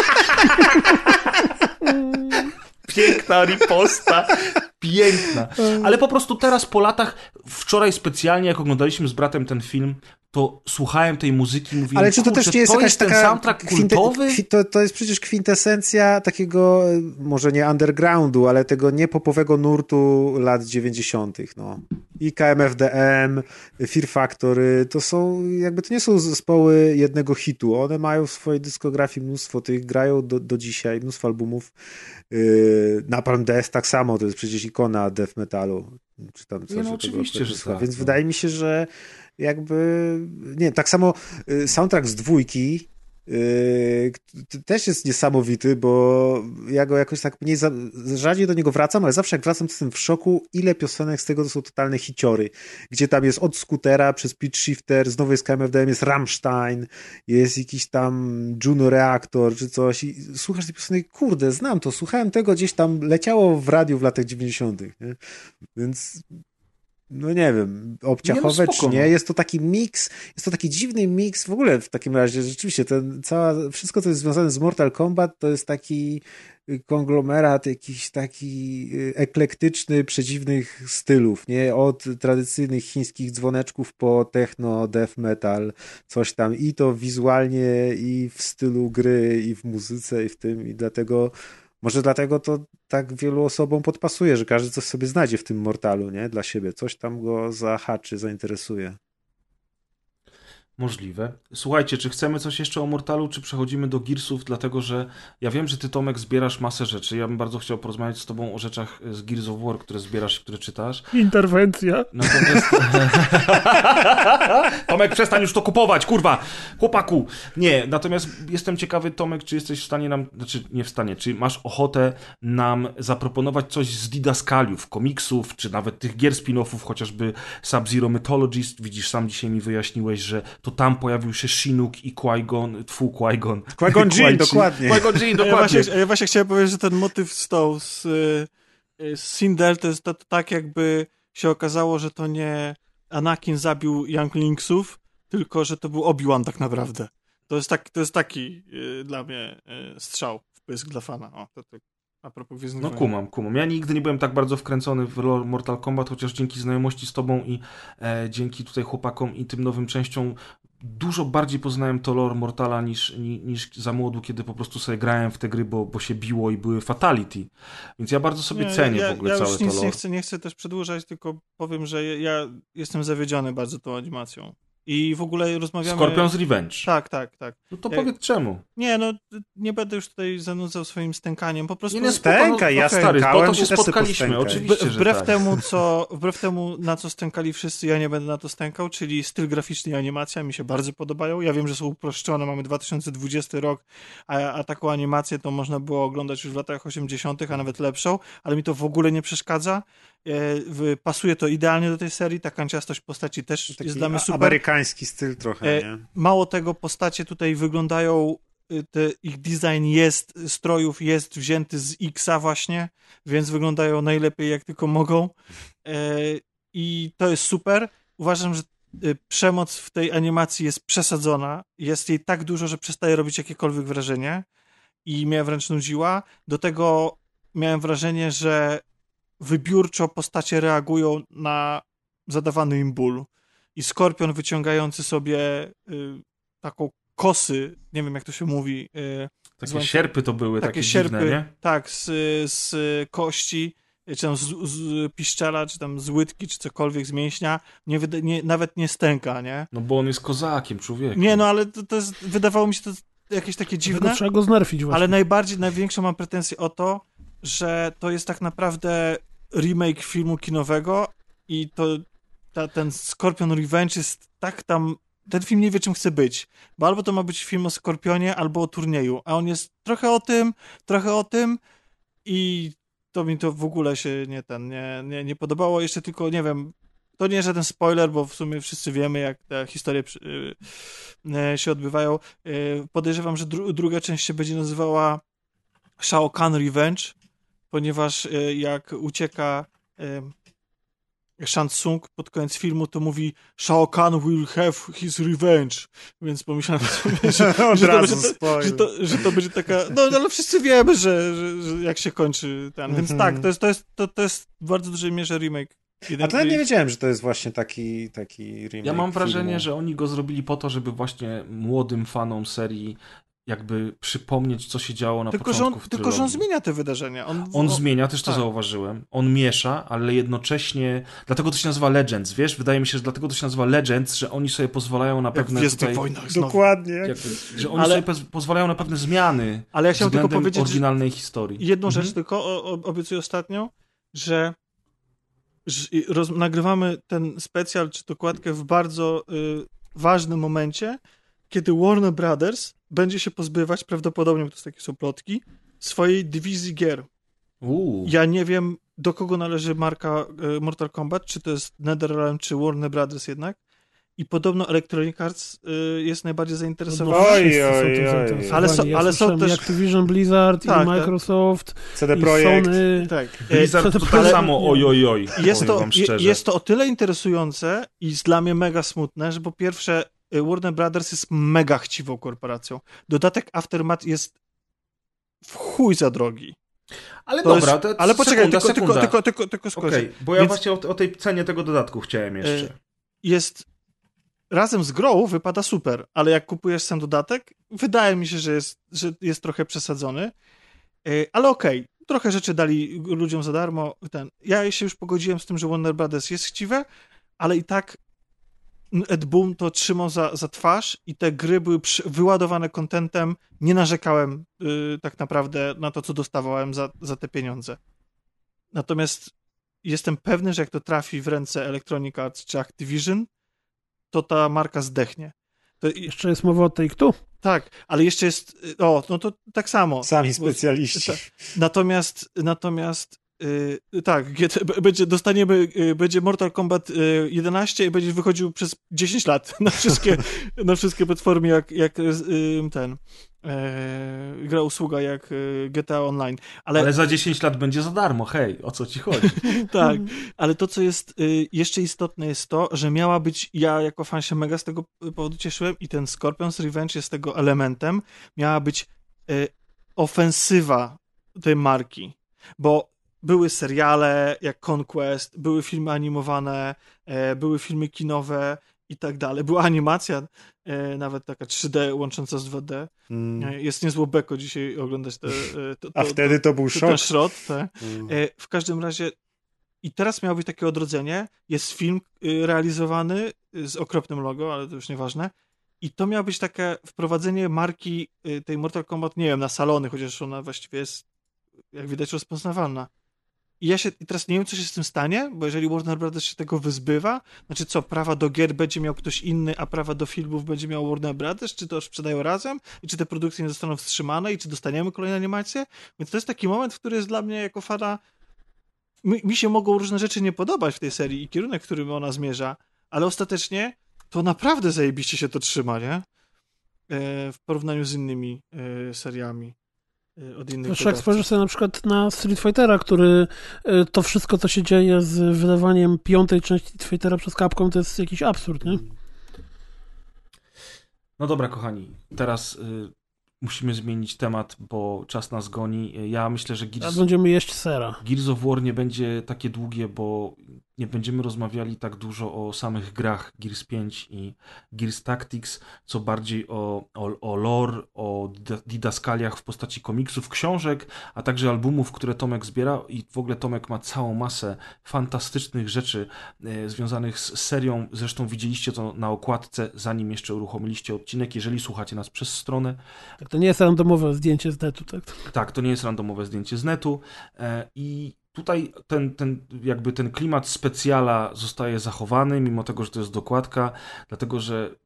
Piękna riposta. Piękna. Ale po prostu teraz po latach, wczoraj specjalnie jak oglądaliśmy z bratem ten film, to słuchałem tej muzyki i mówiłem, ale czy to też nie jest to jakaś jest ten taka soundtrack kultowy? Kwinte, to, to jest przecież kwintesencja takiego, może nie undergroundu, ale tego niepopowego nurtu lat dziewięćdziesiątych. No. I K M F D M, Fear Factory, to są, jakby to nie są zespoły jednego hitu. One mają w swojej dyskografii mnóstwo tych, grają do, do dzisiaj, mnóstwo albumów. Yy, Napalm Death tak samo, to jest przecież ikona death metalu. Czy tam coś nie, no oczywiście, że tak. Więc no. Wydaje mi się, że jakby, nie tak samo soundtrack z dwójki yy, też jest niesamowity, bo ja go jakoś tak mniej, za, rzadziej do niego wracam, ale zawsze jak wracam, to jestem w szoku, ile piosenek z tego to są totalne hiciory, gdzie tam jest od Scootera przez Pitch Shifter, znowu jest K M F D M, jest Rammstein, jest jakiś tam Juno Reactor czy coś i słuchasz tej piosenek, kurde, znam to, słuchałem tego, gdzieś tam leciało w radiu w latach dziewięćdziesiątych, nie? Więc no nie wiem, obciachowe nie, no czy nie, jest to taki miks, jest to taki dziwny miks, w ogóle w takim razie rzeczywiście ten cała, wszystko co jest związane z Mortal Kombat to jest taki konglomerat jakiś taki eklektyczny, przedziwnych stylów, nie, od tradycyjnych chińskich dzwoneczków po techno, death metal, coś tam i to wizualnie i w stylu gry i w muzyce i w tym i dlatego może dlatego to tak wielu osobom podpasuje, że każdy coś sobie znajdzie w tym Mortalu, nie? Dla siebie. Coś tam go zahaczy, zainteresuje. Możliwe. Słuchajcie, czy chcemy coś jeszcze o Mortalu, czy przechodzimy do Gearsów, dlatego że ja wiem, że ty, Tomek, zbierasz masę rzeczy. Ja bym bardzo chciał porozmawiać z tobą o rzeczach z Gears of War, które zbierasz, które czytasz. Interwencja. Natomiast... Tomek, przestań już to kupować, kurwa! Chłopaku! Nie, natomiast jestem ciekawy, Tomek, czy jesteś w stanie nam, znaczy nie w stanie, czy masz ochotę nam zaproponować coś z didaskaliów, komiksów, czy nawet tych gier spin-offów, chociażby Sub-Zero Mythologist. Widzisz, sam dzisiaj mi wyjaśniłeś, że to tam pojawił się Chinook i Qui-Gon, tfu, Qui-Gon. Qui-Gon Jinn, dokładnie. Qui-Gon Jinn, dokładnie. Ja właśnie, ja właśnie chciałem powiedzieć, że ten motyw stał z y, Sindel to jest to, to tak, jakby się okazało, że to nie Anakin zabił Younglingsów, tylko że to był Obi-Wan tak naprawdę. To jest, tak, to jest taki y, dla mnie y, strzał w pysk dla fana. O, to, to a propos Gwiezdnych No Wojen. kumam, kumam. Ja nigdy nie byłem tak bardzo wkręcony w lore Mortal Kombat, chociaż dzięki znajomości z tobą i e, dzięki tutaj chłopakom i tym nowym częściom dużo bardziej poznałem to lore Mortala niż, niż, niż za młodu, kiedy po prostu sobie grałem w te gry, bo, bo się biło i były fatality. Więc ja bardzo sobie Nie, cenię ja, w ogóle ja całe już to nic lore. nie chcę, nie chcę też przedłużać, tylko powiem, że ja jestem zawiedziony bardzo tą animacją. I w ogóle rozmawiamy... Scorpion's Revenge. Tak, tak, tak. No to Jak- powiedz czemu. Nie, no nie będę już tutaj zanudzał swoim stękaniem, po prostu... Nie, nie, Stęka, ja Okej. Stary, po stękałem, to się się też spotkaliśmy, postękaj. oczywiście, Wb- że wbrew tak. temu, co, wbrew temu, na co stękali wszyscy, ja nie będę na to stękał, czyli styl graficzny i animacja mi się bardzo podobają. Ja wiem, że są uproszczone, mamy dwa tysiące dwudziesty rok, a, a taką animację to można było oglądać już w latach osiemdziesiątych, a nawet lepszą, ale mi to w ogóle nie przeszkadza. E, w, pasuje to idealnie do tej serii, ta kanciastość postaci też Taki jest dla mnie super. amerykański styl trochę, E, nie? Mało tego, postacie tutaj wyglądają, y, te, ich design jest, strojów jest wzięty z X-a właśnie, więc wyglądają najlepiej jak tylko mogą. E, I to jest super. Uważam, że y, przemoc w tej animacji jest przesadzona. Jest jej tak dużo, że przestaje robić jakiekolwiek wrażenie i mnie wręcz nudziła. Do tego miałem wrażenie, że wybiórczo postacie reagują na zadawany im ból. I Skorpion wyciągający sobie y, taką kosy, nie wiem jak to się mówi. Y, Takie złą- sierpy to były, takie takie sierpy, dziwne, nie? tak, z, z kości, czy tam z, z piszczela, czy tam z łydki, czy cokolwiek z mięśnia, nie, wyda- nie, nawet nie stęka, nie? No bo on jest kozakiem, człowieku. Nie, no ale to, to jest, wydawało mi się to jakieś takie Dlatego dziwne. trzeba go znerfić właśnie. Ale najbardziej, największą mam pretensję o to, że to jest tak naprawdę remake filmu kinowego i to ta, ten Scorpion Revenge jest tak tam... Ten film nie wie, czym chce być. Bo albo to ma być film o Skorpionie, albo o turnieju. A on jest trochę o tym, trochę o tym i to mi to w ogóle się nie ten, nie, nie, nie podobało. Jeszcze tylko, nie wiem, to nie jest żaden spoiler, bo w sumie wszyscy wiemy, jak te historie przy- yy, się odbywają. Yy, podejrzewam, że dru- druga część się będzie nazywała Shao Kahn Revenge, ponieważ yy, jak ucieka yy, Shang Tsung pod koniec filmu, to mówi Shao Kahn will have his revenge. Więc pomyślałem sobie, że, Od że, to, razu będzie, to, spoiler. że, to, że to będzie taka... No, no ale wszyscy wiemy, że, że, że jak się kończy ten. Więc tak, to jest, to, jest, to, to jest w bardzo dużej mierze remake. Jeden, A to ja nie wiedziałem, że to jest właśnie taki, taki remake Ja mam wrażenie, filmu. że oni go zrobili po to, żeby właśnie młodym fanom serii jakby przypomnieć, co się działo na Tylko, że początku on, w tylko, że on trylogii. zmienia te wydarzenia. On, On o- zmienia, też to tak. zauważyłem. On miesza, ale jednocześnie... Dlatego to się nazywa Legends, wiesz? Wydaje mi się, że dlatego to się nazywa Legends, że oni sobie pozwalają na Jak w pewne Gwiezdnych tutaj... Wojnach znowu. Dokładnie. Jakby, że oni Ale- sobie poz- pozwalają na pewne zmiany Ale ja chciałem tylko względem powiedzieć, że oryginalnej historii. jedną Mhm. rzecz tylko, o, o, obiecuję ostatnią, że, że roz, nagrywamy ten specjal, czy dokładkę w bardzo y, ważnym momencie, kiedy Warner Brothers będzie się pozbywać, prawdopodobnie, bo to takie są plotki, swojej dywizji gier. Uuu. Ja nie wiem, do kogo należy marka y, Mortal Kombat, czy to jest NetherRealm, czy Warner Brothers jednak. I podobno Electronic Arts y, jest najbardziej zainteresowany. No, Oj, wszyscy są oj, tym oj. zainteresowani. Ale są- ja ale są słyszałem też- i Activision Blizzard, Tak, i tak. Microsoft, C D i Projekt. Sony. Tak. Blizzard to tak Ale- samo oj, oj, oj. Jest powiem to, wam je, szczerze. jest to o tyle interesujące i jest dla mnie mega smutne, że po pierwsze y, Warner Brothers jest mega chciwą korporacją. Dodatek Aftermath jest w chuj za drogi. Ale To dobra, jest, to ale poczekaj, sekunda, tylko, tylko, sekunda. tylko, tylko, tylko skończę. Okej, bo ja Więc- właśnie o, o tej cenie tego dodatku chciałem jeszcze. Jest razem z grą wypada super, ale jak kupujesz sam dodatek, wydaje mi się, że jest, że jest trochę przesadzony. Yy, Ale okej, trochę rzeczy dali ludziom za darmo. Ten. Ja się już pogodziłem z tym, że Warner Brothers jest chciwe, ale i tak Ed Boon to trzymał za, za twarz i te gry były przy, wyładowane contentem. Nie narzekałem yy, tak naprawdę na to, co dostawałem za, za te pieniądze. Natomiast jestem pewny, że jak to trafi w ręce Electronic Arts czy Activision, to ta marka zdechnie. To, i- Jeszcze jest mowa o Take-Two. tak, ale jeszcze jest... O, no to tak samo. Sami Bo- specjaliści. ta- Natomiast, natomiast yy, tak, G T, b- będzie, dostaniemy, yy, będzie Mortal Kombat yy, jedenaście i będzie wychodził przez dziesięć lat na wszystkie, na wszystkie platformy jak, jak yy, ten e, gra usługa jak e, G T A Online. Ale... ale za dziesięć lat będzie za darmo, hej, o co ci chodzi? Tak, ale to, co jest y, jeszcze istotne jest to, że miała być, ja jako fan się mega z tego powodu cieszyłem i ten Scorpion's Revenge jest tego elementem, miała być y, ofensywa tej marki, bo były seriale jak Conquest, były filmy animowane, e, były filmy kinowe i tak dalej. Była animacja, e, nawet taka trzy D łącząca z dwa D. Mm. E, jest niezło beko dzisiaj oglądać te, e, to, to, A wtedy to był to, szok. ten szrot. Te. Mm. E, w każdym razie i teraz miało być takie odrodzenie. Jest film y, realizowany z okropnym logo, ale to już nieważne. I to miało być takie wprowadzenie marki y, tej Mortal Kombat, nie wiem, na salony, chociaż ona właściwie jest, jak widać, rozpoznawalna. I ja się i teraz nie wiem, co się z tym stanie, bo jeżeli Warner Brothers się tego wyzbywa, znaczy co, prawa do gier będzie miał ktoś inny, a prawa do filmów będzie miał Warner Brothers, czy to sprzedają razem, i czy te produkcje nie zostaną wstrzymane, i czy dostaniemy kolejne animacje? Więc to jest taki moment, który jest dla mnie jako fana, mi, mi się mogą różne rzeczy nie podobać w tej serii i kierunek, w którym ona zmierza, ale ostatecznie to naprawdę zajebiście się to trzyma, nie? E, w porównaniu z innymi e, seriami. Od innych Wiesz, jak spojrzysz sobie na przykład na Street Fightera, który to wszystko, co się dzieje z wydawaniem piątej części Street Fightera przez Capcom, to jest jakiś absurd, nie? No dobra, kochani, teraz y, musimy zmienić temat, bo czas nas goni. Ja myślę, że Gears... Teraz będziemy jeść sera. Gears of War nie będzie takie długie, bo nie będziemy rozmawiali tak dużo o samych grach Gears pięć i Gears Tactics, co bardziej o, o, o lore, o didaskaliach w postaci komiksów, książek, a także albumów, które Tomek zbiera i w ogóle Tomek ma całą masę fantastycznych rzeczy e, związanych z serią. Zresztą widzieliście to na okładce, zanim jeszcze uruchomiliście odcinek, jeżeli słuchacie nas przez stronę. Tak, to nie jest randomowe zdjęcie z netu, tak? Tak, to nie jest randomowe zdjęcie z netu e, i tutaj ten, ten, jakby ten klimat specjala zostaje zachowany, mimo tego, że to jest dokładka, dlatego że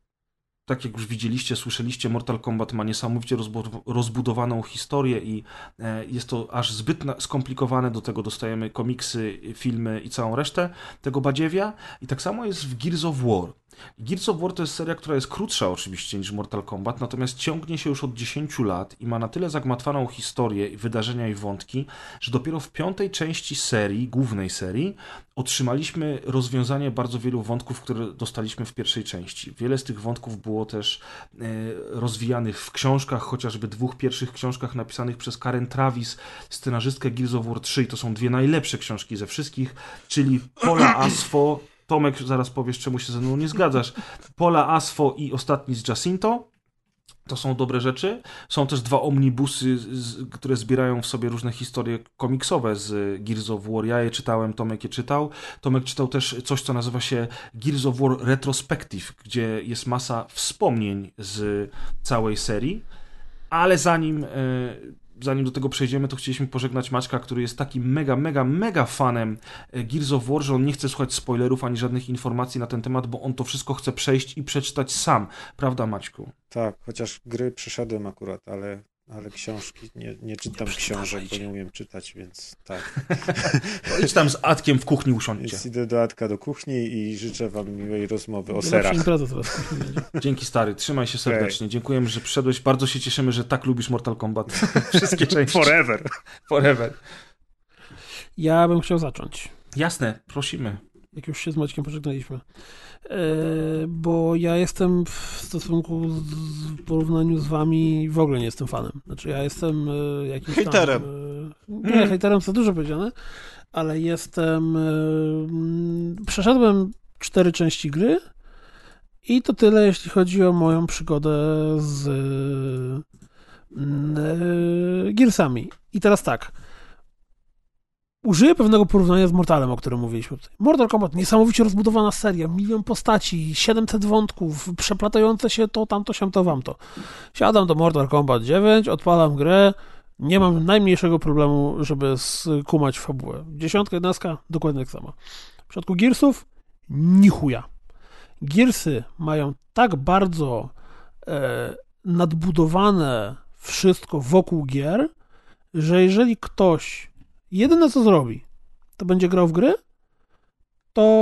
tak jak już widzieliście, słyszeliście, Mortal Kombat ma niesamowicie rozbudowaną historię i jest to aż zbyt skomplikowane, do tego dostajemy komiksy, filmy i całą resztę tego badziewia. I tak samo jest w Gears of War. Gears of War to jest seria, która jest krótsza oczywiście niż Mortal Kombat, natomiast ciągnie się już od dziesięciu lat i ma na tyle zagmatwaną historię, wydarzenia i wątki, że dopiero w piątej części serii, głównej serii, otrzymaliśmy rozwiązanie bardzo wielu wątków, które dostaliśmy w pierwszej części. Wiele z tych wątków było też e, rozwijanych w książkach, chociażby dwóch pierwszych książkach napisanych przez Karen Travis, scenarzystkę Gears of War trzy, i to są dwie najlepsze książki ze wszystkich, czyli Pola Asfo. Tomek, zaraz powiesz, czemu się ze mną nie zgadzasz. Pola Asfo i Ostatni z Jacinto. To są dobre rzeczy. Są też dwa omnibusy, z, które zbierają w sobie różne historie komiksowe z Gears of War. Ja je czytałem, Tomek je czytał. Tomek czytał też coś, co nazywa się Gears of War Retrospective, gdzie jest masa wspomnień z całej serii. Ale zanim... Yy, Zanim do tego przejdziemy, to chcieliśmy pożegnać Maćka, który jest takim mega, mega, mega fanem Gears of War, że on nie chce słuchać spoilerów ani żadnych informacji na ten temat, bo on to wszystko chce przejść i przeczytać sam. Prawda, Maćku? Tak, chociaż gry przeszedłem akurat, ale, ale książki, nie, nie czytam nie książek, bo nie umiem czytać, więc tak. No, idź tam z Adkiem w kuchni usiądźcie. Więc idę do Adka do kuchni i życzę wam miłej rozmowy o serach. Dzięki, stary, trzymaj się serdecznie. Okay. Dziękujemy, że przyszedłeś. Bardzo się cieszymy, że tak lubisz Mortal Kombat. Wszystkie części. Forever. Forever. Ja bym chciał zacząć. Jasne, prosimy. Jak już się z Maćkiem pożegnaliśmy. E, bo ja jestem w stosunku z, w porównaniu z wami w ogóle nie jestem fanem. Znaczy ja jestem e, jakimś hejterem. Tam, e, nie, mm. hejterem to dużo powiedziane, ale jestem e, przeszedłem cztery części gry i to tyle, jeśli chodzi o moją przygodę z e, Gearsami. I teraz tak. Użyję pewnego porównania z Mortalem, o którym mówiliśmy tutaj. Mortal Kombat, niesamowicie rozbudowana seria, milion postaci, siedemset wątków, przeplatające się to, tamto, siamto, wamto. Siadam do Mortal Kombat dziewięć, odpalam grę, nie mam najmniejszego problemu, żeby skumać fabułę. Dziesiątka, jedenastka, dokładnie tak samo. W przypadku Gearsów, ni chuja. Gearsy mają tak bardzo e, nadbudowane wszystko wokół gier, że jeżeli ktoś jedyne co zrobi, to będzie grał w gry, to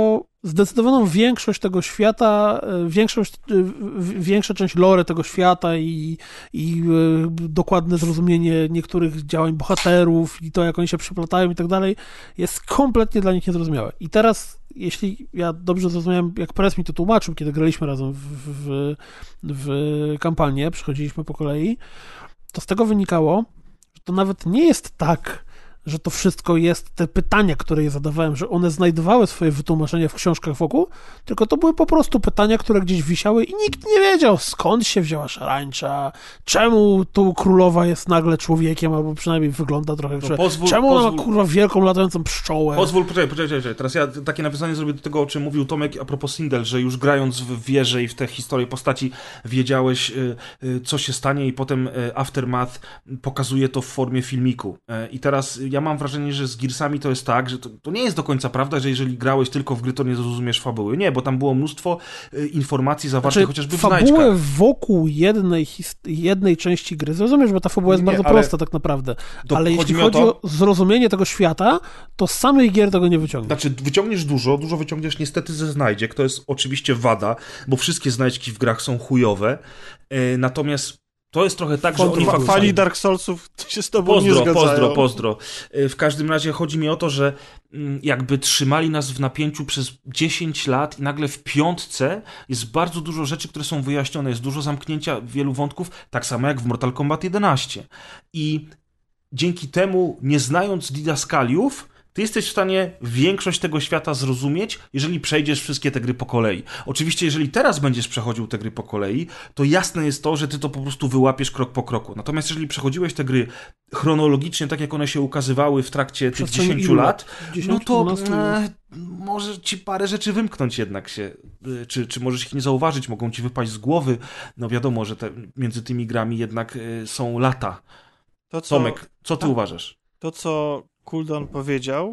zdecydowaną większość tego świata, większość, większa część lore tego świata i, i dokładne zrozumienie niektórych działań bohaterów i to, jak oni się przyplatają i tak dalej, jest kompletnie dla nich niezrozumiałe. I teraz, jeśli ja dobrze zrozumiałem, jak Press mi to tłumaczył, kiedy graliśmy razem w, w, w kampanię, przychodziliśmy po kolei, to z tego wynikało, że to nawet nie jest tak, że to wszystko jest, te pytania, które je zadawałem, że one znajdowały swoje wytłumaczenie w książkach wokół, tylko to były po prostu pytania, które gdzieś wisiały i nikt nie wiedział, skąd się wzięła szarańcza, czemu tu królowa jest nagle człowiekiem, albo przynajmniej wygląda trochę, no pozwól, czemu pozwól, ona ma kurwa wielką latającą pszczołę. Pozwól, poczekaj, poczekaj, poczekaj, teraz ja takie nawiązanie zrobię do tego, o czym mówił Tomek a propos Sindel, że już grając w wieżę i w te historie postaci wiedziałeś, y, y, co się stanie i potem y, Aftermath pokazuje to w formie filmiku. Y, I teraz ja mam wrażenie, że z Gearsami to jest tak, że to, to nie jest do końca prawda, że jeżeli grałeś tylko w gry, to nie zrozumiesz fabuły. Nie, bo tam było mnóstwo y, informacji zawartych znaczy, chociażby w fabułę znajdźkach. wokół jednej, jednej części gry zrozumiesz, bo ta fabuła jest Nie, bardzo ale prosta tak naprawdę. do, Ale chodzi jeśli chodzi o, to, o zrozumienie tego świata, to z samych gier tego nie wyciągniesz. Znaczy, wyciągniesz dużo, dużo wyciągniesz niestety ze znajdziek, to jest oczywiście wada, bo wszystkie znajdźki w grach są chujowe, y, natomiast to jest trochę tak, że oni... Fani Dark Soulsów się z tobą pozdro, nie zgadzają. Pozdro, pozdro. W każdym razie chodzi mi o to, że jakby trzymali nas w napięciu przez dziesięć lat i nagle w piątce jest bardzo dużo rzeczy, które są wyjaśnione, jest dużo zamknięcia wielu wątków, tak samo jak w Mortal Kombat jedenaście. I dzięki temu, nie znając didaskaliów, ty jesteś w stanie większość tego świata zrozumieć, jeżeli przejdziesz wszystkie te gry po kolei. Oczywiście, jeżeli teraz będziesz przechodził te gry po kolei, to jasne jest to, że ty to po prostu wyłapiesz krok po kroku. Natomiast jeżeli przechodziłeś te gry chronologicznie, tak jak one się ukazywały w trakcie tych dziesięciu lat, no to e, może ci parę rzeczy wymknąć jednak się. E, czy, czy możesz ich nie zauważyć, mogą ci wypaść z głowy. No wiadomo, że te, między tymi grami jednak e, są lata. To, co, Tomek, co ty tak, uważasz? To, co Kuldan powiedział,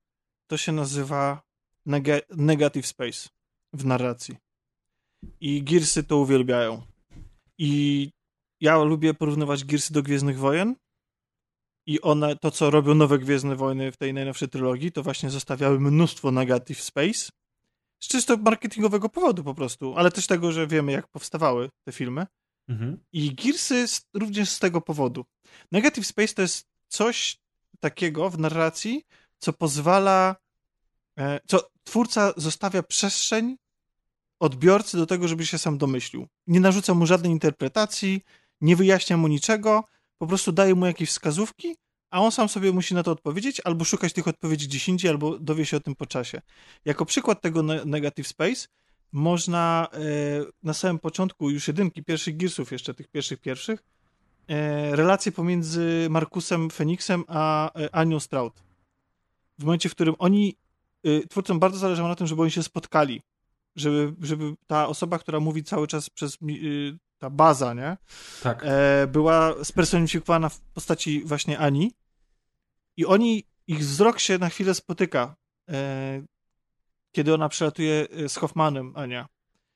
to się nazywa neg- negative space w narracji. I Gearsy to uwielbiają. I ja lubię porównywać Gearsy do Gwiezdnych Wojen i one, to co robią nowe Gwiezdne Wojny w tej najnowszej trylogii, to właśnie zostawiały mnóstwo negative space z czysto marketingowego powodu po prostu, ale też tego, że wiemy jak powstawały te filmy. Mhm. I Gearsy również z tego powodu. Negative space to jest coś takiego w narracji, co pozwala, co twórca zostawia przestrzeń odbiorcy do tego, żeby się sam domyślił. Nie narzuca mu żadnej interpretacji, nie wyjaśnia mu niczego, po prostu daje mu jakieś wskazówki, a on sam sobie musi na to odpowiedzieć, albo szukać tych odpowiedzi gdzieś indziej, albo dowie się o tym po czasie. Jako przykład tego negative space można e, na samym początku już jedynki, pierwszych Gearsów jeszcze, tych pierwszych pierwszych, e, relacje pomiędzy Markusem Feniksem a e, Anią Stroud. W momencie, w którym oni, e, twórcom bardzo zależało na tym, żeby oni się spotkali, żeby, żeby ta osoba, która mówi cały czas przez e, ta baza, nie? Tak. E, była spersonifikowana w postaci właśnie Ani i oni, ich wzrok się na chwilę spotyka, e, kiedy ona przelatuje z Hoffmanem, Ania.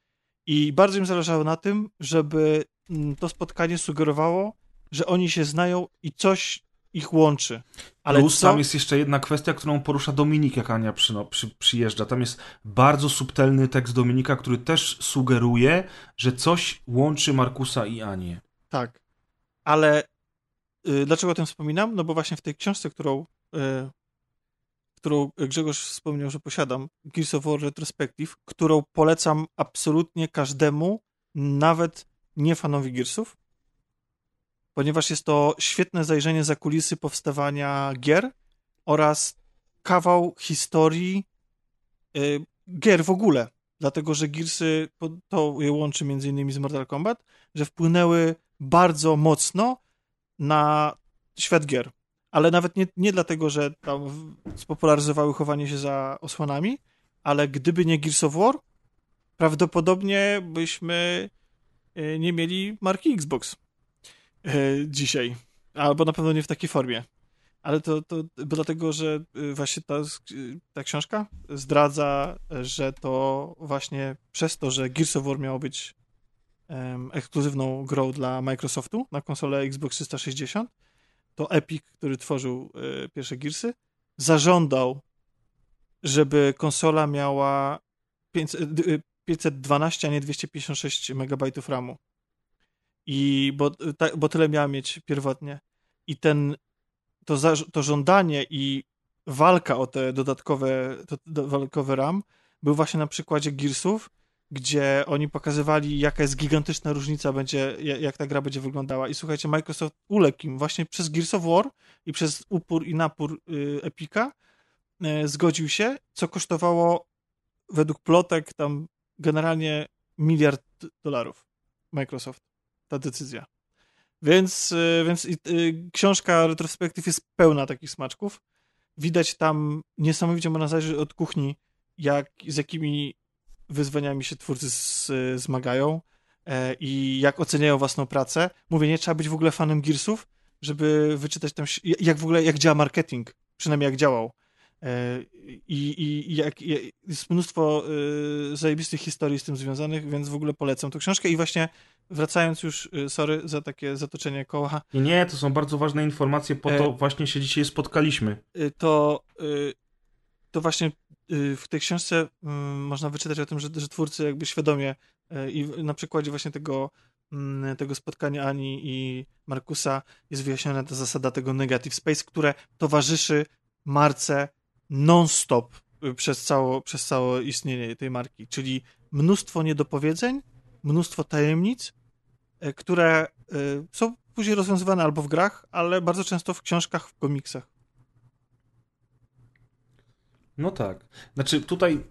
I bardzo im zależało na tym, żeby to spotkanie sugerowało, że oni się znają i coś ich łączy. Ale Plus co? Tam jest jeszcze jedna kwestia, którą porusza Dominik, jak Ania przy, no, przy, przyjeżdża. Tam jest bardzo subtelny tekst Dominika, który też sugeruje, że coś łączy Markusa i Anię. Tak. Ale y, dlaczego o tym wspominam? No bo właśnie w tej książce, którą y, którą Grzegorz wspomniał, że posiadam, Gears of War Retrospective, którą polecam absolutnie każdemu, nawet nie fanowi Gearsów, ponieważ jest to świetne zajrzenie za kulisy powstawania gier oraz kawał historii y, gier w ogóle, dlatego, że Gearsy, to je łączy między innymi z Mortal Kombat, że wpłynęły bardzo mocno na świat gier. Ale nawet nie, nie dlatego, że tam spopularyzowały chowanie się za osłonami, ale gdyby nie Gears of War, prawdopodobnie byśmy nie mieli marki Xbox dzisiaj. Albo na pewno nie w takiej formie. Ale to, to dlatego, że właśnie ta, ta książka zdradza, że to właśnie przez to, że Gears of War miało być um, ekskluzywną grą dla Microsoftu na konsolę Xbox trzysta sześćdziesiąt, to Epic, który tworzył y, pierwsze Gearsy, zażądał, żeby konsola miała pięćset dwanaście, a nie dwieście pięćdziesiąt sześć megabajtów ramu. I bo, ta, bo tyle miała mieć pierwotnie. I ten, to, za, to żądanie i walka o te dodatkowe, to, dodatkowe RAM był właśnie na przykładzie Gearsów, gdzie oni pokazywali, jaka jest gigantyczna różnica będzie, jak ta gra będzie wyglądała. I słuchajcie, Microsoft uległ im właśnie przez Gears of War i przez upór i napór y, Epica y, zgodził się, co kosztowało według plotek tam generalnie miliard dolarów Microsoft, ta decyzja. Więc, y, więc y, y, książka retrospektyw jest pełna takich smaczków. Widać tam niesamowicie, można zależy od kuchni, jak, z jakimi wyzwaniami się twórcy z, zmagają e, i jak oceniają własną pracę. Mówię, nie trzeba być w ogóle fanem Gearsów, żeby wyczytać tam, jak w ogóle, jak działa marketing, przynajmniej jak działał. E, I i jak, jest mnóstwo e, zajebistych historii z tym związanych, więc w ogóle polecam tę książkę. I właśnie wracając już, sorry za takie zatoczenie koła. Nie, nie, to są bardzo ważne informacje, po to e, właśnie się dzisiaj spotkaliśmy. To, to właśnie w tej książce um, można wyczytać o tym, że, że twórcy jakby świadomie e, i na przykładzie właśnie tego, m, tego spotkania Ani i Markusa jest wyjaśniona ta zasada tego negative space, które towarzyszy marce non-stop przez, cało, przez całe istnienie tej marki, czyli mnóstwo niedopowiedzeń, mnóstwo tajemnic, e, które e, są później rozwiązywane albo w grach, ale bardzo często w książkach, w komiksach. No tak. Znaczy tutaj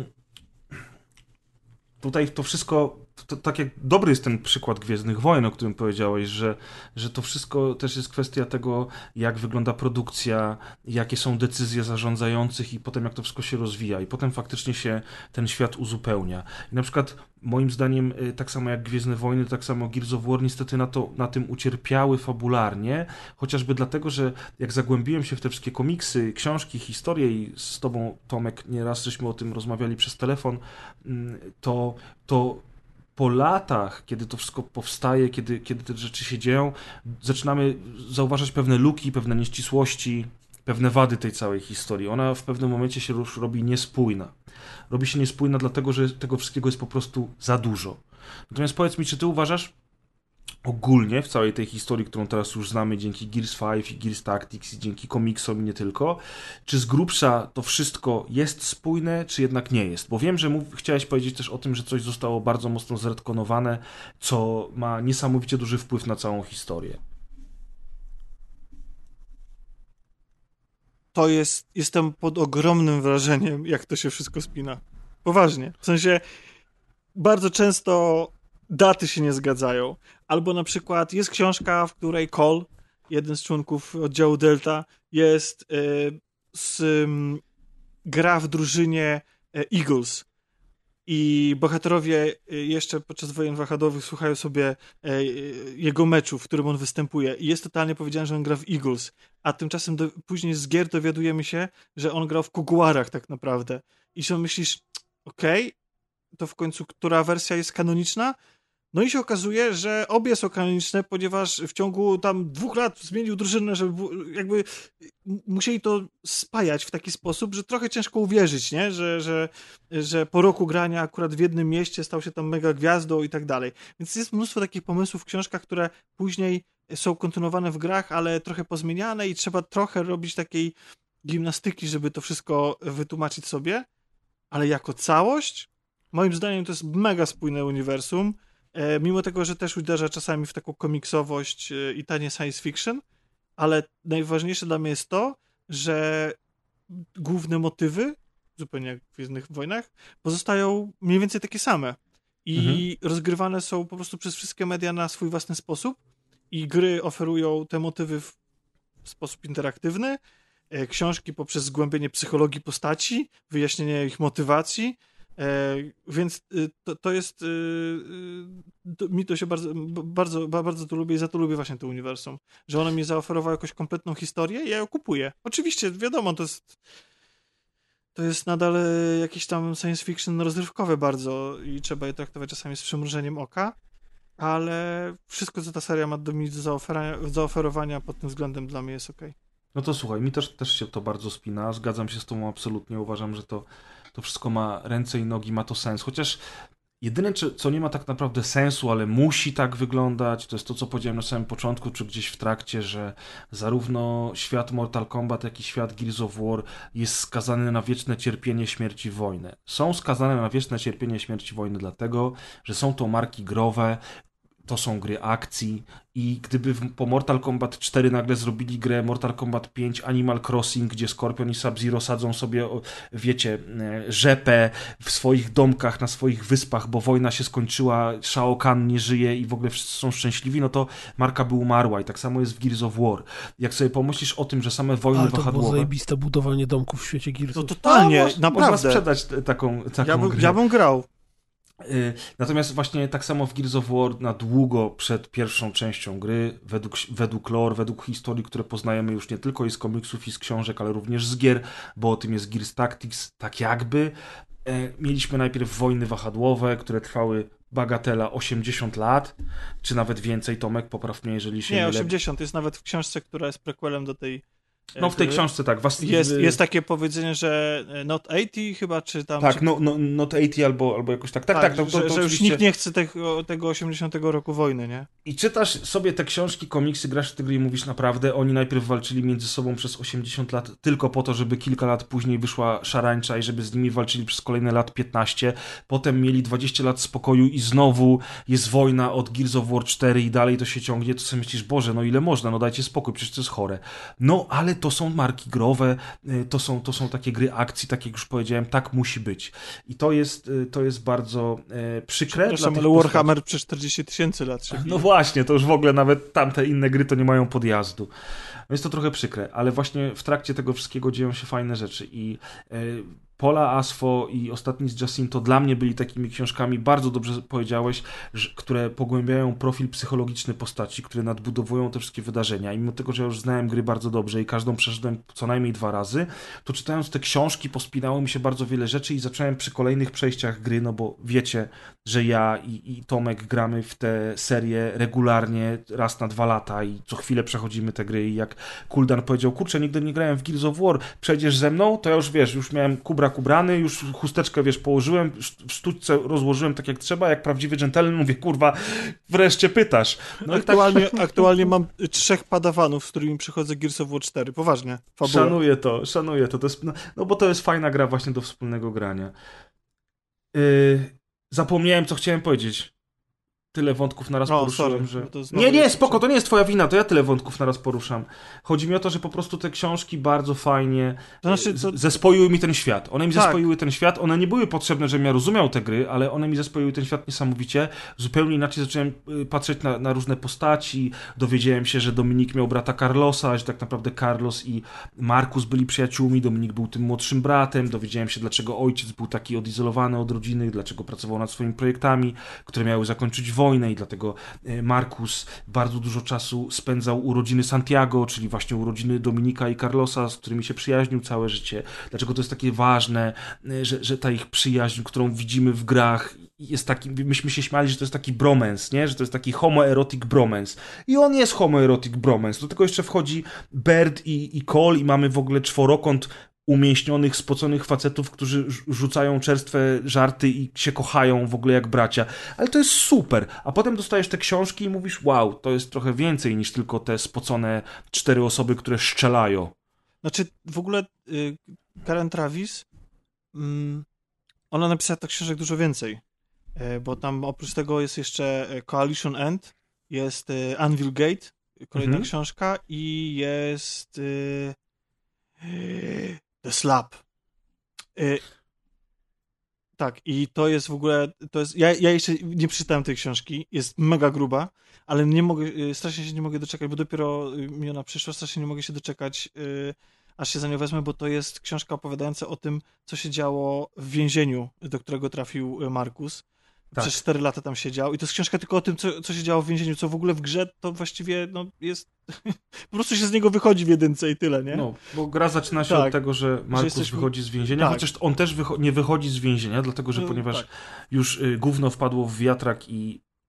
tutaj to wszystko, to, tak jak dobry jest ten przykład Gwiezdnych Wojen, o którym powiedziałeś, że, że to wszystko też jest kwestia tego, jak wygląda produkcja, jakie są decyzje zarządzających i potem jak to wszystko się rozwija i potem faktycznie się ten świat uzupełnia. I na przykład moim zdaniem tak samo jak Gwiezdne Wojny, tak samo Gears of War niestety na, to, na tym ucierpiały fabularnie, chociażby dlatego, że jak zagłębiłem się w te wszystkie komiksy, książki, historie i z tobą, Tomek, nieraz żeśmy o tym rozmawiali przez telefon, to, to po latach, kiedy to wszystko powstaje, kiedy, kiedy te rzeczy się dzieją, zaczynamy zauważać pewne luki, pewne nieścisłości, pewne wady tej całej historii. Ona w pewnym momencie się już robi niespójna. Robi się niespójna dlatego, że tego wszystkiego jest po prostu za dużo. Natomiast powiedz mi, czy ty uważasz ogólnie w całej tej historii, którą teraz już znamy dzięki Gears pięć i Gears Tactics i dzięki komiksom i nie tylko, czy z grubsza to wszystko jest spójne, czy jednak nie jest? Bo wiem, że mów, chciałeś powiedzieć też o tym, że coś zostało bardzo mocno zretkonowane, co ma niesamowicie duży wpływ na całą historię. To jest, jestem pod ogromnym wrażeniem, jak to się wszystko spina. Poważnie. W sensie bardzo często daty się nie zgadzają. Albo na przykład jest książka, w której Cole, jeden z członków oddziału Delta, jest yy, z, yy, gra w drużynie yy, Eagles. I bohaterowie jeszcze podczas wojen wahadowych słuchają sobie e, jego meczu, w którym on występuje. I jest totalnie powiedziane, że on gra w Eagles. A tymczasem do, później z gier dowiadujemy się, że on grał w Kuguarach tak naprawdę. I się myślisz, okej, okay, to w końcu która wersja jest kanoniczna? No i się okazuje, że obie są kanoniczne, ponieważ w ciągu tam dwóch lat zmienił drużynę, żeby jakby musieli to spajać w taki sposób, że trochę ciężko uwierzyć, nie? Że, że, że po roku grania akurat w jednym mieście stał się tam mega gwiazdą i tak dalej. Więc jest mnóstwo takich pomysłów w książkach, które później są kontynuowane w grach, ale trochę pozmieniane i trzeba trochę robić takiej gimnastyki, żeby to wszystko wytłumaczyć sobie, ale jako całość, moim zdaniem to jest mega spójne uniwersum. Mimo tego, że też uderza czasami w taką komiksowość i tanie science fiction, ale najważniejsze dla mnie jest to, że główne motywy, zupełnie jak w Gwiezdnych Wojnach, pozostają mniej więcej takie same. I mhm. rozgrywane są po prostu przez wszystkie media na swój własny sposób i gry oferują te motywy w sposób interaktywny, książki poprzez zgłębienie psychologii postaci, wyjaśnienie ich motywacji. E, więc to, to jest to, mi to się bardzo, bardzo, bardzo to lubię i za to lubię właśnie to uniwersum, że ono mi zaoferowało jakąś kompletną historię i ja ją kupuję. Oczywiście, wiadomo, to jest to jest nadal jakieś tam science fiction rozrywkowe bardzo i trzeba je traktować czasami z przymrużeniem oka, ale wszystko, co ta seria ma do mi do zaoferowania, zaoferowania pod tym względem dla mnie jest okej. No to słuchaj, mi też, też się to bardzo spina, zgadzam się z tobą absolutnie, uważam, że to to wszystko ma ręce i nogi, ma to sens. Chociaż jedyne, co nie ma tak naprawdę sensu, ale musi tak wyglądać, to jest to, co powiedziałem na samym początku, czy gdzieś w trakcie, że zarówno świat Mortal Kombat, jak i świat Gears of War jest skazany na wieczne cierpienie, śmierć i wojnę. Są skazane na wieczne cierpienie, śmierć i wojnę dlatego, że są to marki growe, to są gry akcji i gdyby w, po Mortal Kombat cztery nagle zrobili grę Mortal Kombat pięć Animal Crossing, gdzie Scorpion i Sub-Zero sadzą sobie, wiecie, rzepę w swoich domkach, na swoich wyspach, bo wojna się skończyła, Shao Kahn nie żyje i w ogóle wszyscy są szczęśliwi, no to marka by umarła i tak samo jest w Gears of War. Jak sobie pomyślisz o tym, że same wojny Ale to wahadłowe... było zajebiste budowanie domków w świecie Gearsów. No totalnie, no, naprawdę. Można sprzedać taką, taką ja, by, grę. ja bym grał. Natomiast właśnie tak samo w Gears of War na długo przed pierwszą częścią gry, według, według lore, według historii, które poznajemy już nie tylko i z komiksów i z książek, ale również z gier, bo o tym jest Gears Tactics, tak jakby. Mieliśmy najpierw wojny wahadłowe, które trwały bagatela osiemdziesiąt lat, czy nawet więcej, Tomek, popraw mnie, jeżeli się nie mylę. osiemdziesiąt, jest nawet w książce, która jest prequelem do tej. No w tej książce tak. Was... Jest, jest takie powiedzenie, że not osiemdziesiąt chyba, czy tam... Tak, czy... no, no, not osiemdziesiąt albo, albo jakoś tak. Tak, tak. tak to, to, że, to że już oczywiście... nikt nie chce tego, tego osiemdziesiątego roku wojny, nie? I czytasz sobie te książki, komiksy, grasz w te gry i mówisz naprawdę, oni najpierw walczyli między sobą przez osiemdziesiąt lat tylko po to, żeby kilka lat później wyszła szarańcza i żeby z nimi walczyli przez kolejne lat piętnaście. Potem mieli dwadzieścia lat spokoju i znowu jest wojna od Gears of War cztery i dalej to się ciągnie. To sobie myślisz, Boże, no ile można, no dajcie spokój, przecież to jest chore. No, ale to są marki growe, to są, to są takie gry akcji, tak jak już powiedziałem, tak musi być. I to jest, to jest bardzo e, przykre. Przepraszam, ale Warhammer przez czterdzieści tysięcy lat się No właśnie, to już w ogóle nawet tamte inne gry to nie mają podjazdu. Jest to trochę przykre, ale właśnie w trakcie tego wszystkiego dzieją się fajne rzeczy i e, Pola Asfo i Ostatni z Jacinto dla mnie byli takimi książkami, bardzo dobrze powiedziałeś, że, które pogłębiają profil psychologiczny postaci, które nadbudowują te wszystkie wydarzenia. I mimo tego, że ja już znałem gry bardzo dobrze i każdą przeszedłem co najmniej dwa razy, to czytając te książki pospinało mi się bardzo wiele rzeczy i zacząłem przy kolejnych przejściach gry, no bo wiecie, że ja i, i Tomek gramy w te serie regularnie, raz na dwa lata i co chwilę przechodzimy te gry i jak Kuldan powiedział, kurczę, nigdy nie grałem w Gears of War, przejdziesz ze mną, to ja już wiesz, już miałem kubrak ubrany, już chusteczkę, wiesz, położyłem, w sztuczce rozłożyłem tak jak trzeba, jak prawdziwy dżentelmen, mówię, kurwa, wreszcie pytasz. No aktualnie, tak... aktualnie mam trzech padawanów, z którymi przychodzę Gears of War cztery, poważnie. Fabuła. Szanuję to, szanuję to, to jest, no, no bo to jest fajna gra właśnie do wspólnego grania. Yy, zapomniałem, co chciałem powiedzieć. Tyle wątków naraz no, poruszyłem, sorry, że... Nie, nie, spoko, to nie jest twoja wina, to ja tyle wątków naraz poruszam. Chodzi mi o to, że po prostu te książki bardzo fajnie to znaczy, to... zespoiły mi ten świat. One mi tak. zespoiły ten świat, one nie były potrzebne, żebym ja rozumiał te gry, ale one mi zespoiły ten świat niesamowicie. Zupełnie inaczej zacząłem patrzeć na, na różne postaci, dowiedziałem się, że Dominik miał brata Carlosa, że tak naprawdę Carlos i Markus byli przyjaciółmi, Dominik był tym młodszym bratem, dowiedziałem się, dlaczego ojciec był taki odizolowany od rodziny, dlaczego pracował nad swoimi projektami, które miały zakończyć wojnę i dlatego Markus bardzo dużo czasu spędzał u rodziny Santiago, czyli właśnie u rodziny Dominika i Carlosa, z którymi się przyjaźnił całe życie. Dlaczego to jest takie ważne, że, że ta ich przyjaźń, którą widzimy w grach, jest taki, myśmy się śmiali, że to jest taki bromance, nie? Że to jest taki homoerotic bromance. I on jest homoerotic bromance. Do tego jeszcze wchodzi Baird i, i Cole i mamy w ogóle czworokąt umięśnionych, spoconych facetów, którzy rzucają czerstwe żarty i się kochają w ogóle jak bracia. Ale to jest super. A potem dostajesz te książki i mówisz, wow, to jest trochę więcej niż tylko te spocone cztery osoby, które szczelają. Znaczy, w ogóle y, Karen Travis mm, ona napisała tych książek dużo więcej. Y, bo tam oprócz tego jest jeszcze Coalition End, jest y, Anvil Gate, kolejna mhm. książka i jest y, y, The Slap. Y, tak, i to jest w ogóle, to jest, ja, ja jeszcze nie przeczytałem tej książki, jest mega gruba, ale nie mogę, y, strasznie się nie mogę doczekać, bo dopiero mi ona przyszła, strasznie nie mogę się doczekać, y, aż się za nią wezmę, bo to jest książka opowiadająca o tym, co się działo w więzieniu, do którego trafił Markus. Tak. Przez cztery lata tam siedział i to jest książka tylko o tym, co, co się działo w więzieniu, co w ogóle w grze to właściwie no, jest... po prostu się z niego wychodzi w jedynce i tyle, nie? No, bo gra zaczyna się tak, od tego, że Markus że jesteśmy... wychodzi z więzienia, tak. Chociaż on też wycho- nie wychodzi z więzienia, dlatego że no, ponieważ tak. już y, gówno wpadło w wiatrak i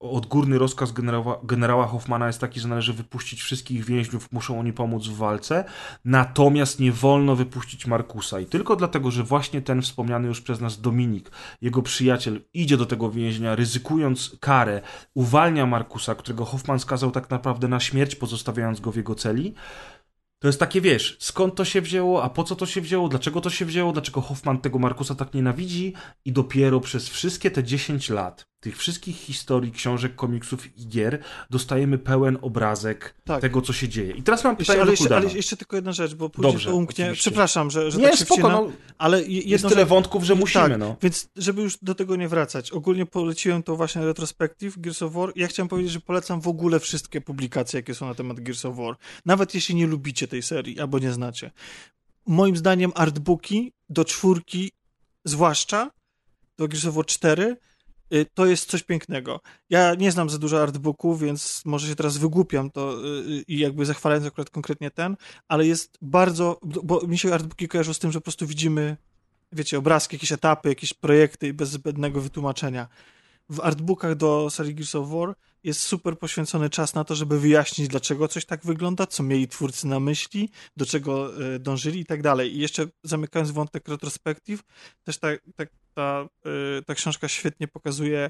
odgórny rozkaz generała, generała Hoffmana jest taki, że należy wypuścić wszystkich więźniów, muszą oni pomóc w walce, natomiast nie wolno wypuścić Markusa i tylko dlatego, że właśnie ten wspomniany już przez nas Dominik, jego przyjaciel, idzie do tego więźnia, ryzykując karę, uwalnia Markusa, którego Hoffman skazał tak naprawdę na śmierć, pozostawiając go w jego celi. To jest takie, wiesz, skąd to się wzięło, a po co to się wzięło, dlaczego to się wzięło, dlaczego Hoffman tego Markusa tak nienawidzi i dopiero przez wszystkie te dziesięć lat tych wszystkich historii, książek, komiksów i gier dostajemy pełen obrazek tak. tego, co się dzieje. I teraz mam pytanie ale, do jeszcze, Kuldana. ale jeszcze tylko jedna rzecz, bo później Dobrze, to umknie. oczywiście. Przepraszam, że, że nie, tak się spoko, wcina, no, ale jedno, jest tyle że... wątków, że musimy. Tak, no. Więc żeby już do tego nie wracać, ogólnie poleciłem to właśnie retrospektyw Gears of War. Ja chciałem powiedzieć, że polecam w ogóle wszystkie publikacje, jakie są na temat Gears of War. Nawet jeśli nie lubicie tej serii, albo nie znacie. Moim zdaniem artbooki do czwórki, zwłaszcza do Gears of War cztery, to jest coś pięknego. Ja nie znam za dużo artbooków, więc może się teraz wygłupiam to i jakby zachwalając akurat konkretnie ten, ale jest bardzo, bo mi się artbooki kojarzą z tym, że po prostu widzimy, wiecie, obrazki, jakieś etapy, jakieś projekty bez zbędnego wytłumaczenia. W artbookach do serii Gears of War jest super poświęcony czas na to, żeby wyjaśnić, dlaczego coś tak wygląda, co mieli twórcy na myśli, do czego dążyli i tak dalej. I jeszcze zamykając wątek retrospektyw, też ta, ta, ta, ta książka świetnie pokazuje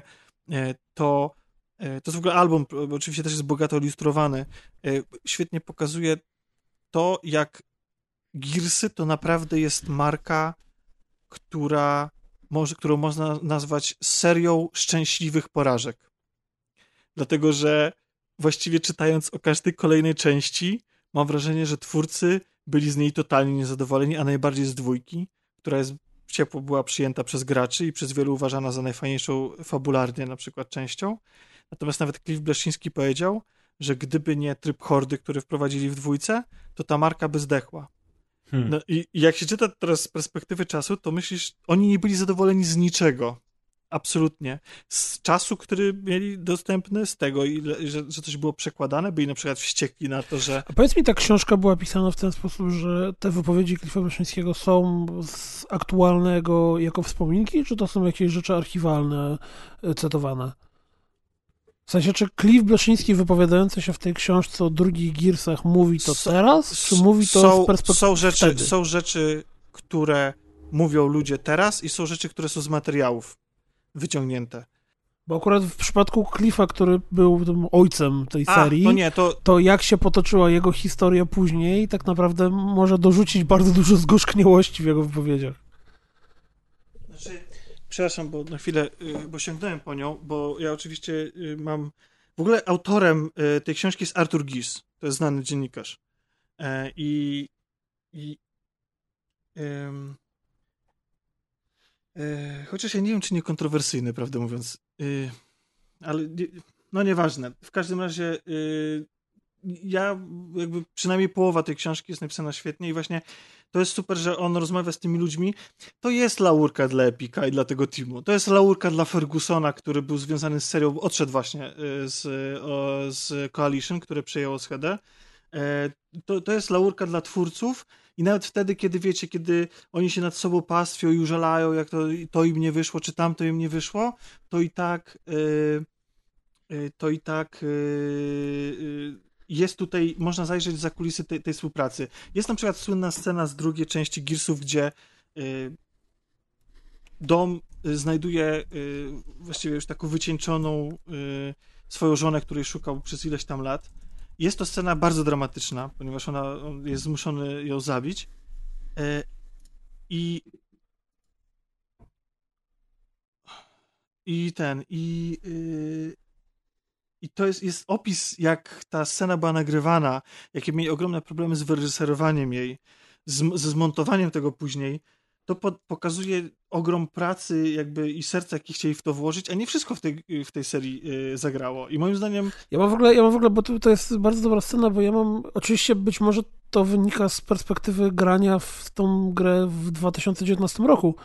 to, to jest w ogóle album, oczywiście też jest bogato ilustrowany, świetnie pokazuje to, jak Gearsy to naprawdę jest marka, która może, którą można nazwać serią szczęśliwych porażek. Dlatego, że właściwie czytając o każdej kolejnej części, mam wrażenie, że twórcy byli z niej totalnie niezadowoleni, a najbardziej z dwójki, która jest ciepło była przyjęta przez graczy i przez wielu uważana za najfajniejszą fabularnie na przykład częścią. Natomiast nawet Cliff Bleszyński powiedział, że gdyby nie tryb hordy, który wprowadzili w dwójce, to ta marka by zdechła. Hmm. No i, i jak się czyta teraz z perspektywy czasu, to myślisz, oni nie byli zadowoleni z niczego. Absolutnie. Z czasu, który mieli dostępny, z tego, ile, że, że coś było przekładane, byli na przykład wściekli na to, że... A powiedz mi, ta książka była pisana w ten sposób, że te wypowiedzi Cliffa Bleszyńskiego są z aktualnego jako wspominki, czy to są jakieś rzeczy archiwalne cytowane? W sensie, czy Cliff Bleszyński wypowiadający się w tej książce o drugich Gearsach mówi to teraz, czy mówi to są, z perspektywy są rzeczy, wtedy? Są rzeczy, które mówią ludzie teraz i są rzeczy, które są z materiałów wyciągnięte. Bo akurat w przypadku Cliffa, który był tym ojcem tej A, serii, to, nie, to... to jak się potoczyła jego historia później, tak naprawdę może dorzucić bardzo dużo zgorzkniałości w jego wypowiedziach. Znaczy, przepraszam, bo na chwilę, bo sięgnąłem po nią, bo ja oczywiście mam... W ogóle autorem tej książki jest Arthur Gies, to jest znany dziennikarz. I... i um... Chociaż ja nie wiem, czy nie kontrowersyjny, prawdę mówiąc. Ale no nieważne. W każdym razie ja jakby przynajmniej połowa tej książki jest napisana świetnie i właśnie to jest super, że on rozmawia z tymi ludźmi. To jest laurka dla Epica i dla tego teamu. To jest laurka dla Fergusona, który był związany z serią, odszedł właśnie z, z Coalition, które przejęło schedę. To, to jest laurka dla twórców i nawet wtedy, kiedy wiecie, kiedy oni się nad sobą pastwią i użalają, jak to, to im nie wyszło, czy tamto im nie wyszło, to i tak yy, yy, to i tak yy, jest tutaj, można zajrzeć za kulisy tej, tej współpracy. Jest na przykład słynna scena z drugiej części Gearsów, gdzie yy, Dom znajduje yy, właściwie już taką wycieńczoną yy, swoją żonę, której szukał przez ileś tam lat. Jest to scena bardzo dramatyczna, ponieważ ona, on jest zmuszony ją zabić. I i ten, i i to jest, jest opis, jak ta scena była nagrywana, jakie mieli ogromne problemy z wyreżyserowaniem jej, z, ze zmontowaniem tego później. To po, pokazuje ogrom pracy jakby i serca, jaki chcieli w to włożyć, a nie wszystko w tej, w tej serii yy, zagrało. I moim zdaniem... Ja mam w ogóle, ja mam w ogóle, bo to, to jest bardzo dobra scena, bo ja mam, oczywiście być może to wynika z perspektywy grania w tą grę w dwa tysiące dziewiętnastym roku,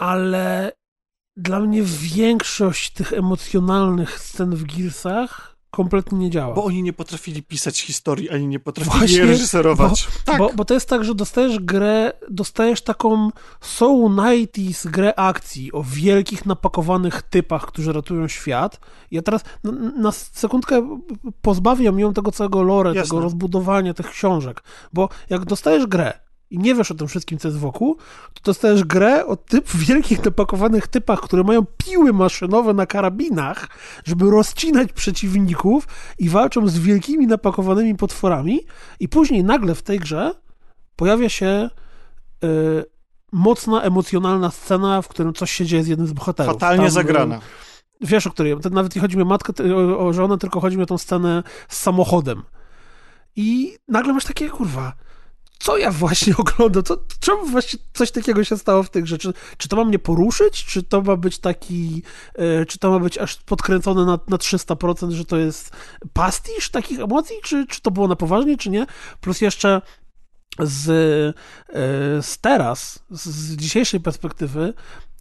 ale dla mnie większość tych emocjonalnych scen w Gearsach kompletnie nie działa. Bo oni nie potrafili pisać historii, ani nie potrafili Właśnie, je reżyserować. Bo, tak. bo, bo to jest tak, że dostajesz grę, dostajesz taką so dziewięćdziesiątych grę akcji o wielkich, napakowanych typach, którzy ratują świat. Ja teraz na, na sekundkę pozbawiam ją tego całego lore, Jasne. tego rozbudowania tych książek, bo jak dostajesz grę i nie wiesz o tym wszystkim, co jest wokół, to dostajesz grę o typ wielkich, napakowanych typach, które mają piły maszynowe na karabinach, żeby rozcinać przeciwników i walczą z wielkimi, napakowanymi potworami i później nagle w tej grze pojawia się y, mocna, emocjonalna scena, w którym coś się dzieje z jednym z bohaterów. Fatalnie Tam, zagrana. Wiesz, o której, to nawet nie chodzi mi o matkę, o, o żonę, tylko chodzi mi o tą scenę z samochodem. I nagle masz takie, kurwa, co ja właśnie oglądam? Co, czemu właśnie coś takiego się stało w tych rzeczy? Czy to ma mnie poruszyć? Czy to ma być taki, e, czy to ma być aż podkręcone na, na trzysta procent, że to jest pastisz takich emocji? Czy, czy to było na poważnie, czy nie? Plus jeszcze z, e, z teraz, z, z dzisiejszej perspektywy,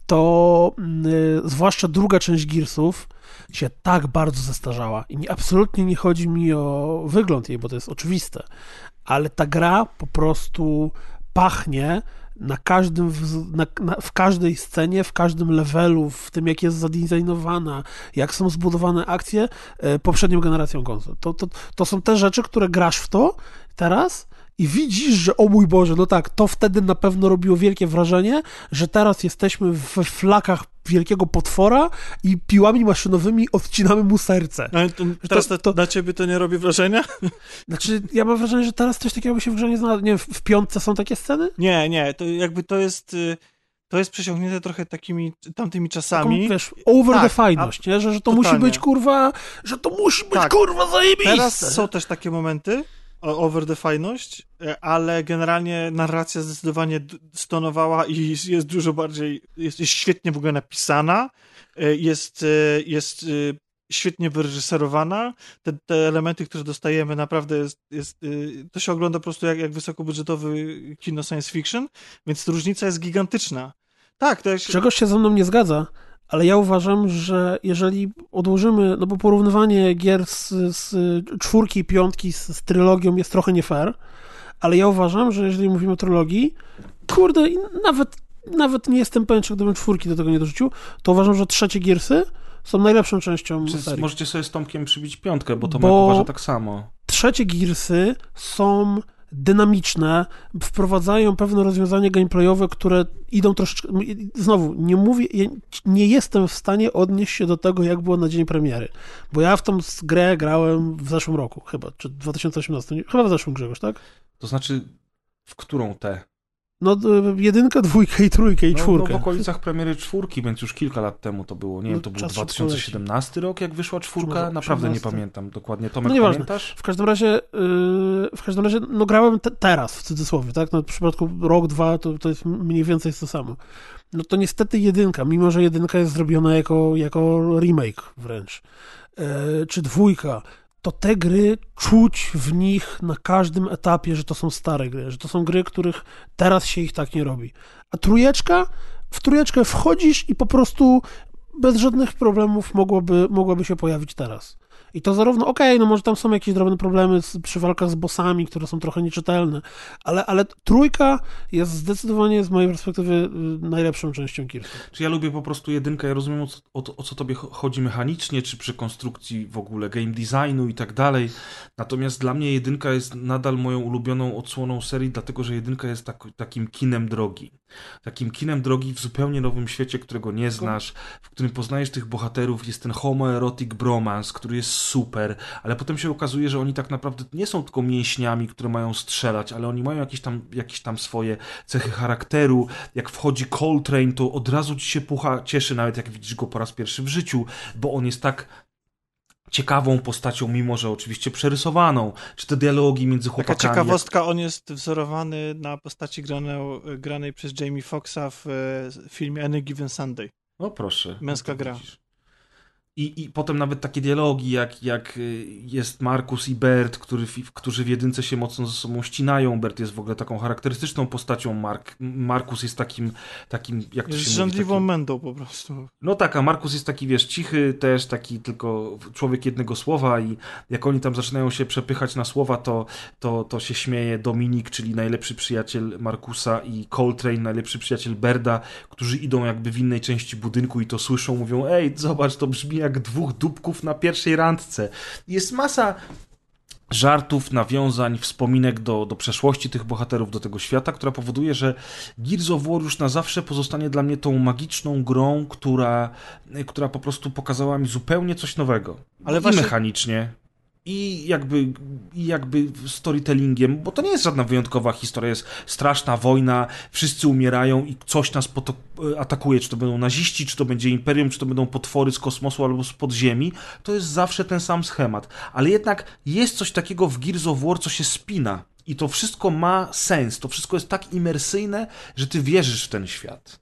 to y, zwłaszcza druga część Gearsów się tak bardzo zestarzała. I nie, absolutnie nie chodzi mi o wygląd jej, bo to jest oczywiste, ale ta gra po prostu pachnie na każdym, w, na, na, w każdej scenie, w każdym levelu, w tym jak jest zadizajnowana, jak są zbudowane akcje y, poprzednią generacją konsol. To, to, to są te rzeczy, które grasz w to teraz i widzisz, że o mój Boże, no tak, to wtedy na pewno robiło wielkie wrażenie, że teraz jesteśmy w flakach wielkiego potwora i piłami maszynowymi odcinamy mu serce. Ale to, teraz to, to, na ciebie to nie robi wrażenia? Znaczy, ja mam wrażenie, że teraz coś takiego by się w grze nie znalazło. Nie wiem, w piątce są takie sceny? Nie, nie, to jakby to jest... To jest przesiągnięte trochę takimi tamtymi czasami. Taką, wiesz, over tak, the fajność, nie? Że, że to totalnie. musi być, kurwa, że to musi być, tak. kurwa, zajebiste. Teraz są też takie momenty, over the fajność, ale generalnie narracja zdecydowanie stonowała i jest dużo bardziej, jest, jest świetnie w ogóle napisana, jest, jest świetnie wyreżyserowana. Te, te elementy, które dostajemy, naprawdę jest, jest, to się ogląda po prostu jak, jak wysokobudżetowy kino science fiction, więc różnica jest gigantyczna. Tak, to jest... Czegoś się ze mną nie zgadza, ale ja uważam, że jeżeli odłożymy, no bo porównywanie gier z, z czwórki i piątki z, z trylogią jest trochę nie fair, ale ja uważam, że jeżeli mówimy o trylogii, kurde, nawet, nawet nie jestem pewien, czy gdybym czwórki do tego nie dorzucił, to uważam, że trzecie Gearsy są najlepszą częścią Czy serii. możecie sobie z Tomkiem przybić piątkę, bo Tomek Bo uważa tak samo. Trzecie Gearsy są dynamiczne, wprowadzają pewne rozwiązania gameplayowe, które idą troszeczkę... Znowu, nie mówię, ja nie jestem w stanie odnieść się do tego, jak było na dzień premiery, bo ja w tą grę grałem w zeszłym roku, chyba, czy dwa tysiące osiemnastym, chyba w zeszłym, Grzegorz, tak? To znaczy, w którą tę? No, jedynkę, dwójkę i trójkę i no, czwórkę. No w okolicach premiery czwórki, więc już kilka lat temu to było. Nie no, wiem, to był dwa tysiące siedemnasty rok, jak wyszła czwórka? Może Naprawdę osiemnasty. nie pamiętam dokładnie. Tomek, no nieważne. pamiętasz? W każdym razie, yy, w każdym razie, no grałem te, teraz, w cudzysłowie, tak? No, w przypadku rok, dwa, to, to jest mniej więcej to samo. No to niestety jedynka, mimo że jedynka jest zrobiona jako, jako remake wręcz, yy, czy dwójka, to te gry czuć w nich na każdym etapie, że to są stare gry, że to są gry, których teraz się ich tak nie robi. A trójeczka, w trójeczkę wchodzisz i po prostu bez żadnych problemów mogłoby, mogłoby się pojawić teraz. I to zarówno, okej, okay, no może tam są jakieś drobne problemy z, przy walkach z bossami, które są trochę nieczytelne, ale, ale trójka jest zdecydowanie z mojej perspektywy najlepszą częścią Gearsów. Czy ja lubię po prostu jedynkę, ja rozumiem o, o, o co tobie chodzi mechanicznie, czy przy konstrukcji w ogóle game designu i tak dalej, natomiast dla mnie jedynka jest nadal moją ulubioną odsłoną serii, dlatego że jedynka jest tak, takim kinem drogi. Takim kinem drogi w zupełnie nowym świecie, którego nie znasz, w którym poznajesz tych bohaterów, jest ten homoerotic bromance, który jest super, ale potem się okazuje, że oni tak naprawdę nie są tylko mięśniami, które mają strzelać, ale oni mają jakieś tam, jakieś tam swoje cechy charakteru. Jak wchodzi Coltrane, to od razu ci się pucha cieszy, nawet jak widzisz go po raz pierwszy w życiu, bo on jest tak ciekawą postacią, mimo że oczywiście przerysowaną, czy te dialogi między chłopakami. Taka ciekawostka, jak... on jest wzorowany na postaci granej, granej przez Jamie Foxxa w filmie Any Given Sunday. O proszę. Męska no gra. Widzisz. I, I potem nawet takie dialogi, jak, jak jest Markus i Bert, który, którzy w jedynce się mocno ze sobą ścinają. Bert jest w ogóle taką charakterystyczną postacią. Mark, Markus jest takim, takim jak to się jest mówi? żądliwą takim... mędą po prostu. No tak, a Markus jest taki, wiesz, cichy też, taki tylko człowiek jednego słowa i jak oni tam zaczynają się przepychać na słowa, to, to, to się śmieje Dominik, czyli najlepszy przyjaciel Markusa, i Coltrane, najlepszy przyjaciel Berda, którzy idą jakby w innej części budynku i to słyszą, mówią: ej, zobacz, to brzmi jak dwóch dupków na pierwszej randce. Jest masa żartów, nawiązań, wspominek do, do przeszłości tych bohaterów, do tego świata, która powoduje, że Gears of War już na zawsze pozostanie dla mnie tą magiczną grą, która, która po prostu pokazała mi zupełnie coś nowego. Ale I właśnie... mechanicznie, i jakby, i jakby storytellingiem, bo to nie jest żadna wyjątkowa historia, jest straszna wojna, wszyscy umierają i coś nas atakuje, czy to będą naziści, czy to będzie Imperium, czy to będą potwory z kosmosu albo z podziemi, to jest zawsze ten sam schemat. Ale jednak jest coś takiego w Gears of War, co się spina i to wszystko ma sens, to wszystko jest tak imersyjne, że ty wierzysz w ten świat.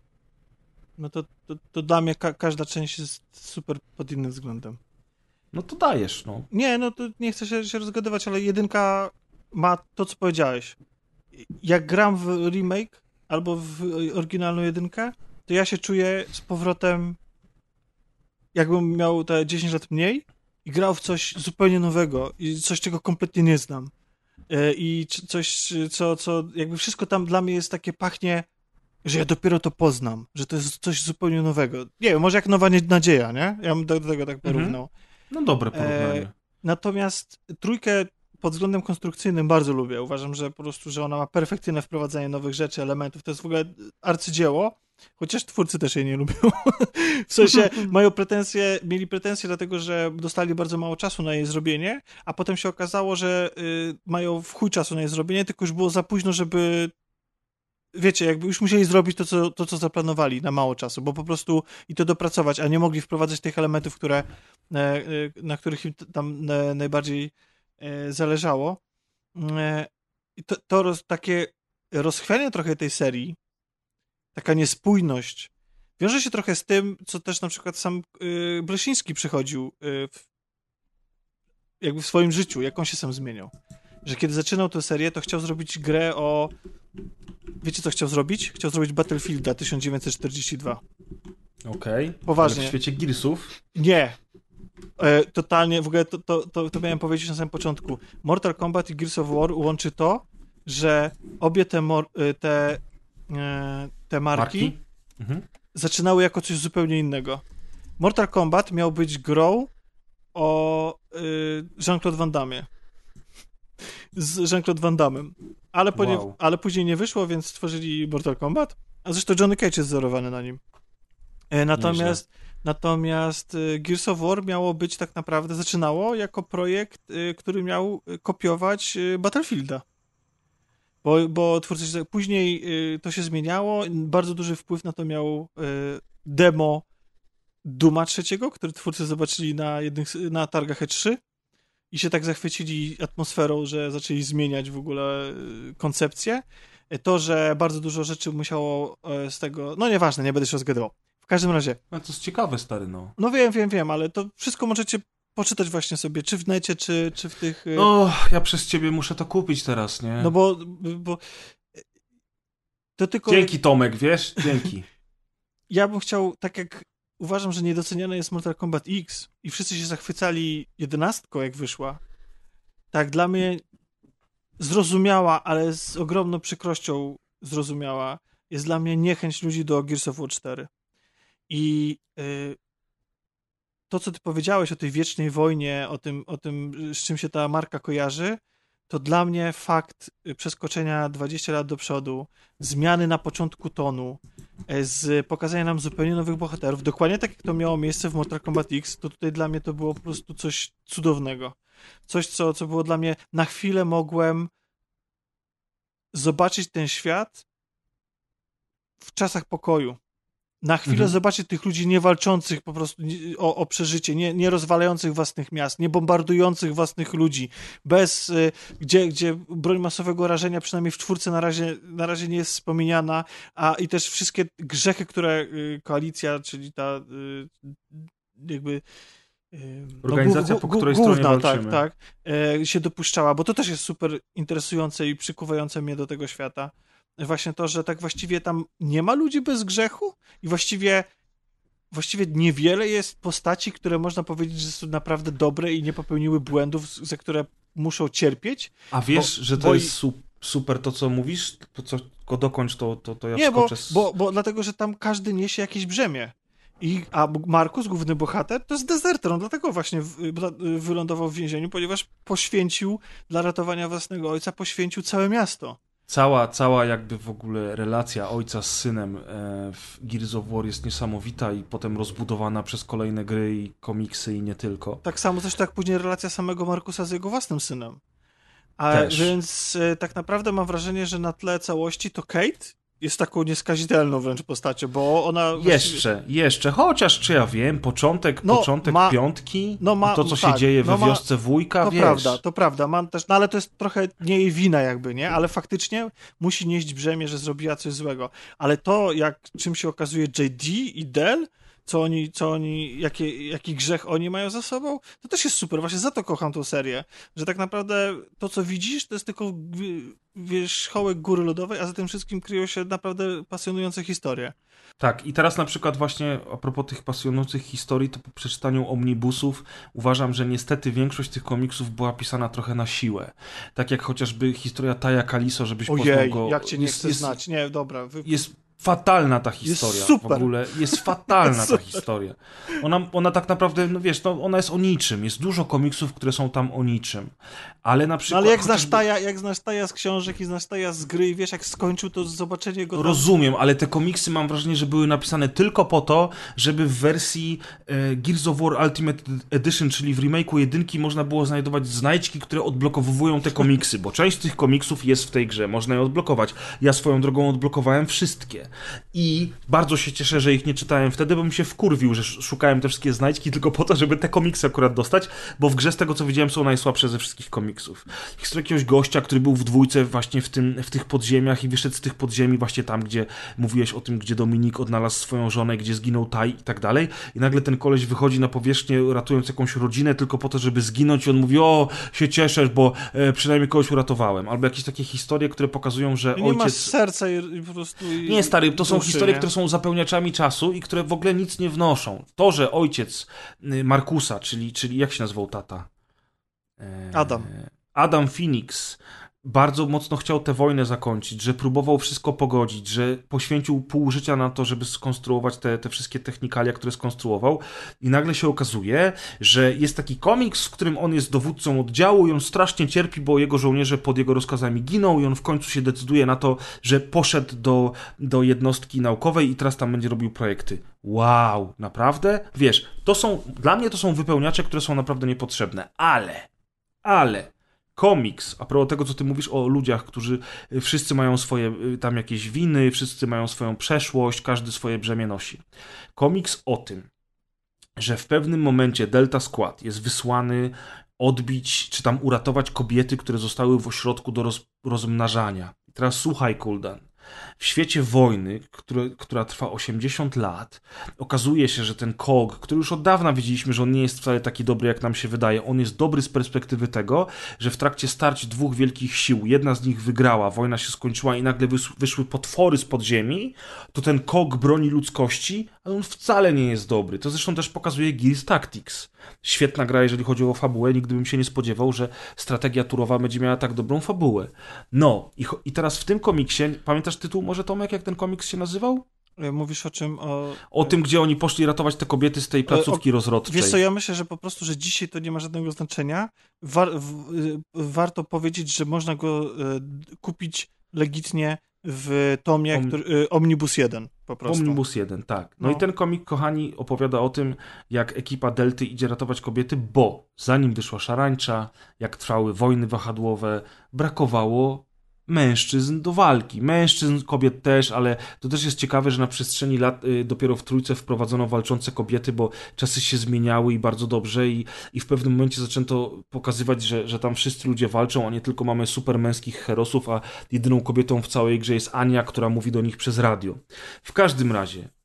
No to, to, to dla mnie ka- każda część jest super pod innym względem. No to dajesz, no. Nie, no to nie chcę się, się rozgadywać, ale jedynka ma to, co powiedziałeś. Jak gram w remake albo w oryginalną jedynkę, to ja się czuję z powrotem, jakbym miał te dziesięć lat mniej i grał w coś zupełnie nowego i coś, czego kompletnie nie znam. I coś, co, co jakby wszystko tam dla mnie jest takie, pachnie, że ja dopiero to poznam, że to jest coś zupełnie nowego. Nie wiem, może jak Nowa Nadzieja, nie? Ja bym do, do tego tak porównał. Mhm. No dobre porównanie. E, natomiast trójkę pod względem konstrukcyjnym bardzo lubię. Uważam, że po prostu, że ona ma perfekcyjne wprowadzanie nowych rzeczy, elementów. To jest w ogóle arcydzieło, chociaż twórcy też jej nie lubią. W sensie mają pretensje, mieli pretensje dlatego, że dostali bardzo mało czasu na jej zrobienie, a potem się okazało, że y, mają w chuj czasu na jej zrobienie, tylko już było za późno, żeby wiecie, jakby już musieli zrobić to co, to, co zaplanowali na mało czasu, bo po prostu i to dopracować, a nie mogli wprowadzać tych elementów, które, na których im tam najbardziej zależało. I to, to roz, takie rozchwianie trochę tej serii, taka niespójność, wiąże się trochę z tym, co też na przykład sam Blesiński przechodził w, jakby w swoim życiu, jak on się sam zmieniał. Że kiedy zaczynał tę serię, to chciał zrobić grę o... Wiecie, co chciał zrobić? Chciał zrobić Battlefielda tysiąc dziewięćset czterdzieści dwa. Okej. Okay. Poważnie. Ale w świecie Gearsów? Nie. E, totalnie, w ogóle to, to, to, to miałem powiedzieć na samym początku. Mortal Kombat i Gears of War łączy to, że obie te, mor- te, e, te marki, marki? Mhm. zaczynały jako coś zupełnie innego. Mortal Kombat miał być grą o y, Jean-Claude Van Damme. Z Jean-Claude Van Damme. Ale, ponie- wow. ale później nie wyszło, więc stworzyli Mortal Kombat. A zresztą Johnny Cage jest wzorowany na nim. E, natomiast, natomiast y, Gears of War miało być tak naprawdę, zaczynało jako projekt, y, który miał kopiować y, Battlefielda. Bo, bo twórcy, później y, to się zmieniało. Bardzo duży wpływ na to miał y, demo Duma trzeciego, który twórcy zobaczyli na, jednych, na targach E trzy. I się tak zachwycili atmosferą, że zaczęli zmieniać w ogóle koncepcję. To, że bardzo dużo rzeczy musiało z tego... No nieważne, nie będę się rozgadywał. W każdym razie... No to jest ciekawe, stary, no. No wiem, wiem, wiem, ale to wszystko możecie poczytać właśnie sobie, czy w necie, czy, czy w tych... O, ja przez ciebie muszę to kupić teraz, nie? No bo... bo... To tylko... Dzięki, Tomek, wiesz? Dzięki. Ja bym chciał, tak jak uważam, że niedoceniane jest Mortal Kombat X i wszyscy się zachwycali jedenastką, jak wyszła. Tak, dla mnie zrozumiała, ale z ogromną przykrością zrozumiała, jest dla mnie niechęć ludzi do Gears of War cztery. I yy, to, co ty powiedziałeś o tej wiecznej wojnie, o tym, o tym, z czym się ta marka kojarzy, to dla mnie fakt przeskoczenia dwadzieścia lat do przodu, zmiany na początku tonu, z pokazania nam zupełnie nowych bohaterów, dokładnie tak jak to miało miejsce w Mortal Kombat X, to tutaj dla mnie to było po prostu coś cudownego. Coś, co, co było dla mnie, na chwilę mogłem zobaczyć ten świat w czasach pokoju. Na chwilę mhm. zobaczyć tych ludzi nie walczących po prostu o, o przeżycie, nie, nie rozwalających własnych miast, nie bombardujących własnych ludzi, bez, y, gdzie, gdzie broń masowego rażenia przynajmniej w czwórce na razie, na razie nie jest wspomniana, a i też wszystkie grzechy, które y, koalicja, czyli ta y, jakby organizacja, no, po której główna, stronie walczymy. Tak, tak, e, się dopuszczała, bo to też jest super interesujące i przykuwające mnie do tego świata. Właśnie to, że tak właściwie tam nie ma ludzi bez grzechu i właściwie właściwie niewiele jest postaci, które można powiedzieć, że są naprawdę dobre i nie popełniły błędów, za które muszą cierpieć. A wiesz, bo, że to bo jest su- super to, co mówisz? To co go dokończ, to, to, to ja nie, bo, z... bo, bo dlatego, że tam każdy niesie jakieś brzemię. I, a Markus, główny bohater, to jest dezerter. On dlatego właśnie w, wylądował w więzieniu, ponieważ poświęcił dla ratowania własnego ojca, poświęcił całe miasto. Cała, cała jakby w ogóle relacja ojca z synem w Gears of War jest niesamowita i potem rozbudowana przez kolejne gry i komiksy i nie tylko. Tak samo zresztą jak później relacja samego Markusa z jego własnym synem. A Też. Więc e, tak naprawdę mam wrażenie, że na tle całości to Kate jest taką nieskazitelną wręcz postacią, bo ona... Jeszcze, właściwie... jeszcze, chociaż czy ja wiem, początek, no, początek ma, piątki, no ma, to co się tak, dzieje no we ma, wiosce wujka, to wiesz. prawda, to prawda, mam też, no ale to jest trochę nie jej wina jakby, nie? Ale faktycznie musi nieść brzemię, że zrobiła coś złego. Ale to, jak czym się okazuje J D i Del, co oni, co oni, jaki, jaki grzech oni mają za sobą, to też jest super. Właśnie za to kocham tą serię, że tak naprawdę to, co widzisz, to jest tylko wierzchołek góry lodowej, a za tym wszystkim kryją się naprawdę pasjonujące historie. Tak, i teraz na przykład właśnie a propos tych pasjonujących historii, to po przeczytaniu omnibusów uważam, że niestety większość tych komiksów była pisana trochę na siłę. Tak jak chociażby historia Taya Kaliso, żebyś Ojej, poznał go. jak cię nie jest, chcę jest, znać. Nie, dobra. Wy... Jest fatalna ta historia. Jest super. W ogóle jest fatalna Super. ta historia. Ona, ona tak naprawdę, no wiesz, no, ona jest o niczym. Jest dużo komiksów, które są tam o niczym. Ale na przykład... No ale jak chociażby... znasz Taja, jak znasz Taja z książek i znasz Taja z gry i wiesz, jak skończył, to zobaczenie go... Tam... Rozumiem, ale te komiksy mam wrażenie, że były napisane tylko po to, żeby w wersji e, Gears of War Ultimate Edition, czyli w remake'u jedynki, można było znajdować znajdźki, które odblokowują te komiksy, bo część z tych komiksów jest w tej grze, można je odblokować. Ja swoją drogą odblokowałem wszystkie. I bardzo się cieszę, że ich nie czytałem wtedy, bo mi się wkurwił, że szukałem te wszystkie znajdźki tylko po to, żeby te komiksy akurat dostać, bo w grze z tego, co widziałem, są najsłabsze ze wszystkich komiksów. Historia jakiegoś gościa, który był w dwójce właśnie w, tym, w tych podziemiach i wyszedł z tych podziemi właśnie tam, gdzie mówiłeś o tym, gdzie Dominik odnalazł swoją żonę, gdzie zginął Taj i tak dalej. I nagle ten koleś wychodzi na powierzchnię, ratując jakąś rodzinę tylko po to, żeby zginąć i on mówi, o, się cieszę, bo e, przynajmniej kogoś uratowałem. Albo jakieś takie historie, które pokazują, że nie ojciec... Nie masz serca i, i po prostu... I, nie, stary, to są duszy, historie, nie? które są zapełniaczami czasu i które w ogóle nic nie wnoszą. To, że ojciec Markusa, czyli, czyli jak się nazywał tata? Eee, Adam. Adam Phoenix bardzo mocno chciał tę wojnę zakończyć, że próbował wszystko pogodzić, że poświęcił pół życia na to, żeby skonstruować te, te wszystkie technikalia, które skonstruował i nagle się okazuje, że jest taki komiks, w którym on jest dowódcą oddziału i on strasznie cierpi, bo jego żołnierze pod jego rozkazami giną i on w końcu się decyduje na to, że poszedł do, do jednostki naukowej i teraz tam będzie robił projekty. Wow, naprawdę? Wiesz, to są, dla mnie to są wypełniacze, które są naprawdę niepotrzebne, ale, ale komiks, a propos tego, co ty mówisz o ludziach, którzy wszyscy mają swoje tam jakieś winy, wszyscy mają swoją przeszłość, każdy swoje brzemię nosi. Komiks o tym, że w pewnym momencie Delta Squad jest wysłany odbić, czy tam uratować kobiety, które zostały w ośrodku do roz, rozmnażania. I teraz słuchaj, Kuldan. W świecie wojny, który, która trwa osiemdziesiąt lat, okazuje się, że ten K O G, który już od dawna wiedzieliśmy, że on nie jest wcale taki dobry, jak nam się wydaje, on jest dobry z perspektywy tego, że w trakcie starć dwóch wielkich sił, jedna z nich wygrała, wojna się skończyła i nagle wyszły potwory z podziemi, to ten K O G broni ludzkości, ale on wcale nie jest dobry. To zresztą też pokazuje Gears Tactics. Świetna gra, jeżeli chodzi o fabułę, nigdy bym się nie spodziewał, że strategia turowa będzie miała tak dobrą fabułę. No, i, i teraz w tym komiksie, pamiętasz tytuł może, Tomek, jak ten komiks się nazywał? Mówisz o czym? O, o tym, gdzie oni poszli ratować te kobiety z tej placówki o, rozrodczej. Wiesz co, ja myślę, że po prostu, że dzisiaj to nie ma żadnego znaczenia. War, w, warto powiedzieć, że można go y, kupić legitnie w tomie Om... który, y, Omnibus jeden po prostu. Omnibus jeden, tak. No, no i ten komik, kochani, opowiada o tym, jak ekipa Delty idzie ratować kobiety, bo zanim wyszła szarańcza, jak trwały wojny wahadłowe, brakowało mężczyzn do walki. Mężczyzn, kobiet też, ale to też jest ciekawe, że na przestrzeni lat y, dopiero w trójce wprowadzono walczące kobiety, bo czasy się zmieniały i bardzo dobrze i, i w pewnym momencie zaczęto pokazywać, że, że tam wszyscy ludzie walczą, a nie tylko mamy super męskich herosów, a jedyną kobietą w całej grze jest Ania, która mówi do nich przez radio. W każdym razie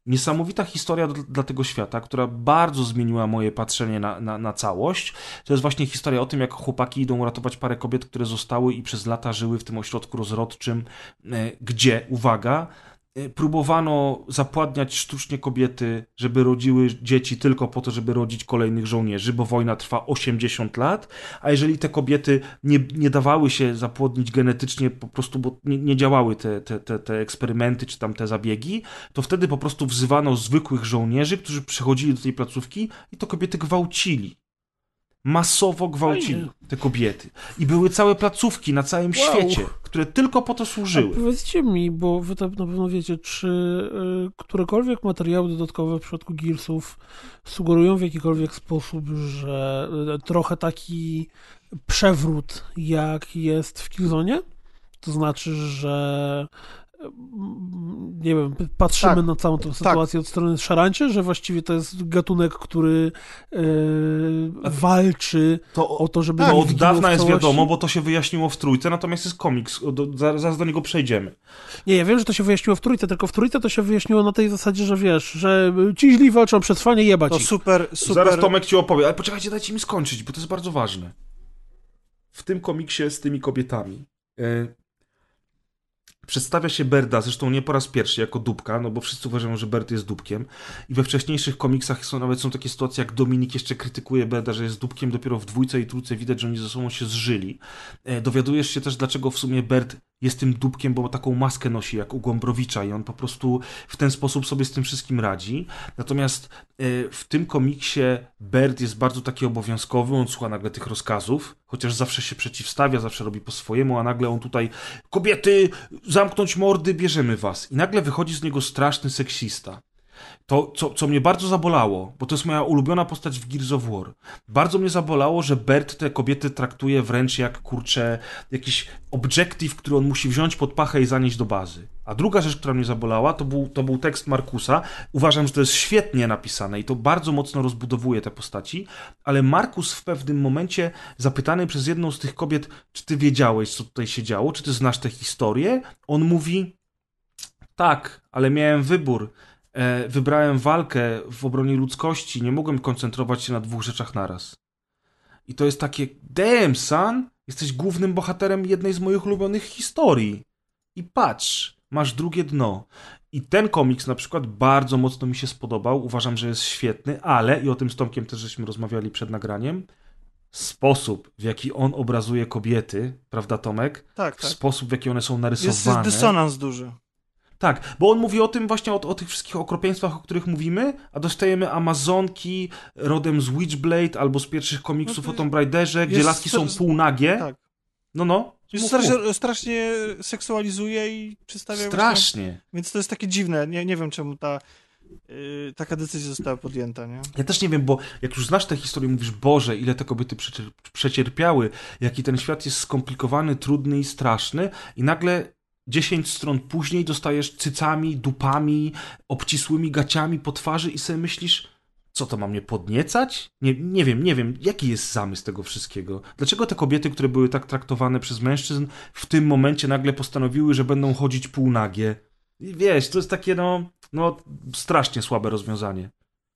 Niesamowita historia dla, dla tego świata, która bardzo zmieniła moje patrzenie na, na, na całość. To jest właśnie historia o tym, jak chłopaki idą ratować parę kobiet, które zostały i przez lata żyły w tym ośrodku rozrodczym, gdzie, uwaga, próbowano zapładniać sztucznie kobiety, żeby rodziły dzieci tylko po to, żeby rodzić kolejnych żołnierzy, bo wojna trwa osiemdziesiąt lat, a jeżeli te kobiety nie, nie dawały się zapłodnić genetycznie, po prostu, bo nie, nie działały te, te, te, te eksperymenty czy tam te zabiegi, to wtedy po prostu wzywano zwykłych żołnierzy, którzy przychodzili do tej placówki i to kobiety gwałcili. Masowo gwałcili te kobiety. I były całe placówki na całym wow. świecie, które tylko po to służyły. A powiedzcie mi, bo wy to na pewno wiecie, czy y, którekolwiek materiały dodatkowe w przypadku Gearsów sugerują w jakikolwiek sposób, że y, trochę taki przewrót, jak jest w Killzone? To znaczy, że nie wiem, patrzymy tak, na całą tę sytuację tak. od strony szarańczy, że właściwie to jest gatunek, który yy, walczy to, o to, żeby... Tak, od dawna jest wiadomo, bo to się wyjaśniło w trójce, natomiast jest komiks, do, zaraz do niego przejdziemy. Nie, ja wiem, że to się wyjaśniło w trójce, tylko w trójce to się wyjaśniło na tej zasadzie, że wiesz, że ci źli walczą o przetrwanie, jebać to ich. super, super... Zaraz Tomek ci opowie, ale poczekajcie, dajcie mi skończyć, bo to jest bardzo ważne. W tym komiksie z tymi kobietami yy, przedstawia się Berda, zresztą nie po raz pierwszy, jako dupka, no bo wszyscy uważają, że Berd jest dupkiem. I we wcześniejszych komiksach są nawet są takie sytuacje, jak Dominik jeszcze krytykuje Berda, że jest dupkiem, dopiero w dwójce i trójce widać, że oni ze sobą się zżyli. E, dowiadujesz się też, dlaczego w sumie Berd jest tym dupkiem, bo taką maskę nosi, jak u Gombrowicza i on po prostu w ten sposób sobie z tym wszystkim radzi. Natomiast e, w tym komiksie Berd jest bardzo taki obowiązkowy, on słucha nagle tych rozkazów, chociaż zawsze się przeciwstawia, zawsze robi po swojemu, a nagle on tutaj, kobiety, zamknąć mordy, bierzemy was. I nagle wychodzi z niego straszny seksista. To, co, co mnie bardzo zabolało, bo to jest moja ulubiona postać w Gears of War. Bardzo mnie zabolało, że Berd te kobiety traktuje wręcz jak, kurczę, jakiś objective, który on musi wziąć pod pachę i zanieść do bazy. A druga rzecz, która mnie zabolała, to był, to był tekst Markusa. Uważam, że to jest świetnie napisane i to bardzo mocno rozbudowuje te postaci, ale Markus w pewnym momencie, zapytany przez jedną z tych kobiet, czy ty wiedziałeś, co tutaj się działo, czy ty znasz tę historię, on mówi, tak, ale miałem wybór. Wybrałem walkę w obronie ludzkości, nie mogłem koncentrować się na dwóch rzeczach naraz. I to jest takie, damn son, jesteś głównym bohaterem jednej z moich ulubionych historii. I patrz, masz drugie dno. I ten komiks na przykład bardzo mocno mi się spodobał, uważam, że jest świetny, ale, i o tym z Tomkiem też żeśmy rozmawiali przed nagraniem, sposób, w jaki on obrazuje kobiety, prawda Tomek? Tak, tak. Sposób, w jaki one są narysowane. Jest dysonans duży. Tak, bo on mówi o tym właśnie, o, o tych wszystkich okropieństwach, o których mówimy, a dostajemy Amazonki rodem z Witchblade albo z pierwszych komiksów no o Tomb Raiderze, gdzie laski są półnagie. Tak. No, no. Jest strasznie, strasznie seksualizuje i przedstawia... Strasznie. Właśnie, więc to jest takie dziwne. Nie, nie wiem, czemu ta yy, taka decyzja została podjęta, nie? Ja też nie wiem, bo jak już znasz tę historię, mówisz, Boże, ile te kobiety przecier- przecierpiały, jaki ten świat jest skomplikowany, trudny i straszny i nagle dziesięć stron później dostajesz cycami, dupami, obcisłymi gaciami po twarzy i sobie myślisz, co to ma mnie podniecać? Nie, nie wiem, nie wiem, jaki jest zamysł tego wszystkiego? Dlaczego te kobiety, które były tak traktowane przez mężczyzn, w tym momencie nagle postanowiły, że będą chodzić półnagie? I wiesz, to jest takie, no, no strasznie słabe rozwiązanie.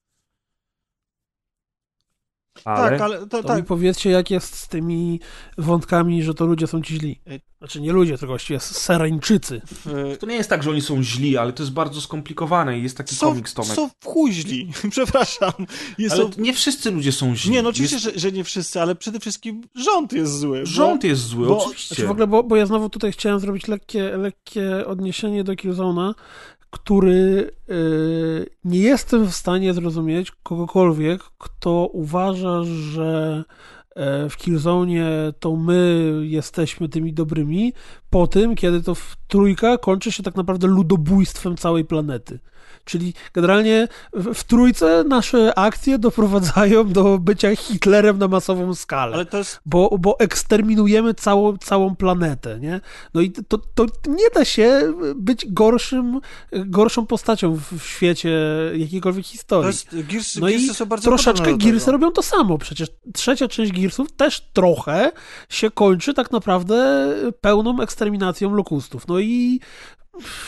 Ale... Tak, ale to, to tak. Mi powiedzcie, jak jest z tymi wątkami, że to ludzie są ci źli. Znaczy nie ludzie, to właściwie Serańczycy. To nie jest tak, że oni są źli, ale to jest bardzo skomplikowane i jest taki są, komiks, Tomek. Są w chuj źli, przepraszam. Jest ale są... nie wszyscy ludzie są źli. Nie, no oczywiście, jest... że, że nie wszyscy, ale przede wszystkim rząd jest zły. Rząd bo... jest zły, bo... oczywiście. Znaczy w ogóle, bo, bo ja znowu tutaj chciałem zrobić lekkie, lekkie odniesienie do Killzone'a, który yy, nie jestem w stanie zrozumieć kogokolwiek, kto uważa, że w Killzone to my jesteśmy tymi dobrymi, po tym, kiedy to w trójka kończy się tak naprawdę ludobójstwem całej planety. Czyli generalnie w, w trójce nasze akcje doprowadzają do bycia Hitlerem na masową skalę. Ale to jest... bo, bo eksterminujemy całą, całą planetę, nie? No i to, to nie da się być gorszym, gorszą postacią w, w świecie jakiejkolwiek historii. To jest, Gears, no Gearsy i są bardzo troszeczkę Gearsy robią to samo. Przecież trzecia część Gearsów też trochę się kończy tak naprawdę pełną eksterminacją lokustów. No i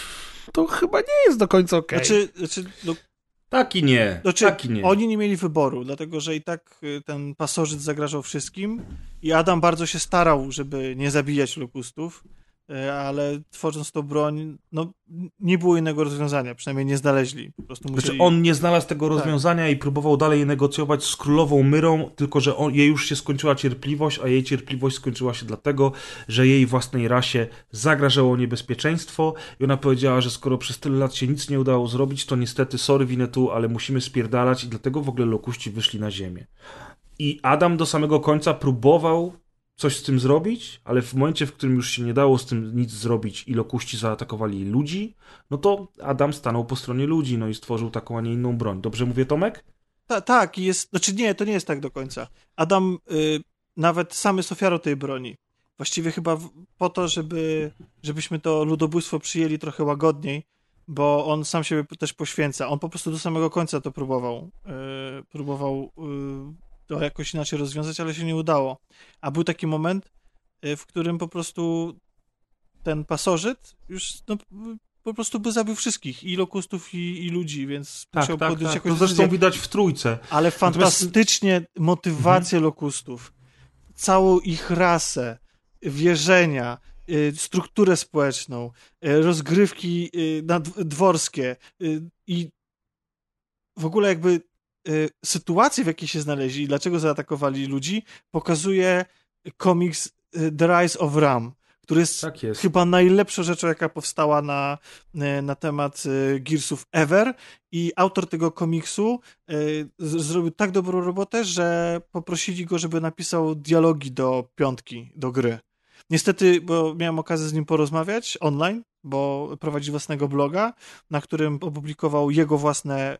to chyba nie jest do końca okej. Okay. Znaczy, znaczy no, tak i nie, znaczy, tak i nie. Oni nie mieli wyboru, dlatego że i tak ten pasożyt zagrażał wszystkim i Adam bardzo się starał, żeby nie zabijać lokustów, ale tworząc tą broń, no nie było innego rozwiązania, przynajmniej nie znaleźli. Po prostu musieli... Znaczy on nie znalazł tego rozwiązania tak. i próbował dalej negocjować z królową Myrą, tylko że on, jej już się skończyła cierpliwość, a jej cierpliwość skończyła się dlatego, że jej własnej rasie zagrażało niebezpieczeństwo i ona powiedziała, że skoro przez tyle lat się nic nie udało zrobić, to niestety sorry Winnetou, ale musimy spierdalać i dlatego w ogóle lokuści wyszli na ziemię. I Adam do samego końca próbował coś z tym zrobić, ale w momencie, w którym już się nie dało z tym nic zrobić i lokuści zaatakowali ludzi, no to Adam stanął po stronie ludzi, no i stworzył taką, a nie inną broń. Dobrze mówię, Tomek? Ta, tak, jest, znaczy nie, to nie jest tak do końca. Adam y, nawet sam jest ofiarą tej broni. Właściwie chyba w, po to, żeby, żebyśmy to ludobójstwo przyjęli trochę łagodniej, bo on sam siebie też poświęca. On po prostu do samego końca to próbował. Y, próbował y, to jakoś inaczej rozwiązać, ale się nie udało. A był taki moment, w którym po prostu ten pasożyt już no, po prostu by zabił wszystkich, i lokustów, i, i ludzi, więc tak, musiał tak, podjąć tak. jakąś To zresztą decyzję. widać w trójce. Ale fantastycznie Natomiast... motywację mhm. lokustów, całą ich rasę, wierzenia, strukturę społeczną, rozgrywki dworskie i w ogóle jakby sytuację, w jakiej się znaleźli i dlaczego zaatakowali ludzi, pokazuje komiks The Rise of Ram, który jest, tak jest chyba najlepszą rzeczą, jaka powstała na, na temat Gearsów ever, i autor tego komiksu z, zrobił tak dobrą robotę, że poprosili go, żeby napisał dialogi do piątki, do gry. Niestety, bo miałem okazję z nim porozmawiać online, bo prowadzi własnego bloga, na którym opublikował jego własne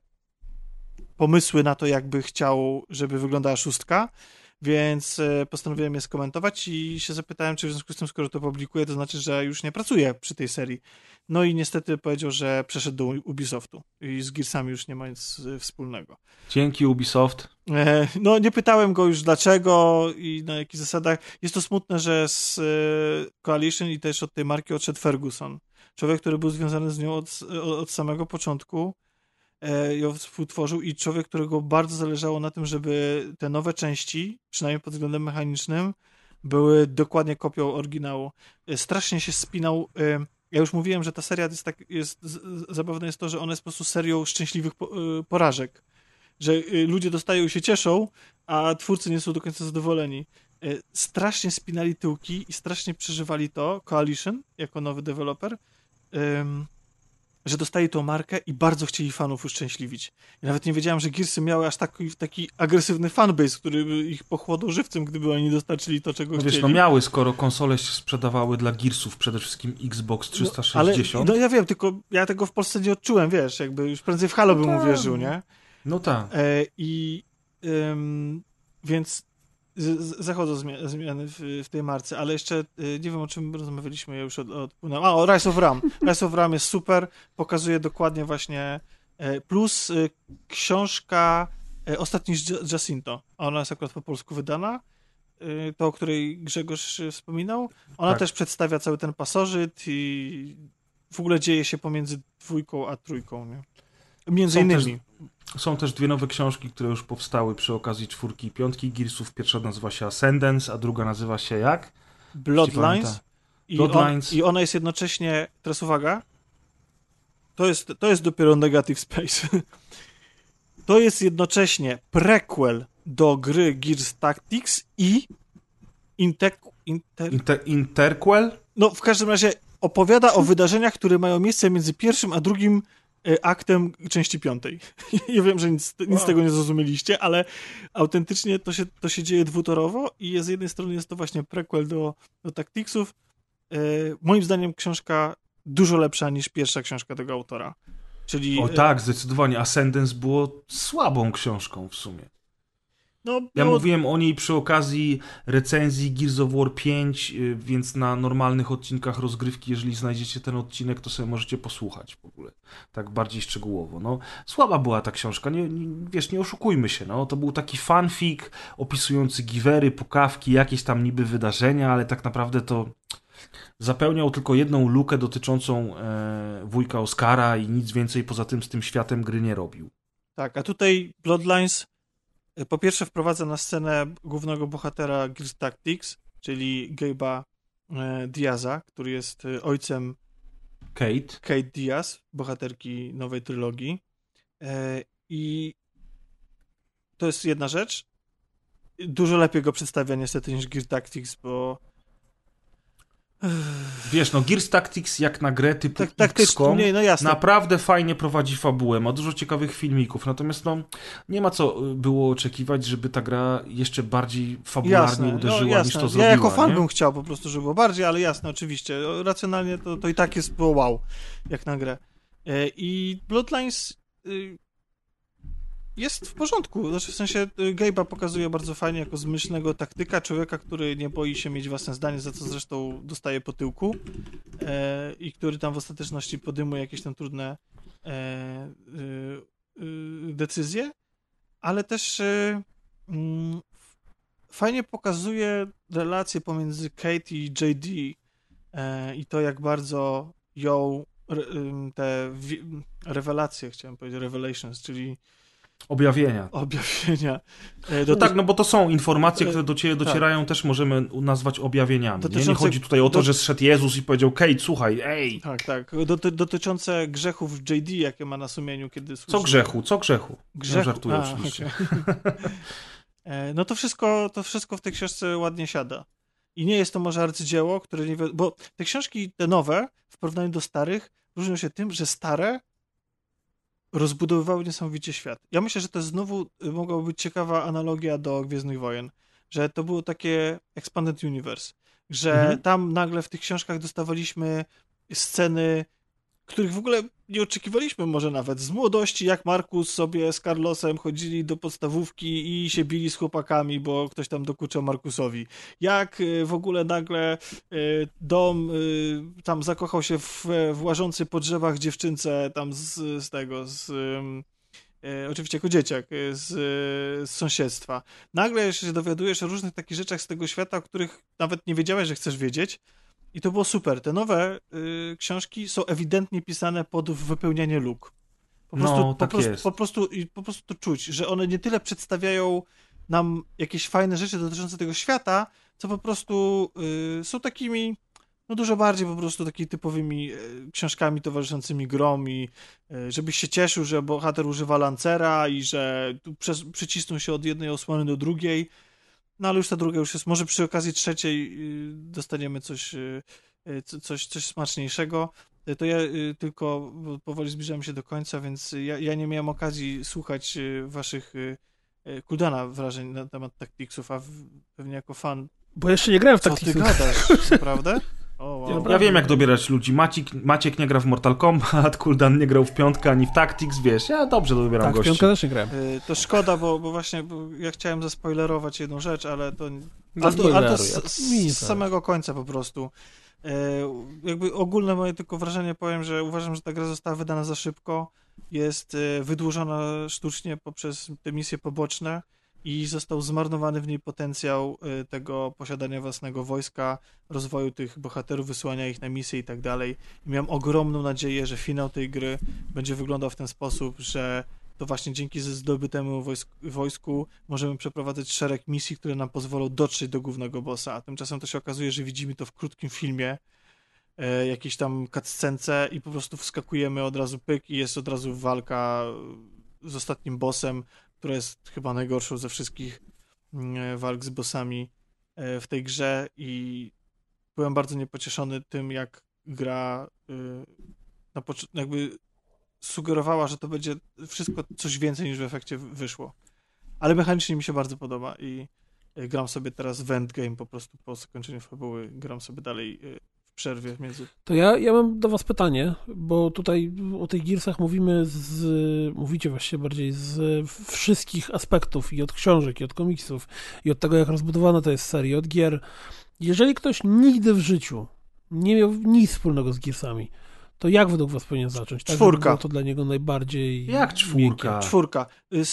pomysły na to, jakby chciał, żeby wyglądała szóstka, więc postanowiłem je skomentować i się zapytałem, czy w związku z tym, skoro to publikuję, to znaczy, że już nie pracuję przy tej serii. No i niestety powiedział, że przeszedł do Ubisoftu i z Gearsami już nie ma nic wspólnego. Dzięki Ubisoft. No nie pytałem go już dlaczego i na jakich zasadach. Jest to smutne, że z Coalition i też od tej marki odszedł Ferguson. Człowiek, który był związany z nią od, od samego początku, ją współtworzył, i człowiek, którego bardzo zależało na tym, żeby te nowe części, przynajmniej pod względem mechanicznym, były dokładnie kopią oryginału. Strasznie się spinał. Ja już mówiłem, że ta seria jest tak, jest, zabawne jest to, że ona jest po prostu serią szczęśliwych porażek. Że ludzie dostają i się cieszą, a twórcy nie są do końca zadowoleni. Strasznie spinali tyłki i strasznie przeżywali to, Coalition, jako nowy deweloper, że dostali tą markę i bardzo chcieli fanów uszczęśliwić. Ja nawet nie wiedziałem, że Gearsy miały aż taki, taki agresywny fanbase, który by ich pochłonął żywcem, gdyby oni dostarczyli to, czego no chcieli. Wiesz, no miały, skoro konsole się sprzedawały dla Gearsów, przede wszystkim Xbox trzysta sześćdziesiąt. No, ale, no ja wiem, tylko ja tego w Polsce nie odczułem, wiesz, jakby już prędzej w Halo no bym ta. uwierzył, nie? No tak. E, I ym, więc z, zachodzą zmiany, zmiany w, w tej marce, ale jeszcze nie wiem, o czym rozmawialiśmy, ja już od, odpłynąłem. A, o Rise of Ram. Rise of Ram jest super, pokazuje dokładnie właśnie, plus książka Ostatni z Jacinto, ona jest akurat po polsku wydana, to, o której Grzegorz wspominał. Ona tak. też przedstawia cały ten pasożyt i w ogóle dzieje się pomiędzy dwójką a trójką, nie? Między Są innymi. Też, są też dwie nowe książki, które już powstały przy okazji czwórki i piątki Gearsów. Pierwsza nazywa się Ascendance, a druga nazywa się jak? Bloodlines. I, Bloodlines. On, I ona jest jednocześnie, teraz uwaga, to jest, to jest dopiero Negative Space. To jest jednocześnie prequel do gry Gears Tactics i inter, inter... Inter, interquel? No, w każdym razie opowiada o wydarzeniach, które mają miejsce między pierwszym a drugim aktem części piątej. Ja wiem, że nic, nic z tego nie zrozumieliście, ale autentycznie to się, to się dzieje dwutorowo i z jednej strony jest to właśnie prequel do, do Tacticsów. E, moim zdaniem książka dużo lepsza niż pierwsza książka tego autora. Czyli... O tak, zdecydowanie. Ascendance było słabą książką w sumie. No, ja no... mówiłem o niej przy okazji recenzji Gears of War pięć, więc na normalnych odcinkach rozgrywki, jeżeli znajdziecie ten odcinek, to sobie możecie posłuchać w ogóle. Tak bardziej szczegółowo. No, słaba była ta książka, nie, nie, wiesz, nie oszukujmy się. No. To był taki fanfic opisujący givery, pukawki, jakieś tam niby wydarzenia, ale tak naprawdę to zapełniał tylko jedną lukę dotyczącą e, wujka Oscara i nic więcej poza tym z tym światem gry nie robił. Tak, a tutaj Bloodlines po pierwsze wprowadza na scenę głównego bohatera Gears Tactics, czyli Gabe'a e, Diaza, który jest ojcem Kate. Kate Diaz, bohaterki nowej trylogii. E, I to jest jedna rzecz. Dużo lepiej go przedstawia niestety niż Gears Tactics, bo wiesz, no Gears Tactics jak na grę typu tak, tak, X COM nie, no jasne. naprawdę fajnie prowadzi fabułę, ma dużo ciekawych filmików, natomiast no nie ma co było oczekiwać, żeby ta gra jeszcze bardziej fabularnie jasne, uderzyła no, jasne. niż to ja zrobiła. Ja jako fan nie? bym chciał po prostu, żeby było bardziej, ale jasne, oczywiście. Racjonalnie to, to i tak jest było wow, jak na grę. I Bloodlines jest w porządku. Znaczy w sensie Gabe'a pokazuje bardzo fajnie jako zmyślnego taktyka, człowieka, który nie boi się mieć własne zdanie, za co zresztą dostaje po tyłku e, i który tam w ostateczności podejmuje jakieś tam trudne e, e, e, decyzje, ale też e, m, fajnie pokazuje relacje pomiędzy Kate i J D e, i to, jak bardzo ją re, te wi, rewelacje, chciałem powiedzieć, revelations, czyli Objawienia. Objawienia. No tak, no bo to są informacje, które do ciebie docierają, tak. Też możemy nazwać objawieniami. Nie? nie chodzi tutaj o to, że zszedł Jezus i powiedział, Kate, słuchaj, ej. Tak, tak. Doty, dotyczące grzechów J D, jakie ma na sumieniu, kiedy słyszy... Co grzechu? Co grzechu? Grzechu. Ja żartuję A, oczywiście. Okay. No to wszystko, to wszystko w tej książce ładnie siada. I nie jest to może arcydzieło, które nie... Bo te książki, te nowe, w porównaniu do starych, różnią się tym, że stare rozbudowywały niesamowicie świat. Ja myślę, że to znowu mogła być ciekawa analogia do Gwiezdnych Wojen, że to było takie Expanded Universe, że mhm. tam nagle w tych książkach dostawaliśmy sceny, których w ogóle nie oczekiwaliśmy może nawet z młodości, jak Markus sobie z Carlosem chodzili do podstawówki i się bili z chłopakami, bo ktoś tam dokuczał Markusowi. Jak w ogóle nagle dom tam zakochał się w, w łażącej po drzewach dziewczynce tam z, z tego, z, oczywiście jako dzieciak, z, z sąsiedztwa. Nagle się dowiadujesz o różnych takich rzeczach z tego świata, o których nawet nie wiedziałeś, że chcesz wiedzieć. I to było super. Te nowe y, książki są ewidentnie pisane pod wypełnianie luk. Po prostu, no, tak po, prostu, jest. Po, prostu, po prostu to czuć, że one nie tyle przedstawiają nam jakieś fajne rzeczy dotyczące tego świata, co po prostu y, są takimi, no dużo bardziej po prostu takimi typowymi y, książkami towarzyszącymi grom i y, żebyś się cieszył, że bohater używa lancera i że tu przez, przycisnął się od jednej osłony do drugiej. No ale już ta druga już jest, może przy okazji trzeciej dostaniemy coś, coś, coś smaczniejszego. To ja tylko powoli zbliżam się do końca, więc ja, ja nie miałem okazji słuchać waszych Kuldana wrażeń na temat Tacticsów, a w, pewnie jako fan... Bo jeszcze nie grałem w Tacticsów. Co ty gadasz, naprawdę? Oh, wow. Ja wiem, jak dobierać ludzi. Maciek, Maciek nie gra w Mortal Kombat, Kuldan nie grał w piątkę ani w Tactics, wiesz, ja dobrze dobieram tak, gości. Tak, w piątkę też nie grałem. Y, to szkoda, bo, bo właśnie bo ja chciałem zaspoilerować jedną rzecz, ale to, ale to, ale to z, z samego końca po prostu. Y, jakby ogólne moje tylko wrażenie powiem, że uważam, że ta gra została wydana za szybko, jest y, wydłużona sztucznie poprzez te misje poboczne i został zmarnowany w niej potencjał y, tego posiadania własnego wojska, rozwoju tych bohaterów, wysyłania ich na misje i tak dalej. I miałem ogromną nadzieję, że finał tej gry będzie wyglądał w ten sposób, że to właśnie dzięki zdobytemu wojsku, wojsku możemy przeprowadzać szereg misji, które nam pozwolą dotrzeć do głównego bossa, a tymczasem to się okazuje, że widzimy to w krótkim filmie, y, jakiejś tam cutscence i po prostu wskakujemy od razu pyk i jest od razu walka z ostatnim bossem, która jest chyba najgorszą ze wszystkich walk z bossami w tej grze i byłem bardzo niepocieszony tym, jak gra na poczy- jakby sugerowała, że to będzie wszystko coś więcej niż w efekcie wyszło. Ale mechanicznie mi się bardzo podoba i gram sobie teraz w endgame po prostu po zakończeniu fabuły, gram sobie dalej w przerwie między... To ja, ja mam do was pytanie, bo tutaj o tych Gearsach mówimy z, mówicie właściwie bardziej z wszystkich aspektów i od książek, i od komiksów, i od tego, jak rozbudowana to jest seria, od gier. Jeżeli ktoś nigdy w życiu nie miał nic wspólnego z Gearsami, to jak według was powinien zacząć? Tak, czwórka. Było to dla niego najbardziej... Jak czwórka? Miękkie. Czwórka.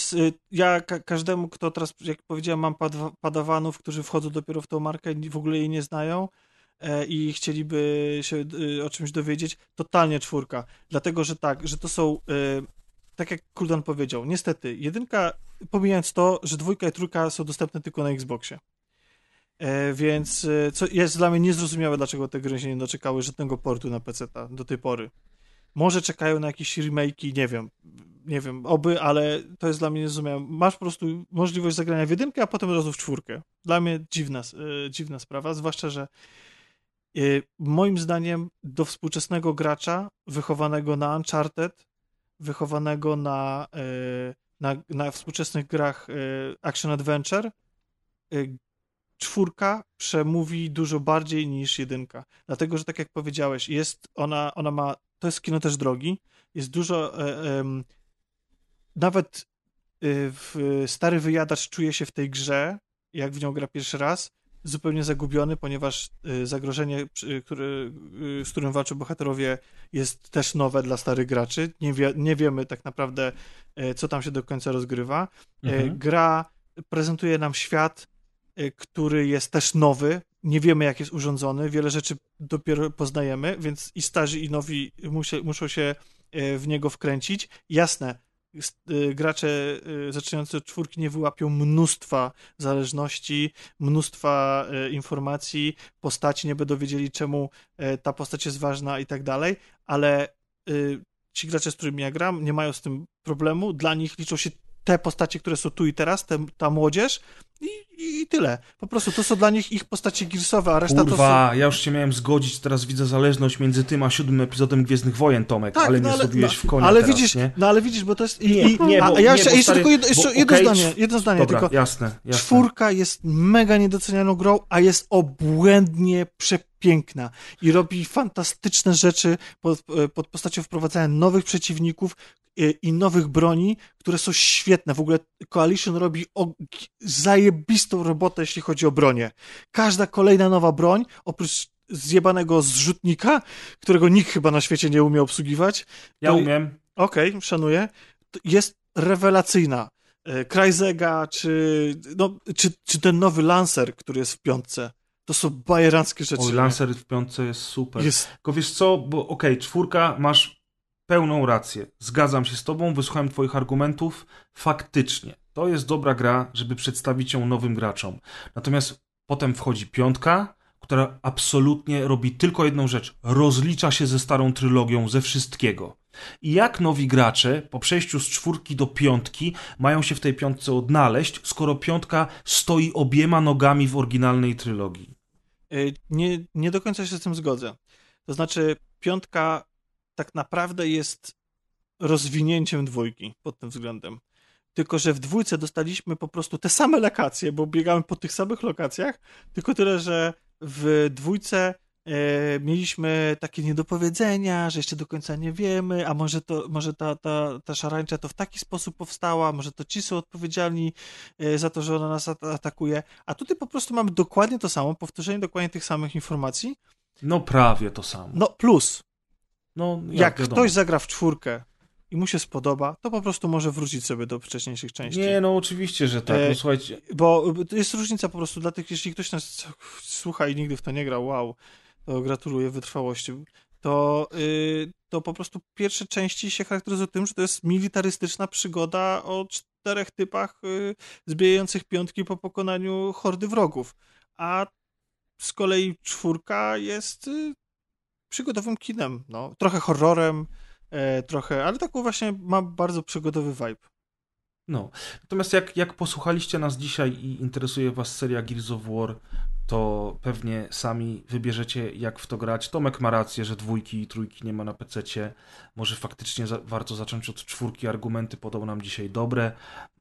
Ja ka- każdemu, kto teraz, jak powiedziałem, mam pad- padawanów, którzy wchodzą dopiero w tą markę i w ogóle jej nie znają, e, i chcieliby się e, o czymś dowiedzieć, totalnie czwórka. Dlatego, że tak, że to są, e, tak jak Kuldan powiedział, niestety, jedynka, pomijając to, że dwójka i trójka są dostępne tylko na Xboxie. E, więc e, co jest dla mnie niezrozumiałe, dlaczego te gry się nie doczekały żadnego portu na peceta do tej pory. Może czekają na jakieś remake'i, nie wiem, nie wiem, oby, ale to jest dla mnie niezrozumiałe. Masz po prostu możliwość zagrania w jedynkę, a potem od razu w czwórkę. Dla mnie dziwna, e, dziwna sprawa, zwłaszcza, że e, moim zdaniem do współczesnego gracza wychowanego na Uncharted, wychowanego na, e, na, na współczesnych grach e, action-adventure, e, czwórka przemówi dużo bardziej niż jedynka. Dlatego, że tak jak powiedziałeś, jest ona, ona ma, to jest kino też drogi, jest dużo, e, e, nawet e, w, stary wyjadacz czuje się w tej grze, jak w nią gra pierwszy raz, zupełnie zagubiony, ponieważ e, zagrożenie, e, który, e, z którym walczą bohaterowie, jest też nowe dla starych graczy. Nie, wie, nie wiemy tak naprawdę, e, co tam się do końca rozgrywa. E, Mhm. Gra prezentuje nam świat, który jest też nowy, nie wiemy jak jest urządzony, wiele rzeczy dopiero poznajemy, więc i starzy i nowi musie, muszą się w niego wkręcić. Jasne, gracze zaczynający od czwórki nie wyłapią mnóstwa zależności, mnóstwa informacji, postaci nie będą wiedzieli czemu ta postać jest ważna i tak dalej, ale ci gracze, z którymi ja gram, nie mają z tym problemu, dla nich liczą się te postacie, które są tu i teraz, te, ta młodzież i, i, i tyle. Po prostu to są dla nich ich postacie Gearsowe, a reszta Kurwa, to są... ja już się miałem zgodzić, teraz widzę zależność między tym a siódmym epizodem Gwiezdnych Wojen, Tomek, Tak, ale no nie ale, zrobiłeś no, w konia ale teraz, widzisz, nie? No ale widzisz, bo to jest... I, Nie, i, nie, a, bo- a ja nie, jeszcze, bo jeszcze stary, tylko jedno, jeszcze bo jedno okej, zdanie, jedno zdanie Dobra, tylko. jasne, jasne. Czwórka jest mega niedocenianą grą, a jest obłędnie przepiękna i robi fantastyczne rzeczy pod, pod postacią wprowadzania nowych przeciwników i, i nowych broni, które są świetne. W ogóle Coalition robi o, zajebistą robotę, jeśli chodzi o bronię. Każda kolejna nowa broń, oprócz zjebanego zrzutnika, którego nikt chyba na świecie nie umie obsługiwać. Ja to- umiem. Okej, szanuję. To jest rewelacyjna. E, Krajzega, czy, no, czy, czy ten nowy Lancer, który jest w piątce. To są bajeranckie rzeczy. Oj, Lancer w piątce jest super. Jest, Tylko wiesz co, bo okej, czwórka, masz pełną rację. Zgadzam się z tobą, wysłuchałem twoich argumentów. Faktycznie, to jest dobra gra, żeby przedstawić ją nowym graczom. Natomiast potem wchodzi piątka, która absolutnie robi tylko jedną rzecz. Rozlicza się ze starą trylogią, ze wszystkiego. I jak nowi gracze po przejściu z czwórki do piątki mają się w tej piątce odnaleźć, skoro piątka stoi obiema nogami w oryginalnej trylogii? y, nie, nie do końca się z tym zgodzę. To znaczy, piątka tak naprawdę jest rozwinięciem dwójki pod tym względem. Tylko że w dwójce dostaliśmy po prostu te same lokacje, bo biegamy po tych samych lokacjach, tylko tyle, że w dwójce e, mieliśmy takie niedopowiedzenia, że jeszcze do końca nie wiemy, a może, to, może ta, ta, ta szarańcza to w taki sposób powstała, może to ci są odpowiedzialni e, za to, że ona nas at- atakuje. A tutaj po prostu mamy dokładnie to samo, powtórzenie dokładnie tych samych informacji. No prawie to samo. No plus, No, jak wiadomo. ktoś zagra w czwórkę i mu się spodoba, to po prostu może wrócić sobie do wcześniejszych części. Nie, no oczywiście, że tak. E, No słuchajcie, Bo jest różnica po prostu dla tych, jeśli ktoś nas słucha i nigdy w to nie grał, wow, to gratuluję wytrwałości, to, yy, to po prostu pierwsze części się charakteryzują tym, że to jest militarystyczna przygoda o czterech typach yy, zbijających piątki po pokonaniu hordy wrogów. A z kolei czwórka jest yy, przygodowym kinem, no. Trochę horrorem, yy, trochę, ale taką właśnie ma bardzo przygodowy vibe. no. Natomiast jak, jak posłuchaliście nas dzisiaj i interesuje was seria Gears of War, to pewnie sami wybierzecie, jak w to grać. Tomek ma rację, że dwójki i trójki nie ma na pececie. Może faktycznie za, warto zacząć od czwórki. Argumenty podał nam dzisiaj dobre.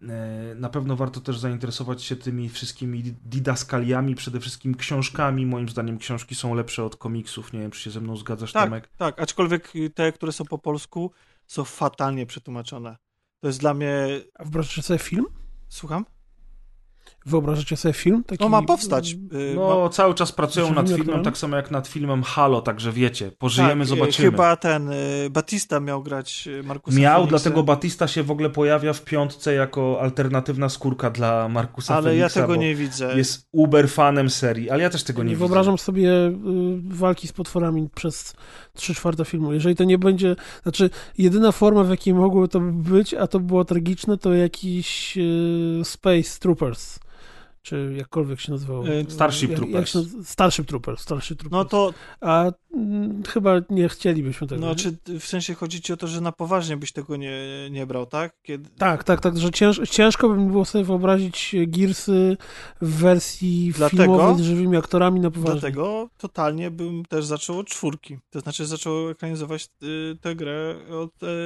E, na pewno warto też zainteresować się tymi wszystkimi didaskaliami, przede wszystkim książkami. Moim zdaniem książki są lepsze od komiksów. Nie wiem, czy się ze mną zgadzasz, Tak, Tomek? tak, aczkolwiek te, które są po polsku, są fatalnie przetłumaczone. To jest dla mnie... A wyobraźcie sobie film? Słucham? Wyobrażacie sobie film? Taki... No ma powstać. No ma... cały czas pracują nad filmem, aktorami? tak samo jak nad filmem Halo, także wiecie, pożyjemy, tak, zobaczymy. Chyba ten Batista miał grać Markusa Miał, Phoenixa. dlatego Batista się w ogóle pojawia w piątce jako alternatywna skórka dla Markusa Ale Phoenixa, ja tego bo nie widzę. jest uber fanem serii, ale ja też tego nie, Nie widzę. wyobrażam sobie y, walki z potworami przez trzy czwarte filmu. Jeżeli to nie będzie... Znaczy, jedyna forma, w jakiej mogło to być, a to było tragiczne, to jakiś y, Space Troopers. Czy jakkolwiek się nazywało. Starship jak, Troopers. Jak się, Starship Troopers. Starship Troopers. No to... A mm, chyba nie chcielibyśmy tego. No, nie? czy w sensie chodzi ci o to, że na poważnie byś tego nie, nie brał, tak? Kiedy... Tak, tak, tak, że cięż, ciężko by mi było sobie wyobrazić Gearsy w wersji Dlatego- filmowej z żywymi aktorami na poważnie. Dlatego totalnie bym też zaczął od czwórki. To znaczy zaczął ekranizować y, tę grę od, y,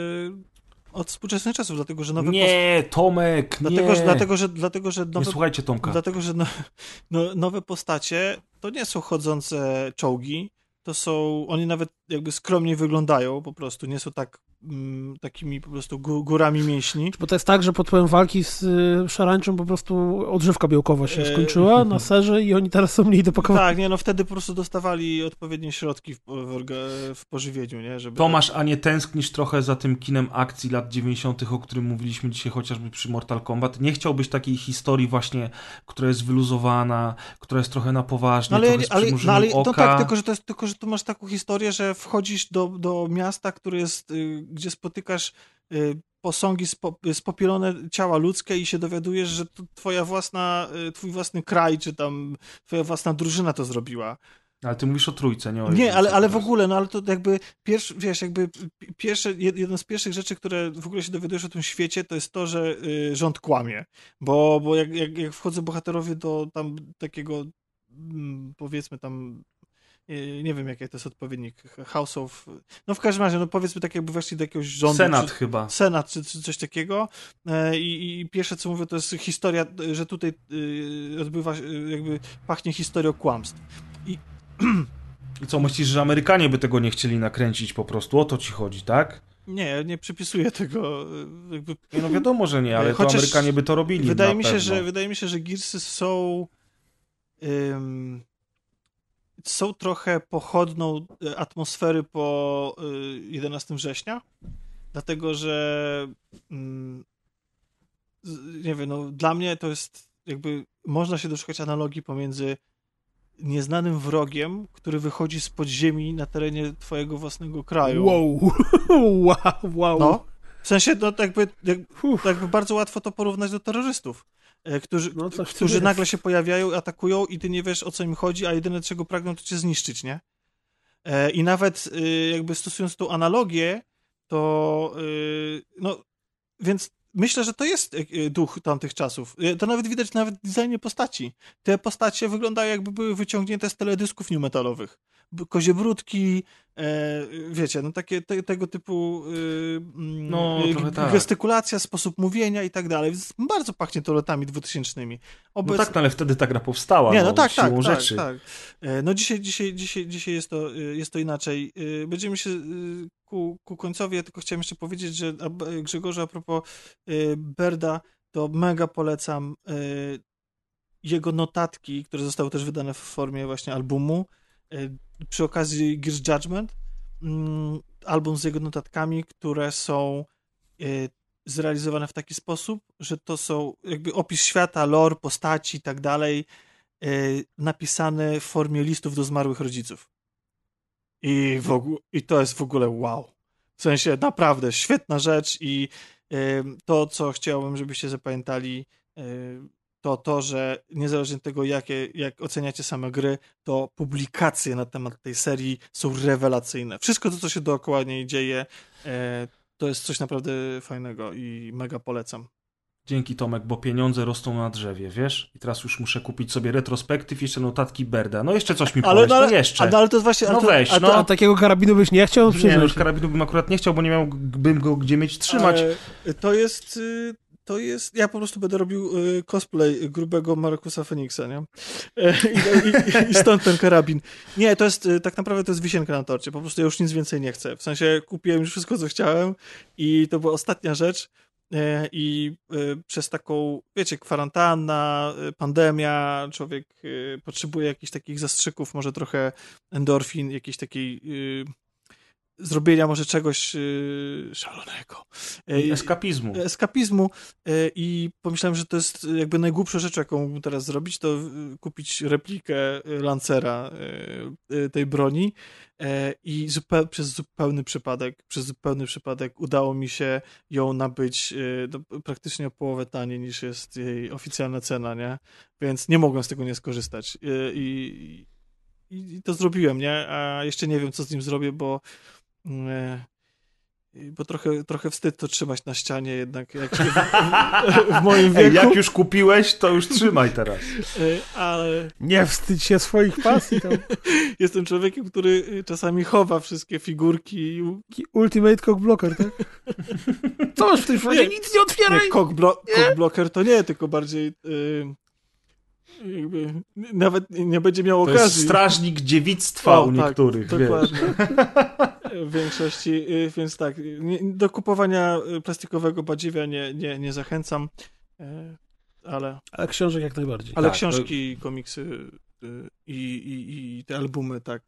od współczesnych czasów, dlatego że nowe Nie, Tomek, post... dlatego, nie. że, dlatego, że dlatego, że nowe... Nie słuchajcie Tomka. Dlatego, że no, no, nowe postacie to nie są chodzące czołgi, to są, oni nawet jakby skromniej wyglądają po prostu, nie są tak mm, takimi po prostu gó- górami mięśni. Bo to jest tak, że pod wpływem walki z y, szarańczą po prostu odżywka białkowa się Eee. skończyła na serze i oni teraz są mniej dopakowani. Tak, nie, no wtedy po prostu dostawali odpowiednie środki w, w, orga- w pożywieniu, nie? Żeby Tomasz, a nie tęsknisz trochę za tym kinem akcji lat dziewięćdziesiątych, o którym mówiliśmy dzisiaj chociażby przy Mortal Kombat? Nie chciałbyś takiej historii właśnie, która jest wyluzowana, która jest trochę na poważnie, No ale, trochę z ale, przymrużeniem no ale oka. no tak, tylko że, to jest, tylko że tu masz taką historię, że wchodzisz do, do miasta, które jest, y, gdzie spotykasz y, posągi, spo, spopielone ciała ludzkie i się dowiadujesz, że to twoja własna, y, twój własny kraj, czy tam twoja własna drużyna to zrobiła. Ale ty mówisz o trójce, nie o Nie, jedynce ale, ale w teraz. ogóle, no ale to jakby pierwszy, wiesz, jakby pierwsze, jeden z pierwszych rzeczy, które w ogóle się dowiadujesz o tym świecie, to jest to, że y, rząd kłamie, bo, bo jak, jak, jak wchodzą bohaterowie do tam takiego, mm, powiedzmy tam, y, nie wiem jaki to jest odpowiednik, House of, no w każdym razie, no powiedzmy tak jakby weszli do jakiegoś rządu. Senat czy, chyba. Senat, czy, czy coś takiego y, i, i pierwsze co mówię to jest historia, że tutaj y, odbywa się, y, jakby pachnie historią kłamstw. I I co, myślisz, że Amerykanie by tego nie chcieli nakręcić po prostu? O to ci chodzi, tak? Nie, nie przypisuję tego. Jakby... Nie, no wiadomo, że nie, ale Chociaż to Amerykanie by to robili. Wydaje na mi się, pewno. że wydaje mi się, że Gearsy są ym, są trochę pochodną atmosfery po y, jedenastego września, dlatego że ym, z, nie wiem, no dla mnie to jest jakby można się doszukać analogii pomiędzy nieznanym wrogiem, który wychodzi z podziemi na terenie twojego własnego kraju. Wow, wow, wow. No, w sensie, no to jakby, jakby, jakby bardzo łatwo to porównać do terrorystów, e, którzy, No, coś w tym którzy jest. nagle się pojawiają, atakują i ty nie wiesz, o co im chodzi, a jedyne, czego pragną, to cię zniszczyć, nie? E, I nawet e, jakby stosując tą analogię, to e, no, więc myślę, że to jest e, duch tamtych czasów. E, to nawet widać nawet w designie postaci. Te postacie wyglądają jakby były wyciągnięte z teledysków new metalowych. B- Kozie brudki, e, wiecie, no takie te, tego typu e, No, e, trochę tak. gestykulacja, sposób mówienia i tak dalej. Więc bardzo pachnie to latami dwutysięcznymi. No tak, no, ale wtedy ta gra powstała. Nie, no tak, tak, siłą tak, rzeczy. tak. E, No dzisiaj, dzisiaj, dzisiaj, dzisiaj jest, to, e, jest to inaczej. E, Będziemy się e, ku, ku końcowi, ja tylko chciałem jeszcze powiedzieć, że a- e, Grzegorzu, a propos e, Berda, to mega polecam e, jego notatki, które zostały też wydane w formie właśnie albumu, e, przy okazji Gears Judgment, mm, album z jego notatkami, które są e, zrealizowane w taki sposób, że to są jakby opis świata, lore, postaci i tak dalej, e, napisane w formie listów do zmarłych rodziców. I, w ogóle, I to jest w ogóle wow. W sensie naprawdę świetna rzecz i e, to, co chciałbym, żebyście zapamiętali, e, to to, że niezależnie od tego, jakie, jak oceniacie same gry, to publikacje na temat tej serii są rewelacyjne. Wszystko to, co się dookoła niej dzieje, e, to jest coś naprawdę fajnego i mega polecam. Dzięki Tomek, bo pieniądze rosną na drzewie, wiesz? I teraz już muszę kupić sobie retrospektyw, jeszcze notatki Berda. No jeszcze coś mi Ale, powiesz, no, no, ale, jeszcze. ale, ale to jest właśnie... No ale to, weź, ale no. to, A takiego karabinu byś nie chciał? Nie, no Przyznaj już się. karabinu bym akurat nie chciał, bo nie miałbym go gdzie mieć trzymać. E, To jest... y, To jest... Ja po prostu będę robił y, cosplay grubego Markusa Phoenixa, nie? E, I, i, I stąd ten karabin. Nie, to jest... y, Tak naprawdę to jest wisienka na torcie. Po prostu ja już nic więcej nie chcę. W sensie kupiłem już wszystko, co chciałem i to była ostatnia rzecz. i przez taką, wiecie, kwarantanna, pandemia, człowiek potrzebuje jakichś takich zastrzyków, może trochę endorfin, jakiejś takiej zrobienia może czegoś szalonego. Eskapizmu. Eskapizmu i pomyślałem, że to jest jakby najgłupsza rzecz, jaką mógłbym teraz zrobić, to kupić replikę Lancera tej broni i zupeł, przez zupełny przypadek, przez zupełny przypadek udało mi się ją nabyć no, praktycznie o połowę taniej niż jest jej oficjalna cena, nie? Więc nie mogłem z tego nie skorzystać i, i, i to zrobiłem, nie? A jeszcze nie wiem, co z nim zrobię, bo bo trochę, trochę wstyd to trzymać na ścianie jednak jak w, w, w moim wieku. Ej, jak już kupiłeś, to już trzymaj teraz. Ale... Nie wstydź się swoich pasji tam. Jestem człowiekiem, który czasami chowa wszystkie figurki. Ultimate cockblocker, tak? Co masz w tej frazie? Nic nie otwieraj! Nie, cockblo- cockblocker to nie, tylko bardziej... Yy... Jakby nawet nie będzie miał to okazji. Jest strażnik dziewictwa o, u niektórych, tak, wiesz. Dokładnie. W większości, więc tak, nie, do kupowania plastikowego badziewia nie, nie, nie zachęcam, ale... Ale książek jak najbardziej. Ale tak, książki, to... komiksy i, i, i te albumy, tak.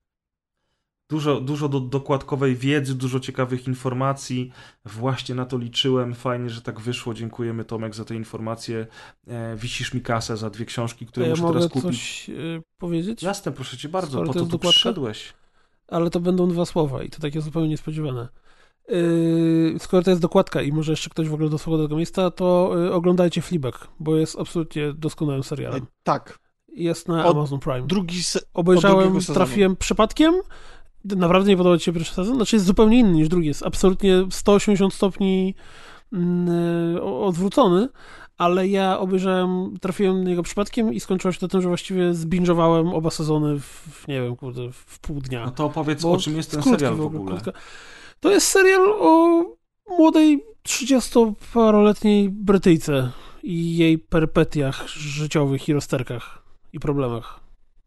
Dużo, dużo do, dokładkowej wiedzy, dużo ciekawych informacji. Właśnie na to liczyłem. Fajnie, że tak wyszło. Dziękujemy, Tomek, za te informacje. E, wisisz mi kasę za dwie książki, które ja muszę mogę teraz kupić. coś y, powiedzieć? Jasne, proszę cię bardzo. Skoro Po to to jest tu dokładka? przyszedłeś. Ale to będą dwa słowa i to takie zupełnie niespodziewane. Yy, skoro to jest dokładka i może jeszcze ktoś w ogóle dosłucha do tego miejsca, to yy, oglądajcie Fleabag, bo jest absolutnie doskonałym serialem. E, tak. Jest na Od Amazon Prime. Drugi se- Obejrzałem, trafiłem przypadkiem. Naprawdę nie podoba ci się pierwszy sezon? Znaczy jest zupełnie inny niż drugi. Jest absolutnie sto osiemdziesiąt stopni yy, odwrócony, ale ja obejrzałem, trafiłem na niego przypadkiem i skończyło się to tym, że właściwie zbinge'owałem oba sezony w, nie wiem, kurde, w pół dnia. No to opowiedz, Bo o czym jest ten krótki serial w w ogóle. Krótka. To jest serial o młodej trzydziestoparoletniej Brytyjce i jej perypetiach życiowych i rozterkach i problemach,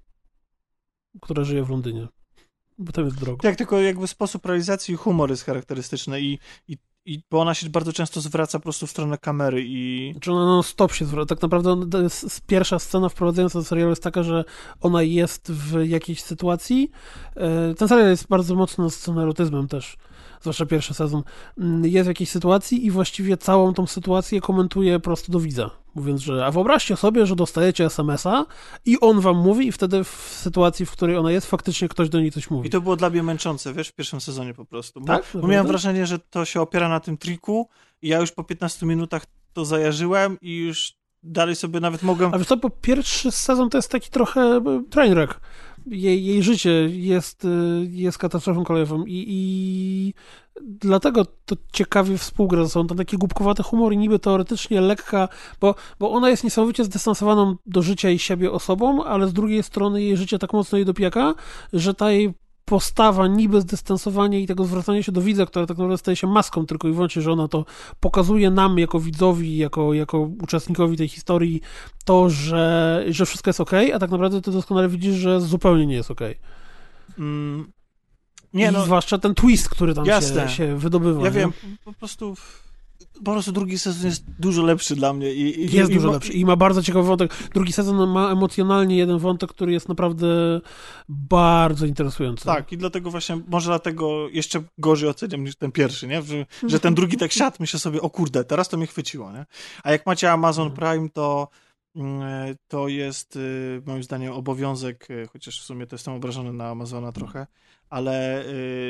która żyje w Londynie. Bo tam jest drogo. Tak, tylko jakby sposób realizacji i humor jest charakterystyczny i, i, i bo ona się bardzo często zwraca po prostu w stronę kamery i... Znaczy ona non stop się zwraca. Tak naprawdę to jest, pierwsza scena wprowadzająca do serialu jest taka, że ona jest w jakiejś sytuacji. Ten serial jest bardzo mocno scenarotyzmem też, zwłaszcza pierwszy sezon. Jest w jakiejś sytuacji i właściwie całą tą sytuację komentuje prosto do widza. Mówiąc, że a wyobraźcie sobie, że dostajecie es em es a i on wam mówi i wtedy w sytuacji, w której ona jest, faktycznie ktoś do niej coś mówi. I to było dla mnie męczące, wiesz, w pierwszym sezonie po prostu. Bo, tak? bo miałem wrażenie, że to się opiera na tym triku i ja już po piętnastu minutach to zajarzyłem i już dalej sobie nawet mogłem... A wiesz co, po pierwszy sezon to jest taki trochę trainwreck. Jej, jej życie jest, jest katastrofą kolejową i, i dlatego to ciekawie współgra ze sobą. To taki głupkowaty humor i niby teoretycznie lekka, bo, bo ona jest niesamowicie zdystansowaną do życia i siebie osobą, ale z drugiej strony jej życie tak mocno jej dopieka, że ta jej postawa niby zdystansowania i tego zwracania się do widza, która tak naprawdę staje się maską tylko i wyłącznie, że ona to pokazuje nam jako widzowi, jako, jako uczestnikowi tej historii to, że, że wszystko jest okej, a tak naprawdę ty doskonale widzisz, że zupełnie nie jest okej. Mm, nie, I no, zwłaszcza ten twist, który tam się, się wydobywa. Ja nie? wiem, po prostu... Po prostu drugi sezon jest dużo lepszy dla mnie. I, i, jest i, dużo ma... lepszy i ma bardzo ciekawy wątek. Drugi sezon ma emocjonalnie jeden wątek, który jest naprawdę bardzo interesujący. Tak, i dlatego właśnie, może dlatego jeszcze gorzej oceniam niż ten pierwszy, nie? Że, że ten drugi tak siadł, myślę sobie, o kurde, teraz to mnie chwyciło, nie? A jak macie Amazon Prime, to to jest moim zdaniem obowiązek, chociaż w sumie to jestem obrażony na Amazona trochę, ale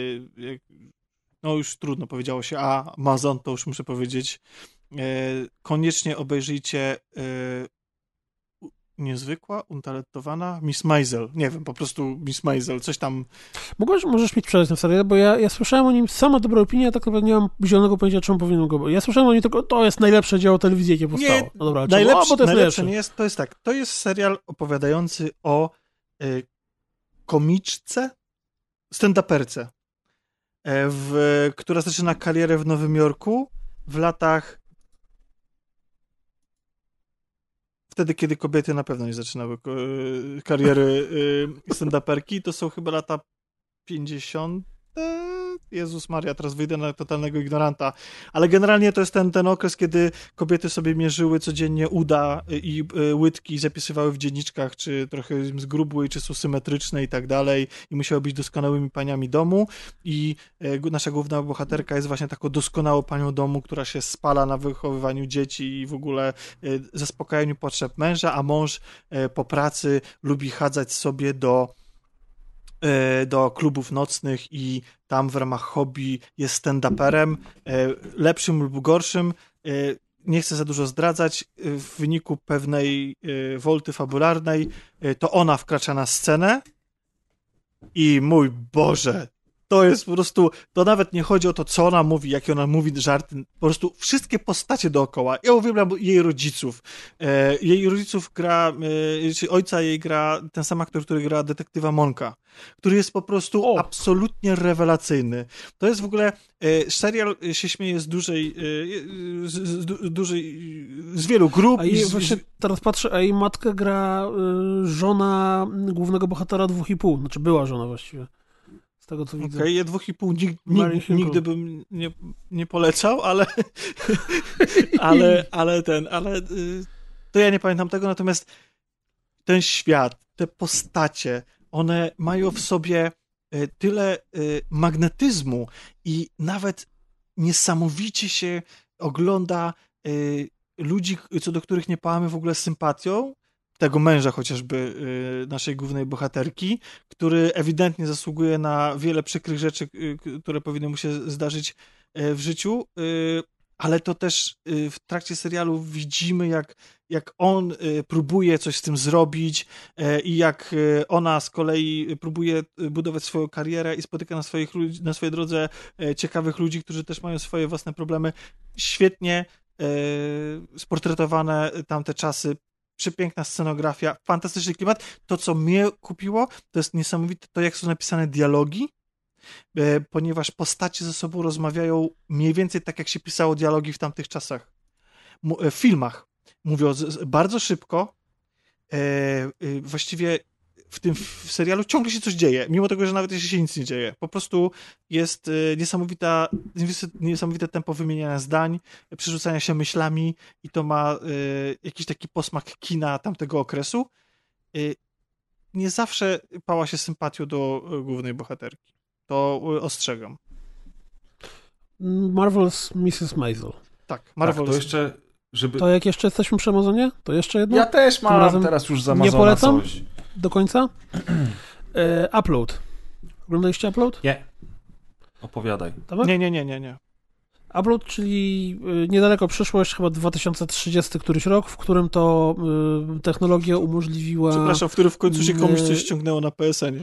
no już trudno, powiedziało się a Amazon, to już muszę powiedzieć, koniecznie obejrzyjcie niezwykła, utalentowana Miss Maisel. Nie wiem, po prostu Miss Maisel, coś tam... Mogłeś, możesz mi sprzedać ten serial, bo ja, ja słyszałem o nim same dobre opinie, a tak naprawdę nie mam zielonego pojęcia, czemu powinienem go... Ja słyszałem o nim tylko, to jest najlepsze dzieło telewizji, jakie powstało. Nie, no dobra, najlepsze, o, bo to jest najlepsze najlepsze. nie jest, to jest tak, to jest serial opowiadający o y, komiczce, stand-uperce, w, która zaczyna karierę w Nowym Jorku w latach wtedy, kiedy kobiety na pewno nie zaczynały kariery stand-uperki, to są chyba lata pięćdziesiąte Jezus Maria, teraz wyjdę na totalnego ignoranta, ale generalnie to jest ten, ten okres, kiedy kobiety sobie mierzyły codziennie uda i y, łydki, zapisywały w dzienniczkach, czy trochę im zgrubły, czy są symetryczne i tak dalej, i musiały być doskonałymi paniami domu, i y, nasza główna bohaterka jest właśnie taką doskonałą panią domu, która się spala na wychowywaniu dzieci i w ogóle y, zaspokajaniu potrzeb męża, a mąż y, po pracy lubi chadzać sobie do do klubów nocnych i tam w ramach hobby jest stand-uperem, lepszym lub gorszym. Nie chcę za dużo zdradzać. W wyniku pewnej wolty fabularnej to ona wkracza na scenę i mój Boże, to jest po prostu, to nawet nie chodzi o to, co ona mówi, jakie ona mówi żarty, po prostu wszystkie postacie dookoła. Ja uwielbiam jej rodziców. E, jej rodziców gra, e, czy ojca jej gra ten sam aktor, który gra detektywa Monka, który jest po prostu o. absolutnie rewelacyjny. To jest w ogóle, e, serial się śmieje z dużej, e, z, z, z, dużej, z wielu grup. A jej, z, właśnie teraz patrzę, a jej matkę gra y, żona głównego bohatera dwóch i pół, znaczy była żona właściwie. Tego, co widzę. Okej, okay, ja dwóch i pół nig, nig, nigdy bym nie, nie polecał, ale ale, ale ten, ale y, to ja nie pamiętam tego, natomiast ten świat, te postacie, one mają w sobie y, tyle y, magnetyzmu i nawet niesamowicie się ogląda y, ludzi, co do których nie pałamy w ogóle sympatią, tego męża chociażby y, naszej głównej bohaterki, który ewidentnie zasługuje na wiele przykrych rzeczy, y, które powinny mu się zdarzyć y, w życiu, y, ale to też y, w trakcie serialu widzimy, jak, jak on y, próbuje coś z tym zrobić y, i jak y, ona z kolei próbuje budować swoją karierę i spotyka na, swoich, na swojej drodze y, ciekawych ludzi, którzy też mają swoje własne problemy. Świetnie y, sportretowane tamte czasy, przepiękna scenografia, fantastyczny klimat. To, co mnie kupiło, to jest niesamowite to, jak są napisane dialogi, e, ponieważ postacie ze sobą rozmawiają mniej więcej tak, jak się pisało dialogi w tamtych czasach. M- w filmach. Mówią z, z, bardzo szybko. E, e, właściwie w tym w serialu ciągle się coś dzieje, mimo tego, że nawet jeśli się nic nie dzieje. Po prostu jest e, niesamowita, niesamowite tempo wymieniania zdań, przerzucania się myślami i to ma e, jakiś taki posmak kina tamtego okresu. E, nie zawsze pała się sympatią do e, głównej bohaterki. To e, ostrzegam. Marvel's missus Maisel. Tak, Marvel's. Tak, to jeszcze, żeby... To jak jeszcze jesteśmy przy Amazonie, to jeszcze jedno? Ja też mam razem teraz już z Amazona nie polecam coś. Do końca. e, Upload. Oglądaliście Upload? Nie. Opowiadaj. Tak? Nie, nie, nie, nie, nie. Upload, czyli niedaleko przyszłość, chyba dwa tysiące trzydziesty któryś rok, w którym to y, technologia umożliwiła... Przepraszam, w którym w końcu się komuś coś ściągnęło na P S N-ie.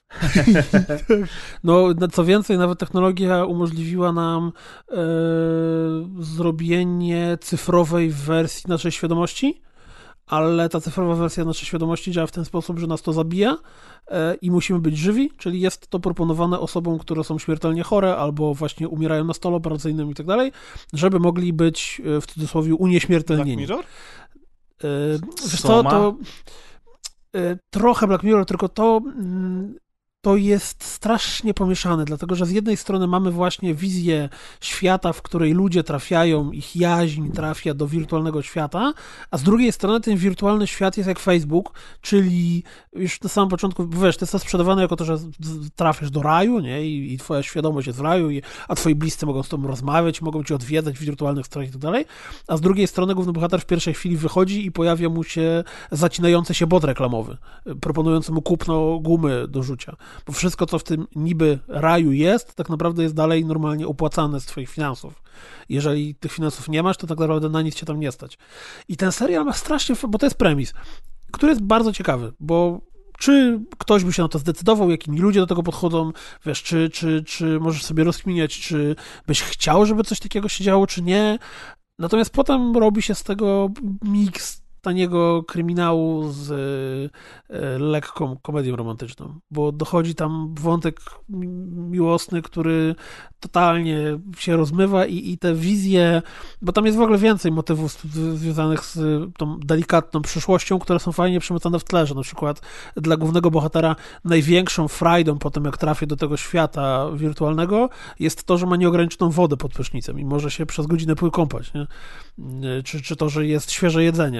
No, co więcej, nawet technologia umożliwiła nam e, zrobienie cyfrowej wersji naszej świadomości, ale ta cyfrowa wersja naszej świadomości działa w ten sposób, że nas to zabija e, i musimy być żywi, czyli jest to proponowane osobom, które są śmiertelnie chore albo właśnie umierają na stole operacyjnym i tak dalej, żeby mogli być w cudzysłowie unieśmiertelnieni. Black Mirror? E, wiesz co, to e, trochę Black Mirror, tylko to mm, to jest strasznie pomieszane, dlatego że z jednej strony mamy właśnie wizję świata, w której ludzie trafiają, ich jaźń trafia do wirtualnego świata, a z drugiej strony ten wirtualny świat jest jak Facebook, czyli już na samym początku, wiesz, to jest to sprzedawane jako to, że trafisz do raju, nie, i, i twoja świadomość jest w raju, i, a twoi bliscy mogą z tobą rozmawiać, mogą cię odwiedzać w wirtualnych stronach i tak dalej, a z drugiej strony główny bohater w pierwszej chwili wychodzi i pojawia mu się zacinający się bot reklamowy, proponujący mu kupno gumy do rzucia. Bo wszystko, co w tym niby raju jest, tak naprawdę jest dalej normalnie opłacane z twoich finansów. Jeżeli tych finansów nie masz, to tak naprawdę na nic cię tam nie stać. I ten serial ma strasznie, bo to jest premis, który jest bardzo ciekawy, bo czy ktoś by się na to zdecydował, jak inni ludzie do tego podchodzą, wiesz, czy, czy, czy możesz sobie rozkminiać, czy byś chciał, żeby coś takiego się działo, czy nie. Natomiast potem robi się z tego miks taniego kryminału z e, lekką komedią romantyczną, bo dochodzi tam wątek miłosny, który totalnie się rozmywa i, i te wizje, bo tam jest w ogóle więcej motywów związanych z tą delikatną przyszłością, które są fajnie przemycone w tle, że na przykład dla głównego bohatera największą frajdą po tym, jak trafi do tego świata wirtualnego, jest to, że ma nieograniczoną wodę pod prysznicem i może się przez godzinę kąpać, nie? Czy, czy to, że jest świeże jedzenie.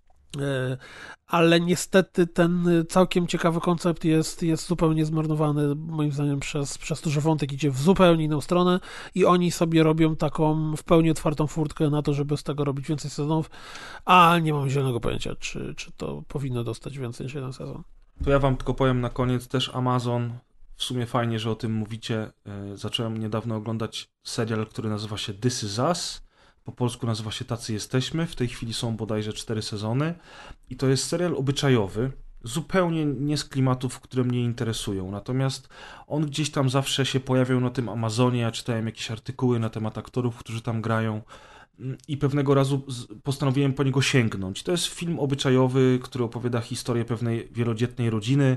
Ale niestety ten całkiem ciekawy koncept jest, jest zupełnie zmarnowany moim zdaniem przez, przez to, że wątek idzie w zupełnie inną stronę i oni sobie robią taką w pełni otwartą furtkę na to, żeby z tego robić więcej sezonów, a nie mam zielonego pojęcia, czy, czy to powinno dostać więcej niż jeden sezon. To ja wam tylko powiem na koniec, też Amazon, w sumie fajnie, że o tym mówicie. Zacząłem niedawno oglądać serial, który nazywa się This Is Us. Po polsku nazywa się Tacy Jesteśmy. W tej chwili są bodajże cztery sezony. I to jest serial obyczajowy, zupełnie nie z klimatów, które mnie interesują. Natomiast on gdzieś tam zawsze się pojawiał na tym Amazonie. Ja czytałem jakieś artykuły na temat aktorów, którzy tam grają. I pewnego razu postanowiłem po niego sięgnąć. To jest film obyczajowy, który opowiada historię pewnej wielodzietnej rodziny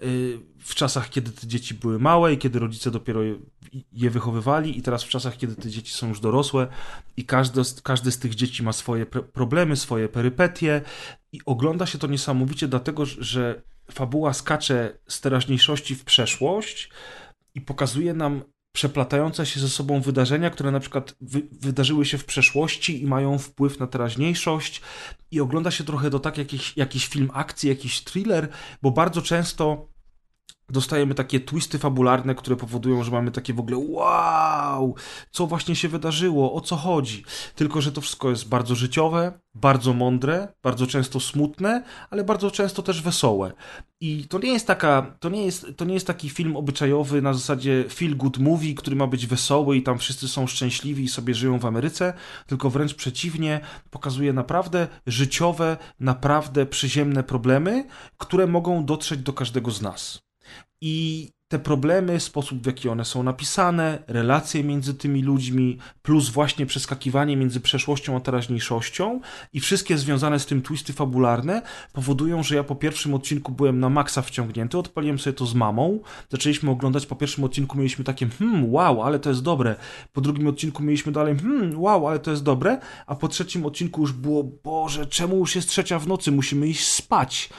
w czasach, kiedy te dzieci były małe i kiedy rodzice dopiero je wychowywali, i teraz w czasach, kiedy te dzieci są już dorosłe i każdy, każdy z tych dzieci ma swoje problemy, swoje perypetie i ogląda się to niesamowicie, dlatego że fabuła skacze z teraźniejszości w przeszłość i pokazuje nam przeplatające się ze sobą wydarzenia, które na przykład wy- wydarzyły się w przeszłości i mają wpływ na teraźniejszość, i ogląda się trochę to tak jakiś, jakiś film akcji, jakiś thriller, bo bardzo często dostajemy takie twisty fabularne, które powodują, że mamy takie w ogóle wow, co właśnie się wydarzyło, o co chodzi. Tylko że to wszystko jest bardzo życiowe, bardzo mądre, bardzo często smutne, ale bardzo często też wesołe. I to nie jest taka, to nie jest, to nie jest taki film obyczajowy na zasadzie feel good movie, który ma być wesoły i tam wszyscy są szczęśliwi i sobie żyją w Ameryce, tylko wręcz przeciwnie, pokazuje naprawdę życiowe, naprawdę przyziemne problemy, które mogą dotrzeć do każdego z nas. I te problemy, sposób w jaki one są napisane, relacje między tymi ludźmi, plus właśnie przeskakiwanie między przeszłością a teraźniejszością i wszystkie związane z tym twisty fabularne powodują, że ja po pierwszym odcinku byłem na maksa wciągnięty, odpaliłem sobie to z mamą, zaczęliśmy oglądać, po pierwszym odcinku mieliśmy takie hmm, wow, ale to jest dobre, po drugim odcinku mieliśmy dalej hmm, wow, ale to jest dobre, a po trzecim odcinku już było, Boże, czemu już jest trzecia w nocy, musimy iść spać.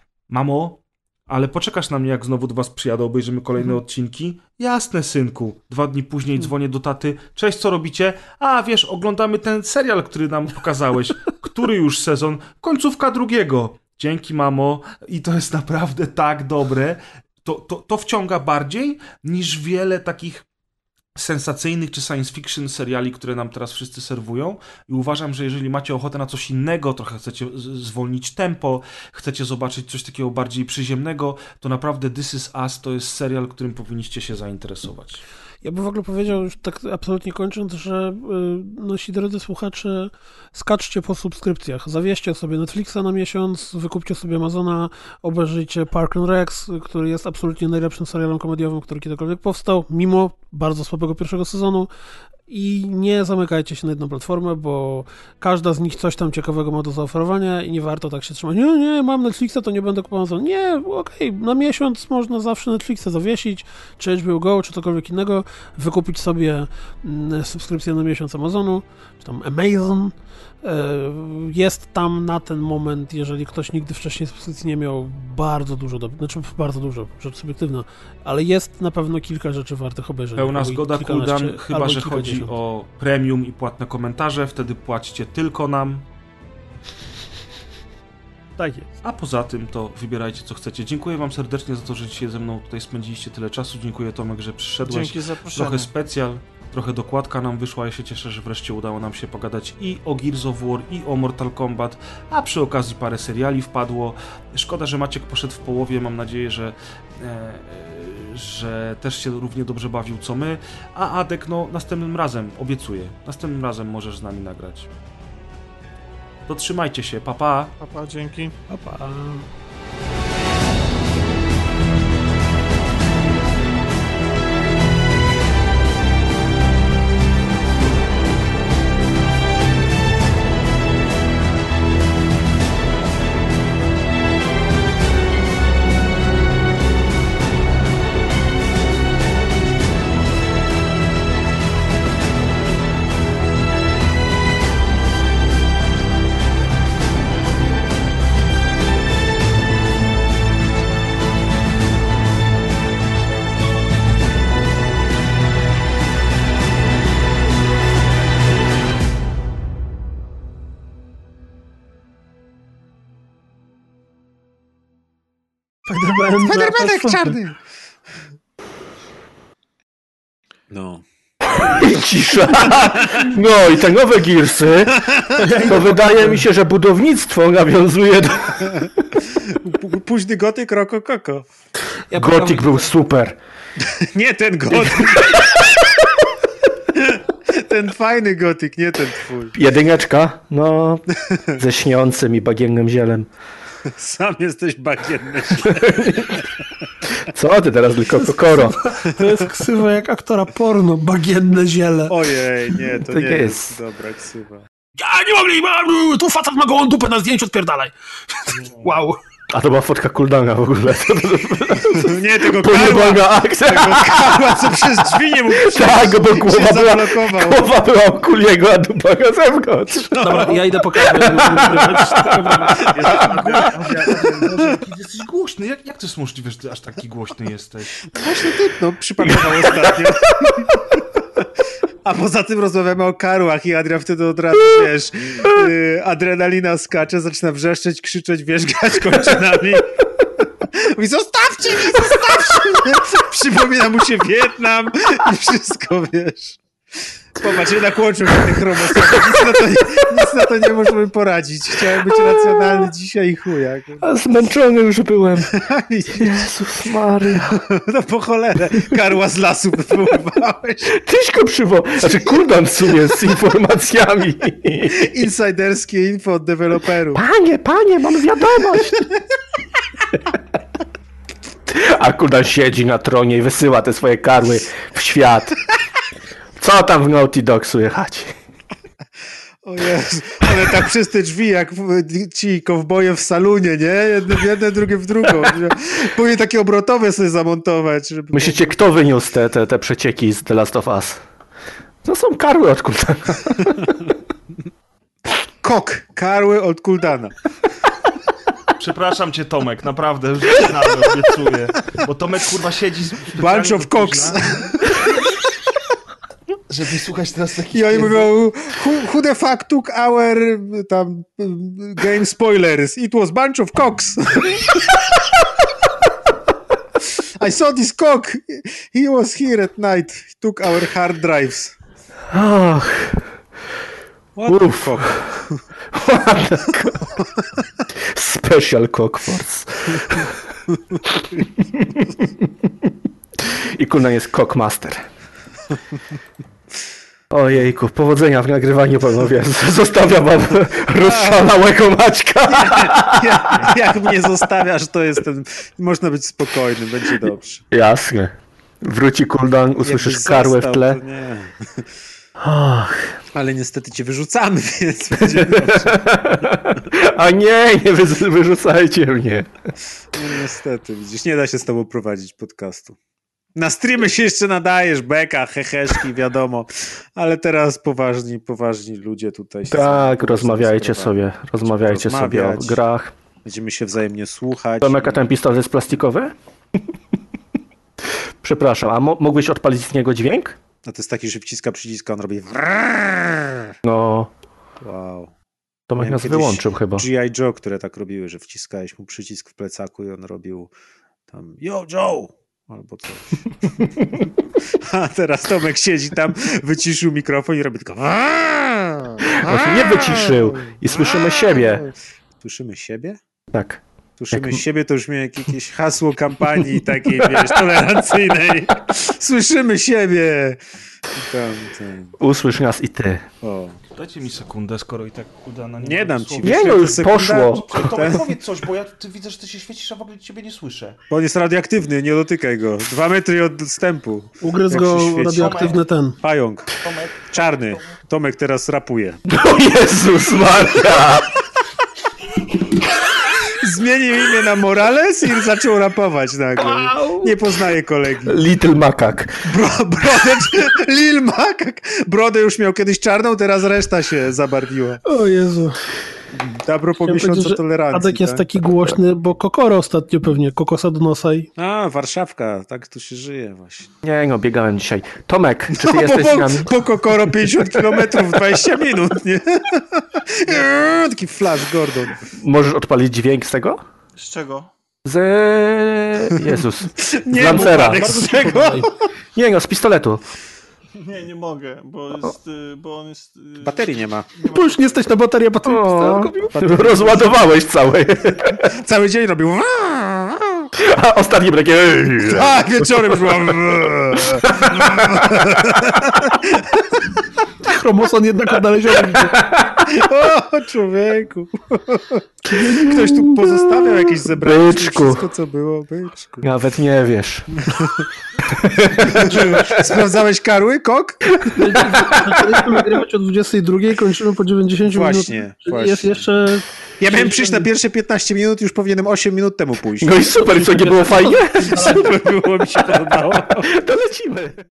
Mamo, ale poczekasz na mnie, jak znowu do was przyjadę, obejrzymy kolejne mhm. odcinki? Jasne, synku. Dwa dni później dzwonię do taty. Cześć, co robicie? A, wiesz, oglądamy ten serial, który nam pokazałeś. Który już sezon? Końcówka drugiego. Dzięki, mamo. I to jest naprawdę tak dobre. To, to, to wciąga bardziej niż wiele takich sensacyjnych czy science fiction seriali, które nam teraz wszyscy serwują, i uważam, że jeżeli macie ochotę na coś innego, trochę chcecie zwolnić tempo, chcecie zobaczyć coś takiego bardziej przyziemnego, to naprawdę This Is Us to jest serial, którym powinniście się zainteresować. Ja bym w ogóle powiedział, już tak absolutnie kończąc, że yy, nasi drodzy słuchacze, skaczcie po subskrypcjach. Zawieźcie sobie Netflixa na miesiąc, wykupcie sobie Amazona, obejrzyjcie Parks and Rec, który jest absolutnie najlepszym serialem komediowym, który kiedykolwiek powstał, mimo bardzo słabego pierwszego sezonu. I nie zamykajcie się na jedną platformę, bo każda z nich coś tam ciekawego ma do zaoferowania i nie warto tak się trzymać. Nie, nie, mam Netflixa, to nie będę kupował. Nie, okej, okay, na miesiąc można zawsze Netflixa zawiesić, czy H B O Go, czy cokolwiek innego, wykupić sobie subskrypcję na miesiąc Amazonu, czy tam Amazon. Jest tam na ten moment, jeżeli ktoś nigdy wcześniej subskrypcji nie miał, bardzo dużo, do... znaczy bardzo dużo, rzecz subiektywna, ale jest na pewno kilka rzeczy wartych obejrzenia. Pełna zgoda, Kuldan, chyba że chodzi o premium i płatne komentarze, wtedy płacicie tylko nam. Tak jest. A poza tym to wybierajcie, co chcecie. Dziękuję wam serdecznie za to, że dzisiaj ze mną tutaj spędziliście tyle czasu. Dziękuję, Tomek, że przyszedłeś. Dzięki za zaproszenie. Trochę specjal, trochę dokładka nam wyszła. Ja się cieszę, że wreszcie udało nam się pogadać i o Gears of War, i o Mortal Kombat, a przy okazji parę seriali wpadło. Szkoda, że Maciek poszedł w połowie. Mam nadzieję, że e, że też się równie dobrze bawił co my. A Adek, no następnym razem, obiecuję, następnym razem możesz z nami nagrać. To trzymajcie się, pa pa. Pa, pa, dzięki. Pa, pa. Spider-Man. Spider-Manek czarny! No. I cisza. No i te nowe Gearsy, to wydaje mi się, że budownictwo nawiązuje do... P- Późny gotyk Roko Koko. Ja Gothic był super. Nie ten gotyk. Ten fajny gotyk, nie ten twój. Jedyneczka, no, ze śniącym i bagiennym zielem. Sam jesteś bagienny. Co ty teraz, tylko kokoro? To jest ksywa jak aktora porno, bagienne ziele. Ojej, nie, to Tak nie jest. jest dobra ksywa. Ja nie mogę, tu facet ma gołą dupę na zdjęciu, odpierdalaj. Wow. A to była fotka Kuldana w ogóle. Nie, tego karła, Pojebana akcja. tego karła, co przez drzwi nie mógł przejść. Tak, bo głowa była, zablokował. głowa była u Kuliego, a dupa na zewnątrz. Dobra, ja idę pokazać. Jesteś głośny, jak, jak to jest możliwe, że ty aż taki głośny jesteś? Właśnie ty, no, przypakował ostatnio. A poza tym rozmawiamy o karłach i Adrian wtedy od razu, wiesz, yy, adrenalina skacze, zaczyna wrzeszczeć, krzyczeć, wierzgać kończynami. Mówi, zostawcie mnie, zostawcie mnie! Przypomina mu się Wietnam i wszystko, wiesz. Popatrz, jednak łączą się te chromosomy. Nic na, to nie, nic na to nie możemy poradzić. Chciałem być racjonalny dzisiaj i chujak. A zmęczony już byłem. Jezus Maria. No po cholerę, karła z lasu wywoływałeś. Tyś go przywo... Znaczy Kuldan w sumie z informacjami. Insiderskie info od deweloperów. Panie, panie, mam wiadomość. A Kuldan siedzi na tronie i wysyła te swoje karły w świat. Co tam w Naughty Dog słychać? O Jezu, ale tak przez te drzwi, jak ci kowboje w salonie, nie? Jedne w jedne, drugie w drugą. Powinien takie obrotowe sobie zamontować. Żeby... Myślicie, kto wyniósł te, te, te przecieki z The Last of Us? To są karły od Kuldana. Kok, karły od Kuldana. Przepraszam cię, Tomek, naprawdę, już zaczynamy, obiecuję. Bo Tomek, kurwa, siedzi... Bunch of cocks. Żeby słuchać teraz takich... I oni mówią, who, who the fuck took our tam game spoilers? It was bunch of cocks. I saw this cock. He was here at night. He took our hard drives. Ach. What the fuck? What the cock? Special Cock Force. I Kuldan jest Cockmaster. Ojejku, powodzenia w nagrywaniu, panowie. Zostawiam wam rozszalałego Maćka. Jak, jak mnie zostawiasz, to jestem... Można być spokojny, będzie dobrze. Jasne. Wróci Kuldan, usłyszysz Jakbyś karłę w został, tle. to nie. Ach. Ale niestety cię wyrzucamy, więc będzie dobrze. A nie, nie wy, wyrzucajcie mnie. No niestety, widzisz, nie da się z tobą prowadzić podcastu. Na streamy się jeszcze nadajesz, beka, heheszki, wiadomo, ale teraz poważni, poważni ludzie tutaj. Się Tak, sobie rozmawiajcie sprawami. sobie, rozmawiajcie sobie o rozmawiać. grach. Będziemy się wzajemnie słuchać. Tomek, a ten pistolet jest plastikowy? Przepraszam, a mo- mógłbyś odpalić z niego dźwięk? No to jest taki, że wciska przycisk, a on robi... No, Wow. Tomek Miałem nas kiedyś wyłączył chyba. G I. Joe, które tak robiły, że wciskałeś mu przycisk w plecaku i on robił tam Yo Joe! Albo coś. A teraz Tomek siedzi tam, wyciszył mikrofon i robi tylko Właśnie nie wyciszył i słyszymy siebie. Słyszymy siebie? Tak. Słyszymy Jak- siebie, to już miał jakieś hasło kampanii takiej, wiesz, tolerancyjnej. Słyszymy siebie! I tam, tam. Usłysz nas i ty. O. Dajcie mi sekundę, skoro i tak Kuldana nie Nie ma dam ci. słowa. Nie, wyślę no to już sekunda. poszło. Tomek, powiedz coś, bo ja ty widzę, że ty się świecisz, a w ogóle ciebie nie słyszę. Bo on jest radioaktywny, nie dotykaj go. Dwa metry od odstępu. Ugryzł Jak go się świeci. radioaktywny ten. Pająk. Tomek, Czarny. Tomek teraz rapuje. O Jezus Maria! Zmienił imię na Morales i zaczął rapować nagle. Nie poznaje kolegi. Little Makak. Bro, brodę, Lil Makak. Brodę już miał kiedyś czarną, teraz reszta się zabarwiła. O Jezu. A propos Chciałem miesiąca powiedzieć, że tolerancji. Adek jest tak? taki głośny, bo Kokoro ostatnio pewnie, kokosa do nosa i... A, Warszawka, tak tu się żyje właśnie. Nie no, biegałem dzisiaj. Tomek, czy ty No, jesteś bo, z nami? po Kokoro pięćdziesiąt kilometrów, dwadzieścia minut, nie? Taki Flash Gordon. Możesz odpalić dźwięk z tego? Z czego? Ze... Jezus. Nie, z Lancera. z czego? Nie, no, z pistoletu. Nie, nie mogę, bo, jest, y, bo on jest... y, Baterii nie ma. nie ma Bo już nie stać na baterię po tym O, pistoletku. rozładowałeś całej. Cały dzień robił. A ostatni takie... Tak, wieczorem już byłam. Chromoson jednak odnaleziony. O, człowieku. Ktoś tu pozostawiał jakieś zebranie. Byczku. Wszystko, co było, byczku. Nawet nie wiesz. Sprawdzałeś karły, kok? Zaczęliśmy nagrywać o dwudziestej drugiej, kończymy po dziewięćdziesięciu Właśnie, minutach. właśnie. Jest jeszcze... Ja miałem przyjść na pierwsze piętnaście minut, już powinienem osiem minut temu pójść. No i super, co, nie było fajnie? Super było, mi się podobało. To lecimy.